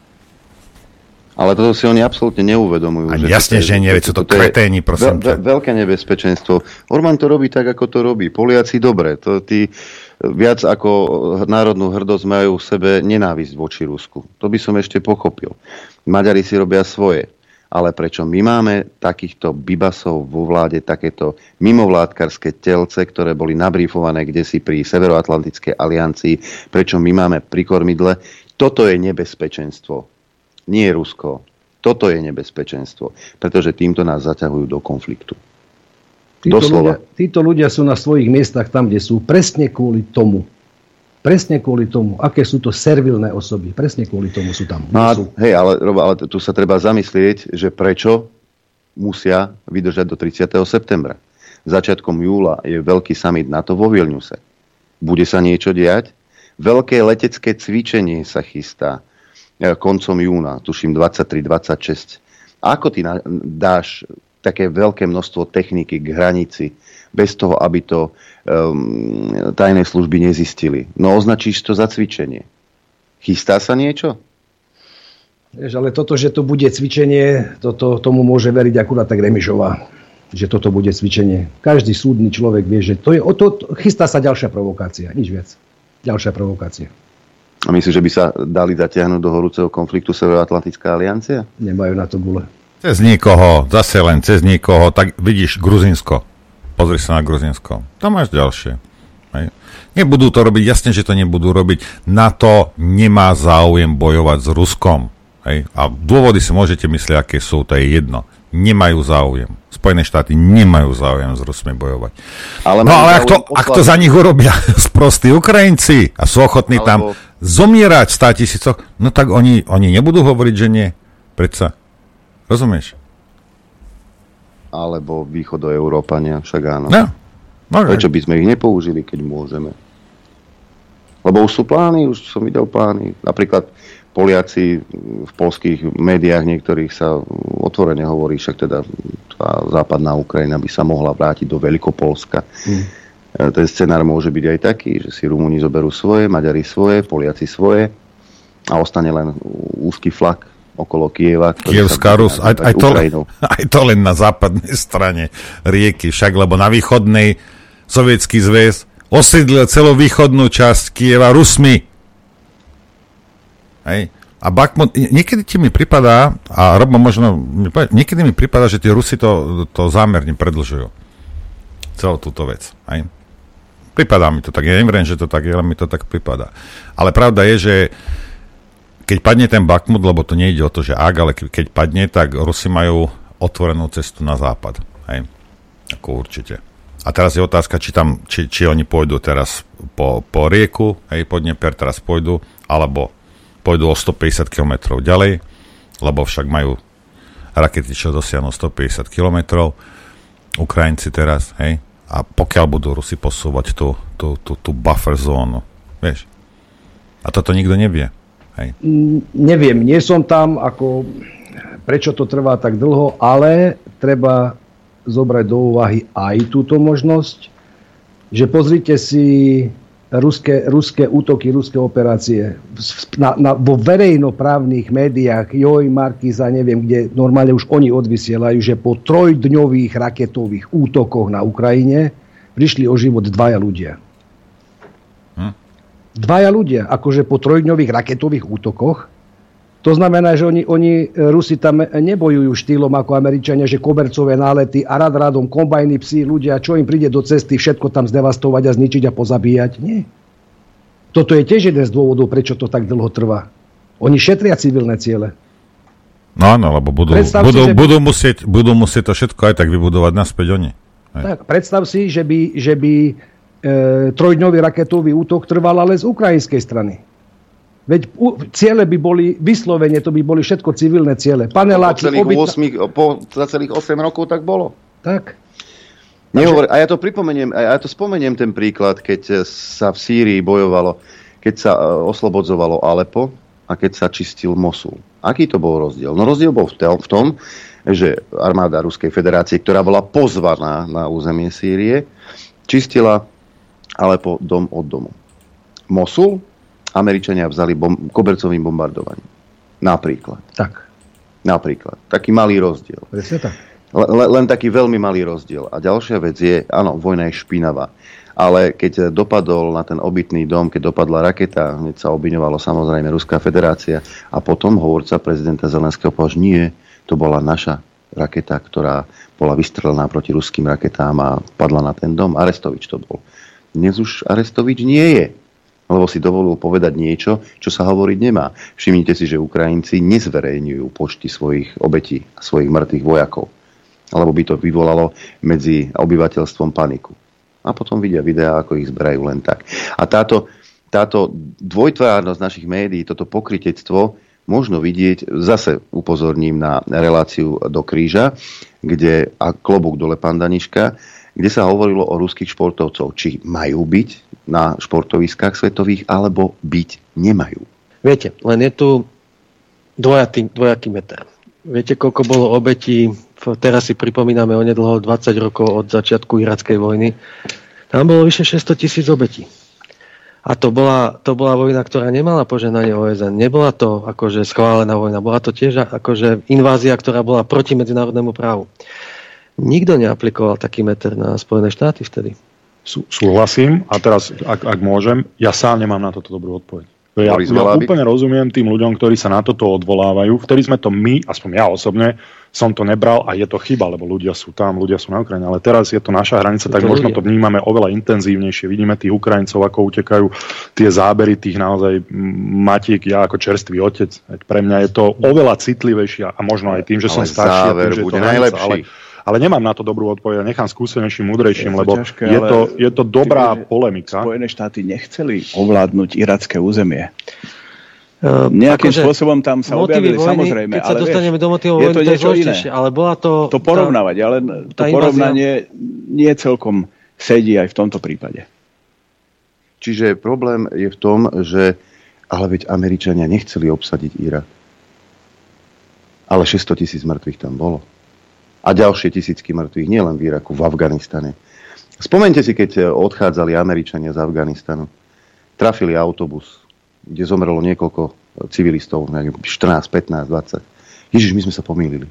Ale toto si oni absolútne neuvedomujú. A že jasne, že nie, veď sú to kreténi, prosím. Veľ, veľké nebezpečenstvo. Orbán to robí tak, ako to robí. Poliaci dobre. To tí viac ako národnú hrdosť majú v sebe nenávisť voči Rusku. To by som ešte pochopil. Maďari si robia svoje. Ale prečo my máme takýchto bibasov vo vláde, takéto mimovládkarské telce, ktoré boli nabrífované kdesi pri Severoatlantickej aliancii, prečo my máme pri kormidle? Toto je nebezpečenstvo. Nie Rusko. Toto je nebezpečenstvo. Pretože týmto nás zaťahujú do konfliktu. Títo ľudia, títo ľudia sú na svojich miestach tam, kde sú, presne kvôli tomu. Presne kvôli tomu, aké sú to servilné osoby. Presne kvôli tomu sú tam. No a, sú. Hej, ale, ale tu sa treba zamyslieť, že prečo musia vydržať do tridsiateho septembra. Začiatkom júla je veľký summit NATO vo Vilniuse. Bude sa niečo diať? Veľké letecké cvičenie sa chystá koncom júna, tuším dvadsaťtri dvadsaťšesť. Ako ty dáš také veľké množstvo techniky k hranici, bez toho, aby to um, tajné služby nezistili? No označíš to za cvičenie. Chystá sa niečo? Vieš, ale toto, že to bude cvičenie, toto, tomu môže veriť akurát tak Remišová, že toto bude cvičenie. Každý súdny človek vie, že to je, o to, chystá sa ďalšia provokácia, nič viac. Ďalšia provokácia. A myslíš, že by sa dali zatiahnuť do horúceho konfliktu Severoatlantická aliancia? Nemajú na to gule. Cez niekoho, zase len cez niekoho, tak vidíš Gruzínsko. Pozri sa na Gruzínsko. Tam máš ďalšie. Hej. Nebudú to robiť, jasne, že to nebudú robiť. NATO nemá záujem bojovať s Ruskom. Hej. A dôvody si môžete myslieť, aké sú, to je jedno. Nemajú záujem. Spojené štáty nemajú záujem s Rusmi bojovať. Ale no ale ak to, ak to za nich urobia sprostí Ukrajinci a sú ochotní Alebo... tam zomierať v státisícoch, no tak oni, oni nebudú hovoriť, že nie. Predsa. Rozumieš? Alebo východoeurópania, však áno. No. No, prečo by sme ich nepoužili, keď môžeme? Lebo už sú plány, už som videl plány. Napríklad Poliaci v poľských médiách niektorých sa otvorene hovorí, však teda tá západná Ukrajina by sa mohla vrátiť do Veľkopolska. Hmm. Ten scenár môže byť aj taký, že si Rumúni zoberú svoje, Maďari svoje, Poliaci svoje a ostane len úzky flak okolo Kieva. Kievská Rus, aj, aj, to, aj to len na západnej strane rieky, však lebo na východnej Sovietský zväz osídlil celú východnú časť Kieva Rusmi. Hej. A Bakhmut, niekedy ti mi pripadá, a Robo možno, niekedy mi pripadá, že tie Rusi to, to zámerne predlžujú. Celú túto vec. Hej. Pripadá mi to tak, ja neviem, že to tak je, ale mi to tak pripadá. Ale pravda je, že keď padne ten Bakhmut, lebo to nejde o to, že ak, ale keď padne, tak Rusi majú otvorenú cestu na západ. Hej. Ako určite. A teraz je otázka, či tam, či, či oni pôjdu teraz po, po rieku, hej, po Dnieper teraz pôjdu, alebo pôjdu o stopäťdesiat kilometrov ďalej, lebo však majú rakety, čo dosiahnu stopäťdesiat kilometrov. Ukrajinci teraz, hej. a pokiaľ budú Rusi posúvať tú, tú, tú, tú buffer zónu, vieš. A toto nikto nevie. Hej. Neviem, nie som tam, ako prečo to trvá tak dlho, ale treba zobrať do úvahy aj túto možnosť, že pozrite si ruské, ruské útoky, ruské operácie na, na, vo verejnoprávnych médiách, Joj, Markiza, neviem, kde normálne už oni odvysielajú, že po trojdňových raketových útokoch na Ukrajine prišli o život dvaja ľudia. Hm? Dvaja ľudia, akože po trojdňových raketových útokoch. To znamená, že oni, oni Rusi tam nebojujú štýlom ako Američania, že kobercové nálety a rad radom kombajní psi, ľudia, čo im príde do cesty, všetko tam zdevastovať a zničiť a pozabíjať. Nie. Toto je tiež jeden z dôvodov, prečo to tak dlho trvá. Oni šetria civilné ciele. No áno, lebo budú, budú, si, budú, by... musieť, budú musieť to všetko aj tak vybudovať naspäť oni. Aj. Tak, predstav si, že by, že by e, trojdňový raketový útok trval ale z ukrajinskej strany. Veď u, ciele by boli, vyslovene to by boli všetko civilné ciele. Paneláky, po celých osem, po, za celých osem rokov tak bolo. Tak. Nehovor, a ja to pripomeniem, a ja to spomeniem ten príklad, keď sa v Sýrii bojovalo, keď sa oslobodzovalo Alepo a keď sa čistil Mosul. Aký to bol rozdiel? No rozdiel bol v tom, že armáda Ruskej federácie, ktorá bola pozvaná na územie Sýrie, čistila Alepo dom od domu. Mosul Američania vzali bom- kobercovým bombardovaním. Napríklad. Tak. Napríklad. Taký malý rozdiel. Presne tak. L- len taký veľmi malý rozdiel. A ďalšia vec je, áno, vojna je špinavá. Ale keď dopadol na ten obytný dom, keď dopadla raketa, hneď sa obviňovalo samozrejme Ruská federácia a potom hovorca prezidenta Zelenského povedal, že nie, to bola naša raketa, ktorá bola vystrelená proti ruským raketám a padla na ten dom. Arestovič to bol. Dnes už Arestovič nie je. Lebo si dovolil povedať niečo, čo sa hovoriť nemá. Všimnite si, že Ukrajinci nezverejňujú počty svojich obetí a svojich mŕtvych vojakov. Alebo by to vyvolalo medzi obyvateľstvom paniku. A potom vidia videá, ako ich zberajú len tak. A táto, táto dvojtvárnosť našich médií, toto pokrytectvo, možno vidieť, zase upozorním na reláciu Do kríža, kde, a klobúk dole pán Daniška, kde sa hovorilo o ruských športovcov, či majú byť na športoviskách svetových, alebo byť nemajú. Viete, len je tu dvojatý, dvojaký meter. Viete, koľko bolo obetí, teraz si pripomíname onedlho dvadsať rokov od začiatku irackej vojny. Tam bolo vyše šesťsto tisíc obetí. A to bola, to bola vojna, ktorá nemala požehnanie ó es en. Nebola to akože schválená vojna. Bola to tiež akože invázia, ktorá bola proti medzinárodnému právu. Nikto neaplikoval taký meter na Spojené štáty vtedy. Sú, súhlasím a teraz, ak, ak môžem, ja sám nemám na toto dobrú odpoveď. Ja, ja úplne rozumiem tým ľuďom, ktorí sa na toto odvolávajú. Vtedy sme to my, aspoň ja osobne, som to nebral a je to chyba, lebo ľudia sú tam, ľudia sú na Ukrajine. Ale teraz je to naša hranica, tak možno to vnímame oveľa intenzívnejšie. Vidíme tých Ukrajincov, ako utekajú, tie zábery tých naozaj matiek, ja ako čerstvý otec. Pre mňa je to oveľa citlivejšie a možno aj tým, že som starší, tým, že je to najlepší. Ale nemám na to dobrú odpoveď, nechám skúsenejším, múdrejším, je lebo ťažké, je, to, je to dobrá polemika. Spojené štáty nechceli ovládnuť iracké územie. Uh, Nejakým akože spôsobom tam sa objavili, vojny, samozrejme. Keď sa ale dostaneme vieš, do motivov vojny, to je zložitejšie, ale bola to... To porovnávať, ale to porovnanie nie celkom sedí aj v tomto prípade. Čiže problém je v tom, že ale veď Američania nechceli obsadiť Irak. Ale šesťsto tisíc mŕtvych tam bolo. A ďalšie tisícky mŕtvych nielen v Iraku, v Afganistane. Spomeňte si, keď odchádzali Američania z Afganistanu. Trafili autobus, kde zomrelo niekoľko civilistov, štrnásť, pätnásť, dvadsať. Ježiš, my sme sa pomýlili.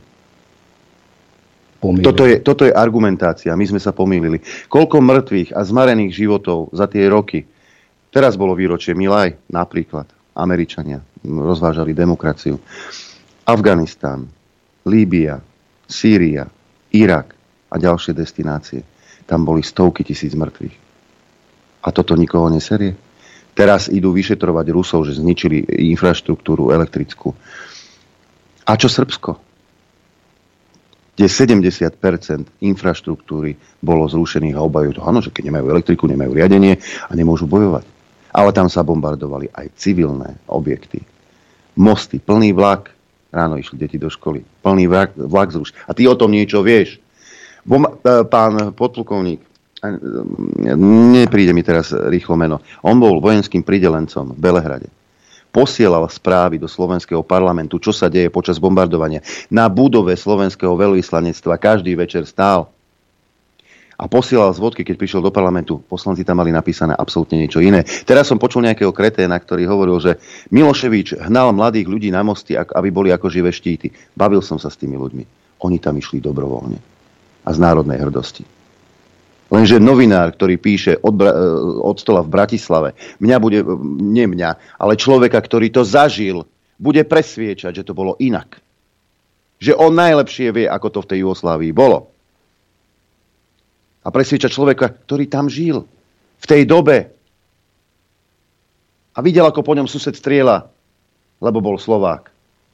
Toto je, toto je argumentácia, my sme sa pomýlili. Koľko mŕtvych a zmarených životov za tie roky. Teraz bolo výročie Milaj, napríklad. Američania rozvážali demokraciu. Afganistan, Líbia, Sýria, Irak a ďalšie destinácie. Tam boli stovky tisíc mŕtvych. A toto nikoho neserie? Teraz idú vyšetrovať Rusov, že zničili infraštruktúru elektrickú. A čo Srbsko? Kde sedemdesiat percent infraštruktúry bolo zrušených a obajú to, áno, že keď nemajú elektriku, nemajú riadenie a nemôžu bojovať. Ale tam sa bombardovali aj civilné objekty. Mosty, plný vlak. Ráno išli deti do školy. Plný vlak, vlak zruš. A ty o tom niečo vieš. Bom, pán podplukovník, nepríde mi teraz rýchlo meno, on bol vojenským pridelencom v Belehrade. Posielal správy do slovenského parlamentu, čo sa deje počas bombardovania. Na budove slovenského veľvyslanectva každý večer stál a posielal zvodky, keď prišiel do parlamentu. Poslanci tam mali napísané absolútne niečo iné. Teraz som počul nejakého kreténa, ktorý hovoril, že Miloševič hnal mladých ľudí na mosty, aby boli ako živé štíty. Bavil som sa s tými ľuďmi. Oni tam išli dobrovoľne. A z národnej hrdosti. Lenže novinár, ktorý píše od, od stola v Bratislave, mňa bude, nie mňa, ale človeka, ktorý to zažil, bude presviečať, že to bolo inak. Že on najlepšie vie, ako to v tej Jugoslávii bolo. A presviečať človeka, ktorý tam žil. V tej dobe. A videl, ako po ňom sused strieľa, lebo bol Slovák.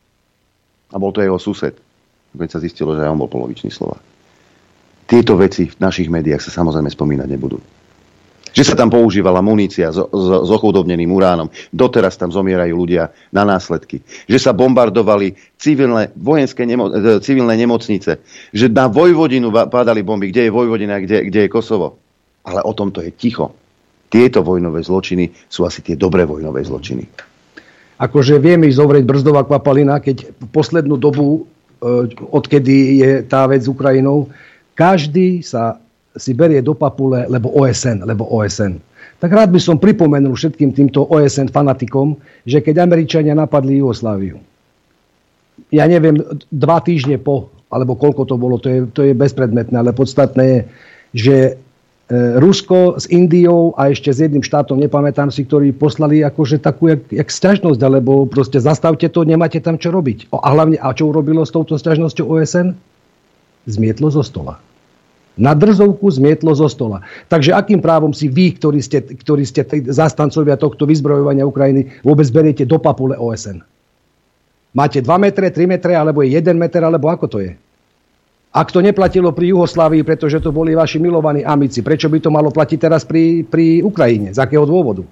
A bol to jeho sused. Keď sa zistilo, že aj on bol polovičný Slovák. Tieto veci v našich médiách sa samozrejme spomínať nebudú. Že sa tam používala munícia s, s, s ochudobneným uránom. Doteraz tam zomierajú ľudia na následky. Že sa bombardovali civilné, vojenské nemo, civilné nemocnice. Že na Vojvodinu pádali bomby. Kde je Vojvodina, kde, kde je Kosovo. Ale o tomto je ticho. Tieto vojnové zločiny sú asi tie dobré vojnové zločiny. Akože vieme ísť zovrieť brzdová kvapalina, keď poslednú dobu, odkedy je tá vec s Ukrajinou, každý sa si berie do papule, lebo O S N, lebo O S N. Tak rád by som pripomenul všetkým týmto O S N fanatikom, že keď Američania napadli Jugosláviu, ja neviem, dva týždne po, alebo koľko to bolo, to je, to je bezpredmetné, ale podstatné je, že e, Rusko s Indiou a ešte s jedným štátom, nepamätám si, ktorí poslali akože takú jak, jak sťažnosť, alebo proste zastavte to, nemáte tam čo robiť. O, a hlavne, a čo urobilo s touto sťažnosťou O S N? Zmietlo zo stola. Na drzovku zmietlo zo stola. Takže akým právom si vy, ktorí ste, ktorí ste zastancovia tohto vyzbrojovania Ukrajiny, vôbec beriete do papule O S N? Máte dva metre, tri metre, alebo je jeden meter, alebo ako to je? Ak to neplatilo pri Juhoslávii, pretože to boli vaši milovaní amici, prečo by to malo platiť teraz pri, pri Ukrajine? Z akého dôvodu?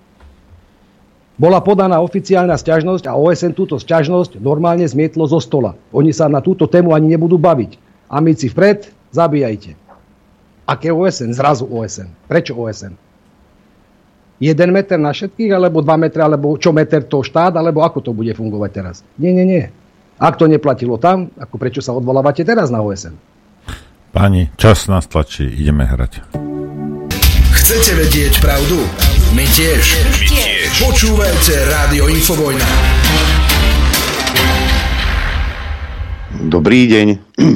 Bola podaná oficiálna sťažnosť a O S N túto sťažnosť normálne zmietlo zo stola. Oni sa na túto tému ani nebudú baviť. Amici vpred, zabíjajte. Aké O S N? Zrazu O S N. Prečo O S N? Jeden meter na všetkých, alebo dva metre, alebo čo meter to štát, alebo ako to bude fungovať teraz? Nie, nie, nie. Ak to neplatilo tam, ako prečo sa odvolávate teraz na O S N? Páni, čas nás tlačí, ideme hrať. Chcete vedieť pravdu? My tiež. My tiež. Počúvajte Rádio Infovojna. Dobrý deň.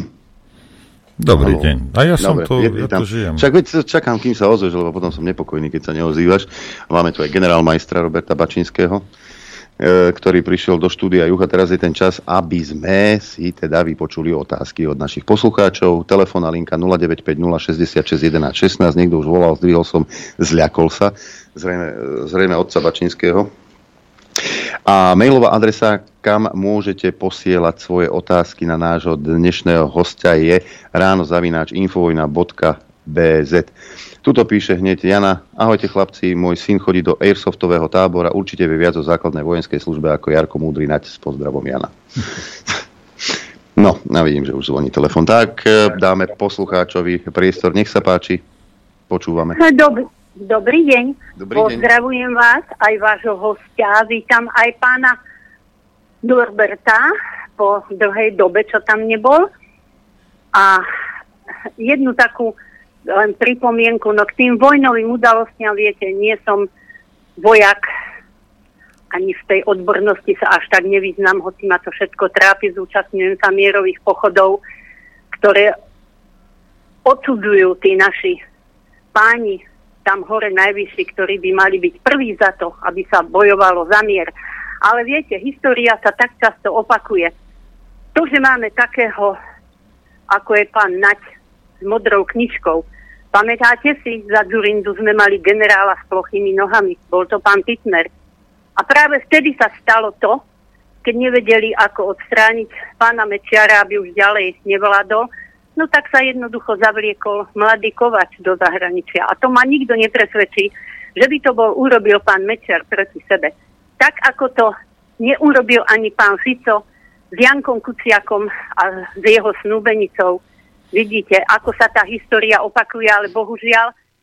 Dobrý Halo. deň. A ja som Dobre, tu, je, ja tu žijem. Však veď čakám, kým sa ozveš, lebo potom som nepokojný, keď sa neozývaš. Máme tu aj generálmajstra Roberta Bačinského, e, ktorý prišiel do štúdia Juch a teraz je ten čas, aby sme si teda vypočuli otázky od našich poslucháčov. Telefónna linka nula deväť päť nula šesťdesiatšesť jedenásť šestnásť. Niekto už volal, zdvihol som, zľakol sa. Zrejme, zrejme otca Bačinského. A mailová adresa, kam môžete posielať svoje otázky na nášho dnešného hostia, je ráno zavináč infovojna bodka bé zet. Tuto píše hneď Jana. Ahojte chlapci, môj syn chodí do airsoftového tábora, určite vie viac o základnej vojenskej službe ako Jarko Múdry nať, s pozdravom Jana. No, ja vidím, že už zvoní telefon. Tak, dáme poslucháčovi priestor, nech sa páči, počúvame. Dobre. Dobrý deň. Dobrý Pozdravujem deň. vás, aj vášho hostia. Vítam aj pána Norberta po dlhej dobe, čo tam nebol. A jednu takú len pripomienku, no k tým vojnovým udalostiam, viete, nie som vojak, ani v tej odbornosti sa až tak nevyznám, hoci ma to všetko trápi, zúčastňujem sa mierových pochodov, ktoré odsudzujú tí naši páni tam hore najvyšší, ktorí by mali byť prví za to, aby sa bojovalo za mier. Ale viete, história sa tak často opakuje. To, že máme takého, ako je pán Nať s modrou knižkou, pamätáte si, za Dzurindu sme mali generála s plochými nohami. Bol to pán Pitner. A práve vtedy sa stalo to, keď nevedeli, ako odstrániť pána Mečiara, aby už ďalej nevládol, no tak sa jednoducho zavliekol mladý Kovač do zahraničia. A to ma nikto nepresvedčí, že by to bol urobil pán Mečiar proti sebe. Tak ako to neurobil ani pán Fico s Jankom Kuciakom a s jeho snúbenicou. Vidíte, ako sa tá história opakuje, ale bohužiaľ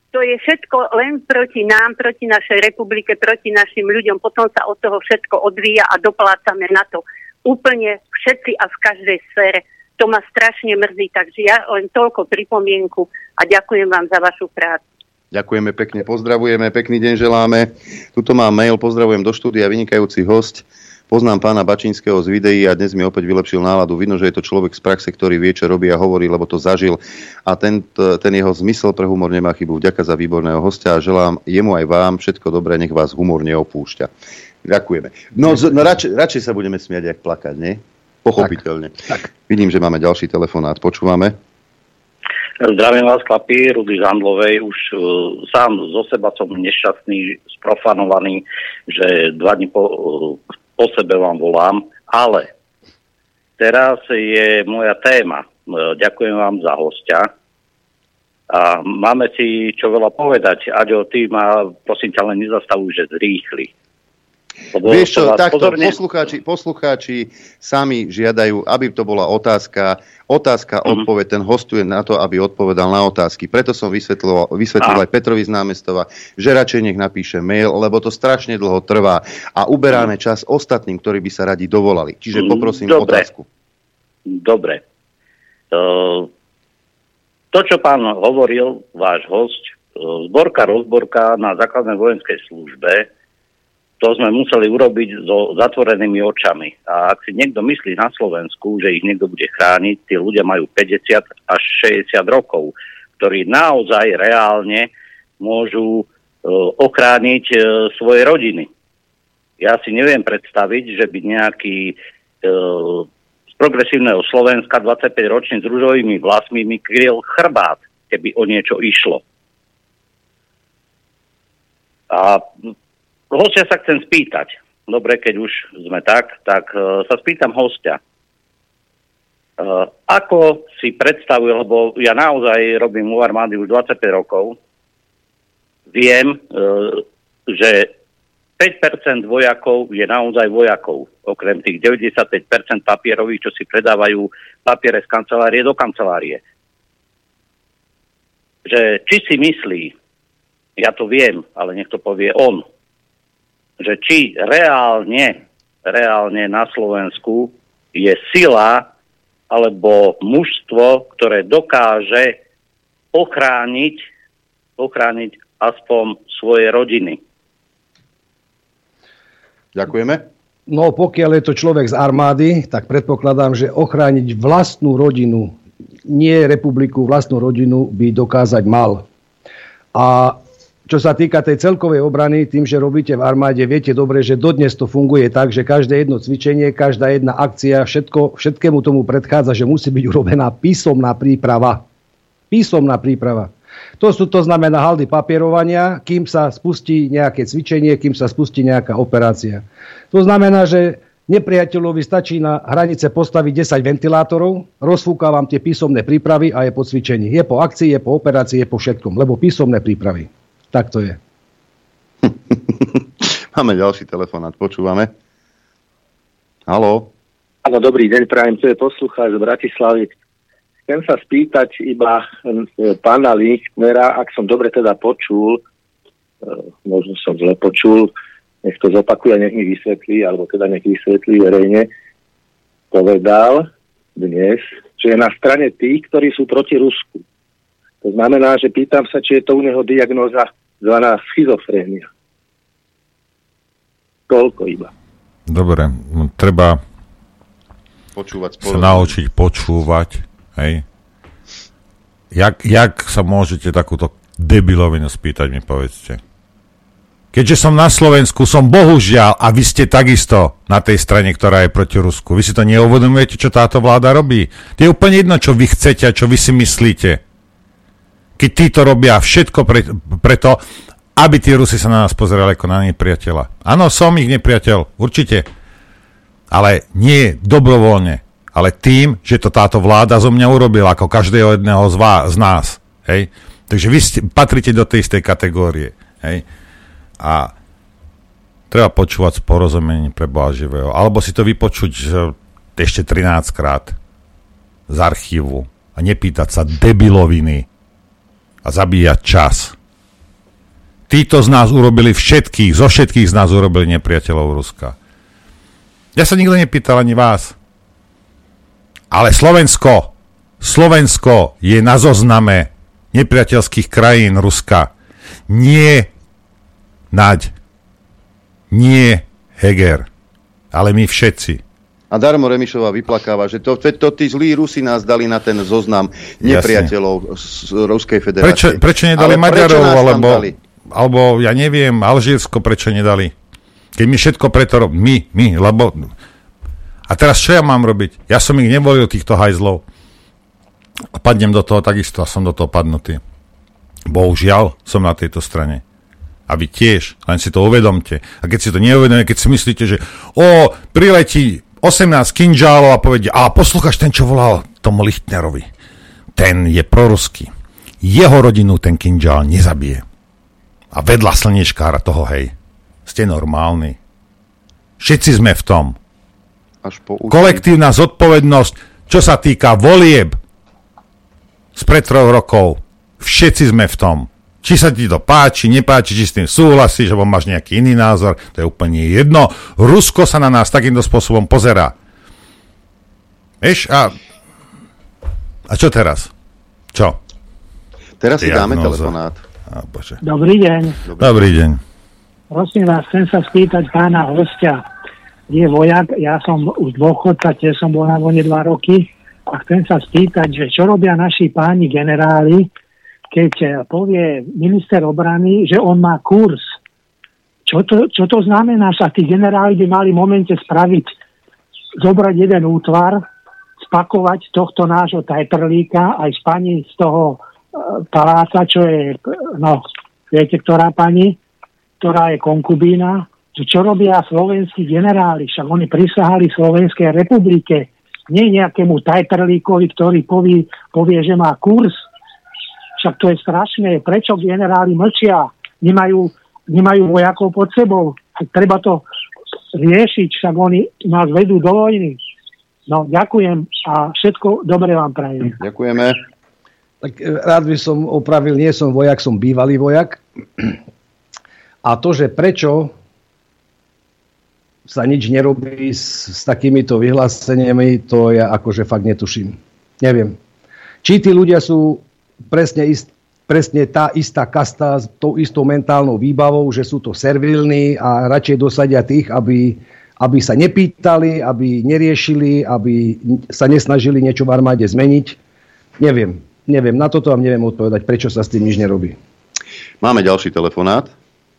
to je všetko len proti nám, proti našej republike, proti našim ľuďom. Potom sa od toho všetko odvíja a doplácame na to úplne všetci a v každej sfére. To ma strašne mrzí, takže ja len toľko pripomienku a ďakujem vám za vašu prácu. Ďakujeme pekne, pozdravujeme, pekný deň želáme. Tuto mám mail, pozdravujem do štúdia, vynikajúci hosť. Poznám pána Bačínskeho z videí a dnes mi opäť vylepšil náladu. Vidno, že je to človek z praxe, ktorý vie, čo robí a hovorí, lebo to zažil. A ten, ten jeho zmysel pre humor nemá chybu. Vďaka za výborného hostia a želám jemu aj vám všetko dobré, nech vás humor neopúšťa. Ďakujeme. No, z, no radšej, radšej sa budeme smiať, jak plakať, nie? Pochopiteľne. Tak, tak. Vidím, že máme ďalší telefonát. Počúvame. Zdravím vás, chlapi, Rudy z Handlovej. Už uh, sám zo seba som nešťastný, sprofanovaný, že dva dni po... Uh, po sebe vám volám, ale teraz je moja téma. Ďakujem vám za hostia. A máme si čo veľa povedať. Aďo, ty ma, prosím ťa, len nezastavuj, že zrýchli. Lebo vieš čo, takto pozorne... poslucháči, poslucháči sami žiadajú, aby to bola otázka, otázka, mm-hmm. odpoveď, ten hostuje na to, aby odpovedal na otázky. Preto som vysvetlil, vysvetlil aj Petrovi z Námestova, že radšej nech napíše mail, lebo to strašne dlho trvá a uberáme mm. čas ostatným, ktorí by sa radi dovolali. Čiže poprosím Dobre. otázku. Dobre. Uh, to, čo pán hovoril, váš host, uh, zborka, rozborka na základnej vojenskej službe, to sme museli urobiť so zatvorenými očami. A ak si niekto myslí na Slovensku, že ich niekto bude chrániť, tí ľudia majú päťdesiat až šesťdesiat rokov, ktorí naozaj reálne môžu e, ochrániť e, svoje rodiny. Ja si neviem predstaviť, že by nejaký e, z progresívneho Slovenska dvadsaťpäť ročný s ružovými vlasmi mi kryl chrbát, keby o niečo išlo. A hostia sa chcem spýtať. Dobre, keď už sme tak, tak uh, sa spýtam hostia. Uh, ako si predstavuje, lebo ja naozaj robím u armády už dvadsaťpäť rokov, viem, uh, že päť percent vojakov je naozaj vojakov, okrem tých deväťdesiatpäť percent papierových, čo si predávajú papiere z kancelárie do kancelárie. Že či si myslí, ja to viem, ale nech to povie on, že či reálne, reálne na Slovensku je sila alebo mužstvo, ktoré dokáže ochrániť, ochrániť aspoň svoje rodiny. Ďakujeme. No pokiaľ je to človek z armády, tak predpokladám, že ochrániť vlastnú rodinu, nie republiku, vlastnú rodinu by dokázať mal. A čo sa týka tej celkovej obrany, tým, že robíte v armáde, viete dobre, že dodnes to funguje tak, že každé jedno cvičenie, každá jedna akcia, všetko, všetkému tomu predchádza, že musí byť urobená písomná príprava. Písomná príprava. To, sú, to znamená haldy papierovania, kým sa spustí nejaké cvičenie, kým sa spustí nejaká operácia. To znamená, že nepriateľovi stačí na hranice postaviť desať ventilátorov, rozfúka vám tie písomné prípravy a je po cvičení. Je po akcii, je po operácii, je po všetkom, lebo písomné prípravy. Tak to je. Máme ďalší telefonát, počúvame. Haló? Áno, dobrý deň, prajem, to je poslucháč z Bratislavy. Chcem sa spýtať iba pána Lichtnera, ak som dobre teda počul, možno som zle počul, nech to zopakuje, nech mi vysvetlí, alebo teda nech vysvetlí verejne, povedal dnes, že je na strane tých, ktorí sú proti Rusku. To znamená, že pýtam sa, či je to u neho diagnóza zvaná schizofrénia. Toľko iba. Dobre, no, treba počúvať sa naučiť počúvať. Hej. Jak, jak sa môžete takúto debilovinu spýtať, mi povedzte. Keďže som na Slovensku, som bohužiaľ, a vy ste takisto na tej strane, ktorá je proti Rusku. Vy si to neuvedomujete, čo táto vláda robí? To je úplne jedno, čo vy chcete a čo vy si myslíte. Keď títo robia všetko pre, preto, aby tí Rusi sa na nás pozerali ako na nepriateľa. Áno, som ich nepriateľ, určite. Ale nie dobrovoľne. Ale tým, že to táto vláda zo mňa urobila, ako každého jedného z, vás, z nás. Hej? Takže vy ste, patrite do tej istej kategórie. Hej? A treba počúvať s porozumením pre Boha živého. Alebo si to vypočuť ešte trinásť krát z archívu a nepýtať sa debiloviny a zabíjať čas. Títo z nás urobili všetkých, zo všetkých z nás urobili nepriateľov Ruska. Ja sa nikto nepýtal ani vás. Ale Slovensko, Slovensko je na zozname nepriateľských krajín Ruska. Nie Naď, nie Heger, ale my všetci. A Darmo Remišová vyplakáva, že to, to, to tí zlí Rusi nás dali na ten zoznam nepriateľov z Ruskej federácie. Prečo, prečo nedali ale Maďarov, prečo alebo, alebo ja neviem, Alžírsko prečo nedali? Keď my všetko preto robíme, my, my, lebo... A teraz čo ja mám robiť? Ja som ich nevolil, týchto hajzlov. A padnem do toho takisto a som do toho padnutý. Bohužiaľ som na tejto strane. A vy tiež, len si to uvedomte. A keď si to neuvedomte, keď si myslíte, že o, priletí osemnásť kinžálov a povedia, a poslúchaš ten, čo volal tomu Lichtnerovi. Ten je proruský. Jeho rodinu ten kinžál nezabije. A vedľa slniečkára toho, hej. Ste normálni. Všetci sme v tom. Až po kolektívna zodpovednosť, čo sa týka volieb spred troch rokov. Všetci sme v tom. Či sa ti to páči, nepáči, či s tým súhlasíš, alebo máš nejaký iný názor, to je úplne jedno. Rusko sa na nás takýmto spôsobom pozerá. Vieš, a... A čo teraz? Čo? Teraz si dáme telefonát. Á, bože. Dobrý deň. Dobrý, Dobrý deň. Prosím vás, chcem sa spýtať pána hostia. Je vojak, ja som už dôchodca, tiež som bol na vojne dva roky a chcem sa spýtať, že čo robia naši páni generáli, keď povie minister obrany, že on má kurz. Čo to, čo to znamená, že tí generáli by mali v momente spraviť, zobrať jeden útvar, spakovať tohto nášho tajtrlíka aj s pani z toho uh, paláca, čo je, no, viete, ktorá pani, ktorá je konkubína, čo robia slovenskí generáli, však oni prisahali Slovenskej republike, nie nejakému tajtrlíkovi, ktorý povie, povie, že má kurz. Však to je strašné. Prečo generáli mlčia? Nemajú, nemajú vojakov pod sebou. Treba to riešiť, však oni nás vedú do vojny. No, ďakujem a všetko dobre vám prajem. Ďakujeme. Tak rád by som opravil, nie som vojak, som bývalý vojak. A to, že prečo sa nič nerobí s, s takýmito vyhláseniami, to ja akože fakt netuším. Neviem. Či tí ľudia sú presne, ist, presne tá istá kasta s tou istou mentálnou výbavou, že sú to servilní a radšej dosadia tých, aby, aby sa nepýtali, aby neriešili, aby sa nesnažili niečo v armáde zmeniť. Neviem. Neviem. Na toto vám neviem odpovedať, prečo sa s tým nič nerobí. Máme ďalší telefonát.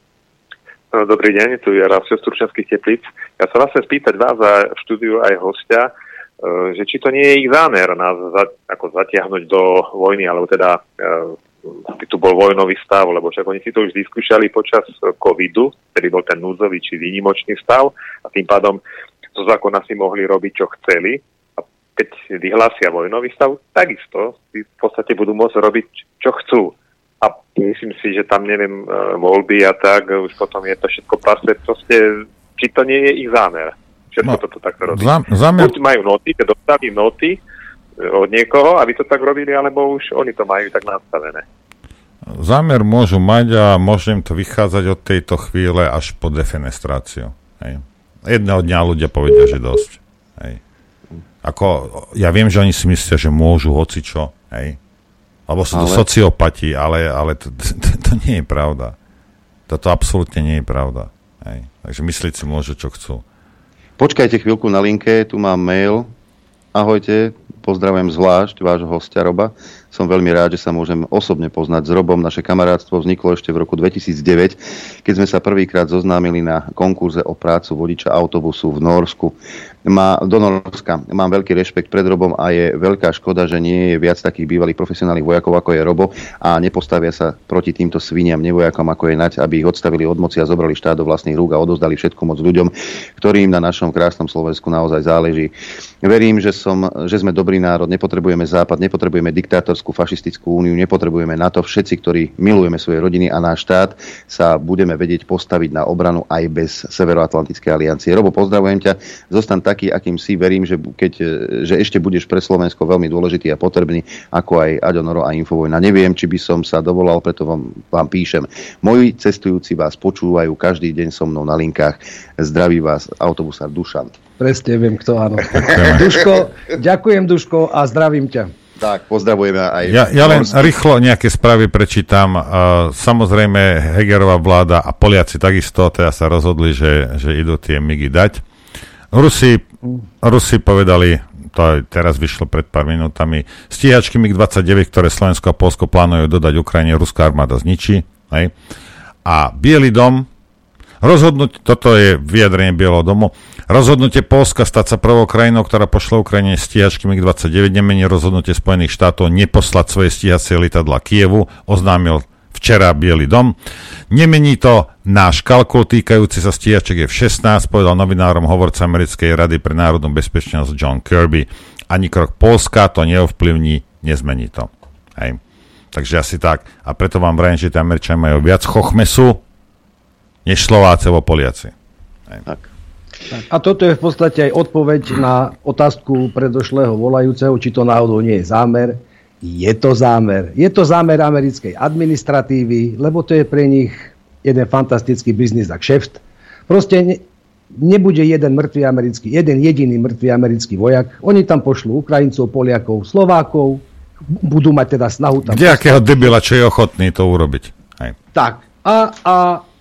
Dobrý deň, tu je Rafio z Turčianskych Teplíc. Ja sa vás chcem spýtať vás a v štúdiu aj hostia, že či to nie je ich zámer nás za, ako zatiahnuť do vojny, alebo teda aby tu bol vojnový stav, lebo však oni si to už vyskúšali počas covidu, ktorý bol ten núdzový či výnimočný stav a tým pádom zo zákona si mohli robiť, čo chceli. A keď vyhlásia vojnový stav, takisto si v podstate budú môcť robiť, čo chcú. A myslím si, že tam, neviem, voľby a tak, už potom je to všetko pasé. Proste, či to nie je ich zámer. Všetko no, toto takto robí. Zámer... Buď majú noty, keď dostali noty od niekoho, aby to tak robili, alebo už oni to majú tak nastavené. Zámer môžu mať a môžem to vychádzať od tejto chvíle až po defenestráciu. Hej. Jedného dňa ľudia povedia, že dosť. Hej. Ako, ja viem, že oni si myslia, že môžu hocičo, hej. Lebo sú to ale... sociopati, ale, ale to, to, to, to nie je pravda. Toto absolútne nie je pravda. Hej. Takže myslieť si môžu, čo chcú. Počkajte chvíľku na linke, tu mám mail. Ahojte, pozdravujem zvlášť vášho hostia Roba. Som veľmi rád, že sa môžem osobne poznať s Robom. Naše kamarátstvo vzniklo ešte v roku dvetisícdeväť, keď sme sa prvýkrát zoznámili na konkurze o prácu vodiča autobusu v Norsku. Má, do Norska. Mám veľký rešpekt pred Robom a je veľká škoda, že nie je viac takých bývalých profesionálnych vojakov, ako je Robo a nepostavia sa proti týmto sviniam, nevojakom, ako je Naď, aby ich odstavili od moci a zobrali štát do vlastných rúk a odozdali všetku moc ľuďom, ktorým na našom krásnom Slovensku naozaj záleží. Verím, že, som, že sme dobrý národ, nepotrebujeme Západ, nepotrebujeme diktátorské diktátorskú fašistickú úniu nepotrebujeme. Na to všetci, ktorí milujeme svoje rodiny a náš štát, sa budeme vedieť postaviť na obranu aj bez Severoatlantickej aliancie. Robo, pozdravujem ťa. Zostan taký, akým si. Verím, že, keď, že ešte budeš pre Slovensko veľmi dôležitý a potrebný, ako aj Aďo Noro a Infovojna. Neviem, či by som sa dovolal, preto vám, vám píšem. Moji cestujúci vás počúvajú každý deň so mnou na linkách. Zdraví vás autobusár Dušan. Presne viem, kto áno. Duško, ďakujem Duško a zdravím ťa. Tak, pozdravujeme aj... Ja, ja len rýchlo nejaké správy prečítam. Uh, samozrejme, Hegerová vláda a Poliaci takisto teda sa rozhodli, že, že idú tie migy dať. Rusi, Rusi povedali, to teraz vyšlo pred pár minútami, stíhačky mig dvadsaťdeväť, ktoré Slovensko a Poľsko plánujú dodať Ukrajine, ruská armáda zničí. Hej. A Bielý dom, rozhodnúť, toto je vyjadrenie Bieleho domu, rozhodnutie Poľska stať sa prvou krajinou, ktorá pošle Ukrajine stíhačky mig dvadsaťdeväť, nemení rozhodnutie Spojených štátov neposlať svoje stíhacie lietadlá Kievu, oznámil včera Bielý dom. Nemení to náš kalkul týkajúci sa stíhačiek F šestnásť, povedal novinárom hovorca Americkej rady pre národnú bezpečnosť John Kirby. Ani krok Poľska to neovplyvní, nezmení to. Hej. Takže asi tak. A preto vám vrajím, že tie Američania majú viac chochmesu, než Slováci alebo Poliaci. Hej. Tak. A toto je v podstate aj odpoveď na otázku predošlého volajúceho, či to náhodou nie je zámer. Je to zámer. Je to zámer americkej administratívy, lebo to je pre nich jeden fantastický biznis a kšeft. Proste ne, nebude jeden mŕtvý americký, jeden jediný mŕtvý americký vojak. Oni tam pošlú Ukrajincov, Poliakov, Slovákov, budú mať teda snahu tam... Kde akého debila, čo je ochotný to urobiť. Hej. Tak. A... a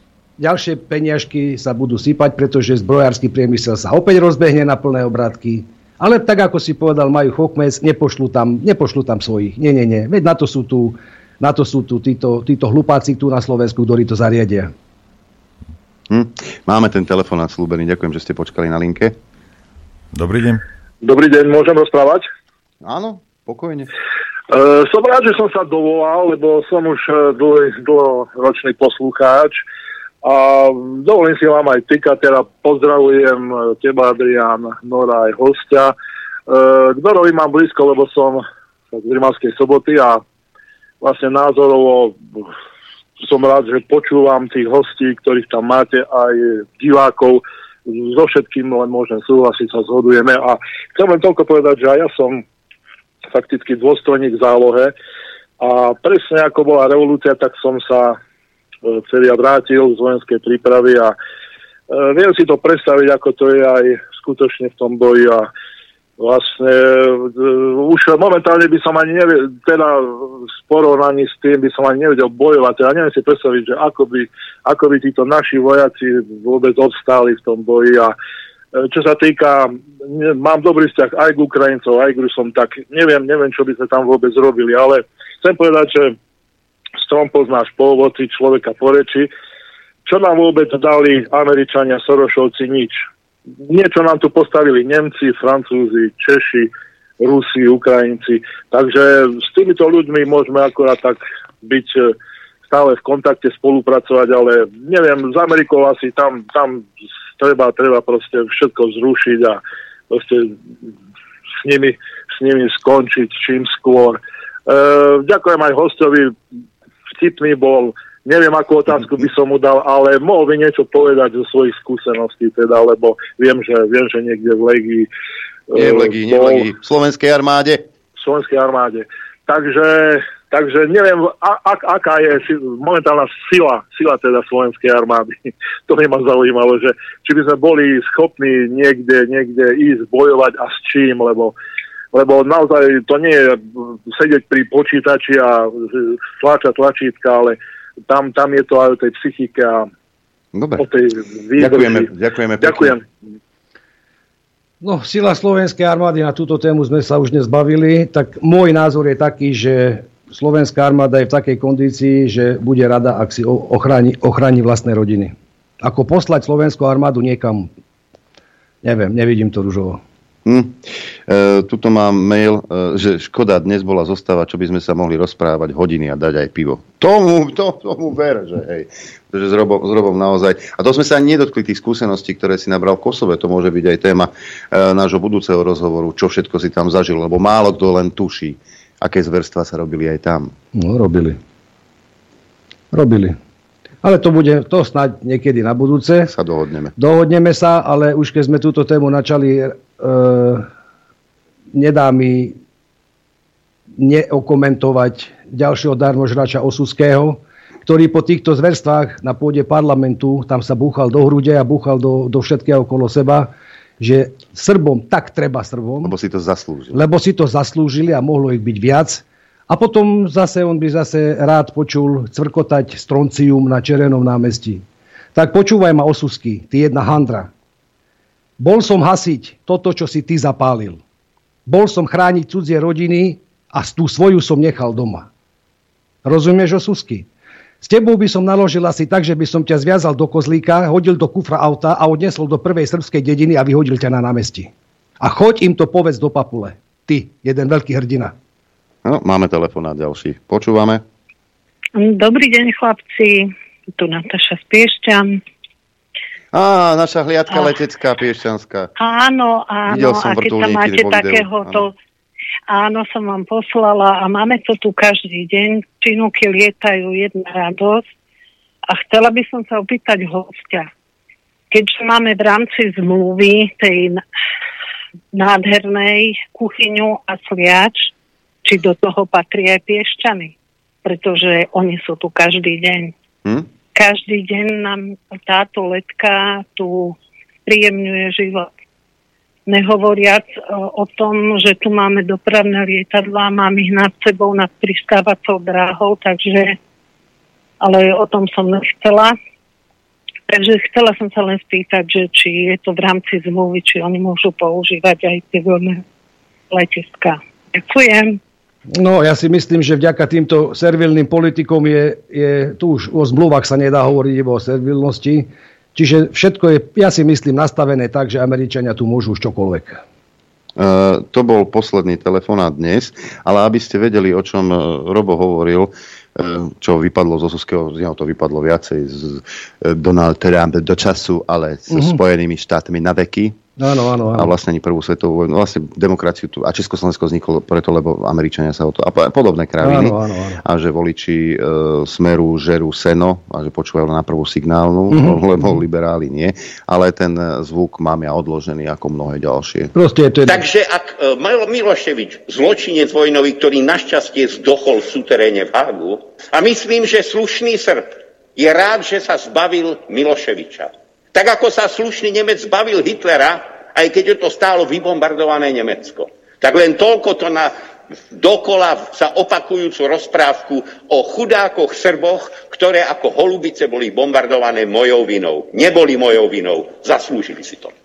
ďalšie peniažky sa budú sypať, pretože zbrojársky priemysel sa opäť rozbehne na plné obrátky. Ale tak, ako si povedal, majú chokmes, nepošlú tam, nepošlú tam svojich. Nie, nie, nie. Veď na to sú tu, na to sú tu títo, títo hlupáci tu na Slovensku, ktorí to zariadia. Hm. Máme ten telefonát slúbený. Ďakujem, že ste počkali na linke. Dobrý deň. Dobrý deň, môžem rozprávať? Áno, pokojne. Uh, som rád, že som sa dovolal, lebo som už dlho, dlhoročný poslucháč. A dovolím si vám aj týkať, teda pozdravujem teba, Adrián, Nora, aj hostia. K Norovi mám blízko, lebo som z Rimavskej Soboty a vlastne názorovo som rád, že počúvam tých hostí, ktorých tam máte, aj divákov. So všetkým len môžem súhlasiť, sa zhodujeme. A chcem len toľko povedať, že aj ja som fakticky dôstojník v zálohe a presne ako bola revolúcia, tak som sa celý ja vrátil z vojenskej prípravy a e, viem si to predstaviť, ako to je aj skutočne v tom boji a vlastne e, už momentálne by som ani nevedel, teda v porovnaní s tým by som ani nevedel bojovať, teda neviem si predstaviť, že ako by, ako by títo naši vojaci vôbec obstáli v tom boji a e, čo sa týka, ne, mám dobrý vzťah aj k Ukrajincov, aj k Rusom, tak neviem, neviem, čo by sme tam vôbec robili, ale chcem povedať, že strom poznáš po ovoci, človeka po reči. Čo nám vôbec dali Američania, Sorošovci? Nič. Niečo nám tu postavili Nemci, Francúzi, Češi, Rusi, Ukrajinci. Takže s týmito ľuďmi môžeme akorát tak byť stále v kontakte, spolupracovať, ale neviem, z Amerikou asi tam, tam treba, treba proste všetko zrušiť a proste s nimi, s nimi skončiť čím skôr. E, ďakujem aj hostovi, vtipný bol, neviem, akú otázku by som mu dal, ale mohol by niečo povedať zo svojich skúseností, teda, lebo viem, že, viem, že niekde v Legii... Nie v Legii, nie v Legii, v Slovenskej armáde. V Slovenskej armáde. Takže, takže neviem, a, a, aká je momentálna sila, sila teda Slovenskej armády. To by ma zaujímalo, že či by sme boli schopní niekde, niekde ísť bojovať a s čím, lebo lebo naozaj to nie je sedieť pri počítači a tlačať tlačítka, ale tam, tam je to aj o tej psychike a Dobre. o tej výdrži. Ďakujeme, ďakujeme pekne. Ďakujem. No, sila Slovenskej armády, na túto tému sme sa už dnes bavili, tak môj názor je taký, že Slovenská armáda je v takej kondícii, že bude rada, ak si ochráni, ochráni vlastné rodiny. Ako poslať Slovenskú armádu niekam, neviem, nevidím to ružovo. Hm. E, tuto mám mail, e, že škoda, dnes bola zostava, čo by sme sa mohli rozprávať hodiny a dať aj pivo. Tomu, to, tomu ver, že hej. Pretože s Robom, s Robom naozaj. A to sme sa ani nedotkli tých skúseností, ktoré si nabral v Kosove. To môže byť aj téma e, nášho budúceho rozhovoru, čo všetko si tam zažil, lebo málo kto len tuší, aké zverstva sa robili aj tam. No, robili. Robili. Ale to bude, to snáď niekedy na budúce. Sa dohodneme. Dohodneme sa, ale už keď sme túto tému načali, e, nedá mi neokomentovať ďalšieho darmožrača Osuského, ktorý po týchto zverstvách na pôde parlamentu, tam sa búchal do hrude a búchal do, do všetkého okolo seba, že Srbom tak treba Srbom. Lebo si to zaslúžili. Lebo si to zaslúžili a mohlo ich byť viac. A potom zase on by zase rád počul cvrkotať stroncium na Červenom námestí. Tak počúvaj ma, Osusky, ty jedna handra. Bol som hasiť toto, čo si ty zapálil. Bol som chrániť cudzie rodiny a tú svoju som nechal doma. Rozumieš, Osusky? S tebou by som naložil asi tak, že by som ťa zviazal do kozlíka, hodil do kufra auta a odnesol do prvej srbskej dediny a vyhodil ťa na námestí. A choď im to povedz do papule. Ty, jeden veľký hrdina. No, máme telefonát ďalší. Počúvame. Dobrý deň, chlapci. Tu Nataša z Piešťan. Á, naša hliadka a... letecká piešťanská. Áno, áno. A keď tam máte takéhoto... Áno, som vám poslala a máme to tu každý deň. Činúky lietajú, jedna radosť. A chcela by som sa opýtať hostia. Keďže máme v rámci zmluvy tej nádhernej kuchyňu a sliač, či do toho patrí aj Piešťany. Pretože oni sú tu každý deň. Hm? Každý deň nám táto letka tu príjemňuje život. Nehovoriac o tom, že tu máme dopravné lietadlá, mám ich nad sebou nad pristávacou dráhou, takže ale o tom som nechcela. Takže chcela som sa len spýtať, že či je to v rámci zmluvy, či oni môžu používať aj tie voľné letiská. Ďakujem. No, ja si myslím, že vďaka týmto servilným politikom je, je tu už o zmluvách sa nedá hovoriť iba o servilnosti. Čiže všetko je, ja si myslím, nastavené tak, že Američania tu môžu už čokoľvek. Uh, to bol posledný telefonát dnes, ale aby ste vedeli, o čom Robo hovoril, uh, čo vypadlo z Osuského, z neho to vypadlo viacej z uh, Donald Trump do času, ale s uh-huh. Spojenými štátmi na veky. Áno, áno, áno. A vlastne ani prvú svetovú vojnu. Vlastne demokraciu tu. A Československo vzniklo preto, lebo Američania sa o to... A podobné kraviny. Áno, áno, áno. A že voliči e, Smeru žerú seno a že počúvajú na prvú signálnu, mm-hmm. lebo liberáli nie. Ale ten zvuk mám ja odložený ako mnohé ďalšie. Proste je to... Takže ak e, Miloševič, zločinec vojnový, ktorý našťastie zdochol v suteréne v Hágu, a myslím, že slušný Srb je rád, že sa zbavil Miloševiča. Tak ako sa slušný Nemec zbavil Hitlera, aj keď je to stálo vybombardované Nemecko. Tak len toľko to na dokola sa opakujúcu rozprávku o chudákoch Srboch, ktoré ako holubice boli bombardované mojou vinou. Neboli mojou vinou, zaslúžili si to.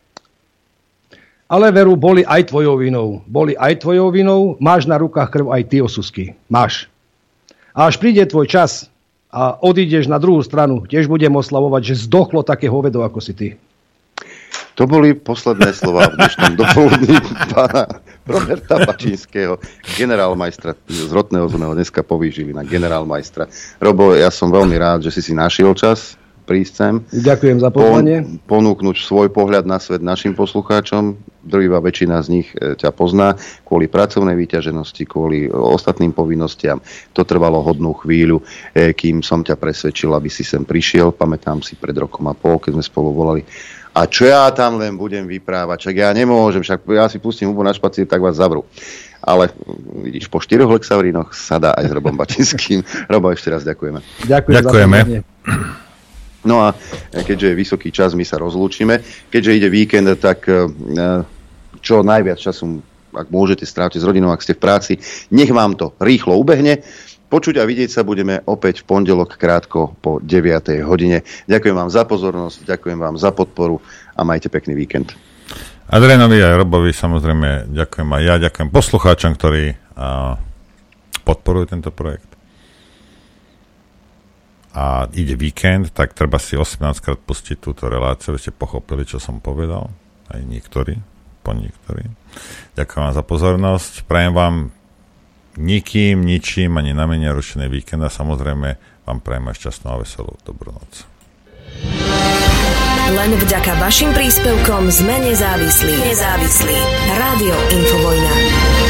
Ale veru, boli aj tvojou vinou. Boli aj tvojou vinou, máš na rukách krv aj ty, Osusky. Máš. A až príde tvoj čas, a odídeš na druhú stranu, tiež budem oslavovať, že zdochlo také hovedo, ako si ty. To boli posledné slova v dnešnom dopoludní pána Roberta Bačínskeho, generálmajstra z Rotného zóneho, dneska povýšili na generálmajstra. Robo, ja som veľmi rád, že si si našiel čas prísť sem. Ďakujem za pozvanie. Pon, ponúknuť svoj pohľad na svet našim poslucháčom. Drvivá väčšina z nich ťa pozná kvôli pracovnej vyťaženosti, kvôli ostatným povinnostiam. To trvalo hodnú chvíľu, kým som ťa presvedčil, aby si sem prišiel. Pamätám si pred rokom a pol, keď sme spolu volali. A čo ja tam len budem vyprávať? Však ja nemôžem, však ja si pustím hubu na špacír, tak vás zavrú. Ale vidíš, po štyroch Lexaurínoch sa dá aj s Robom Bačinským. Robo, ešte raz ďakujeme. Ďakujem. Ďakujeme. No a keďže je vysoký čas, my sa rozlúčime. Keďže ide víkend, tak čo najviac času, ak môžete, strávte s rodinou, ak ste v práci, nech vám to rýchlo ubehne. Počuť a vidieť sa budeme opäť v pondelok krátko po deviatej hodine. Ďakujem vám za pozornosť, ďakujem vám za podporu a majte pekný víkend. Adrianovi aj Robovi samozrejme ďakujem aj ja, ďakujem poslucháčom, ktorí a, podporujú tento projekt. A ide víkend, tak treba si osemnásťkrát pustiť túto reláciu, aby ste pochopili, čo som povedal. Aj niektorí, po niektorí. Ďakujem vám za pozornosť. Prajem vám nikým, ničím, ani na mene rušený víkend a samozrejme vám prajem aj šťastnú a veselú dobrú noc. Len vďaka vašim príspevkom sme nezávislí. Nezávislí. Rádio Infovojna.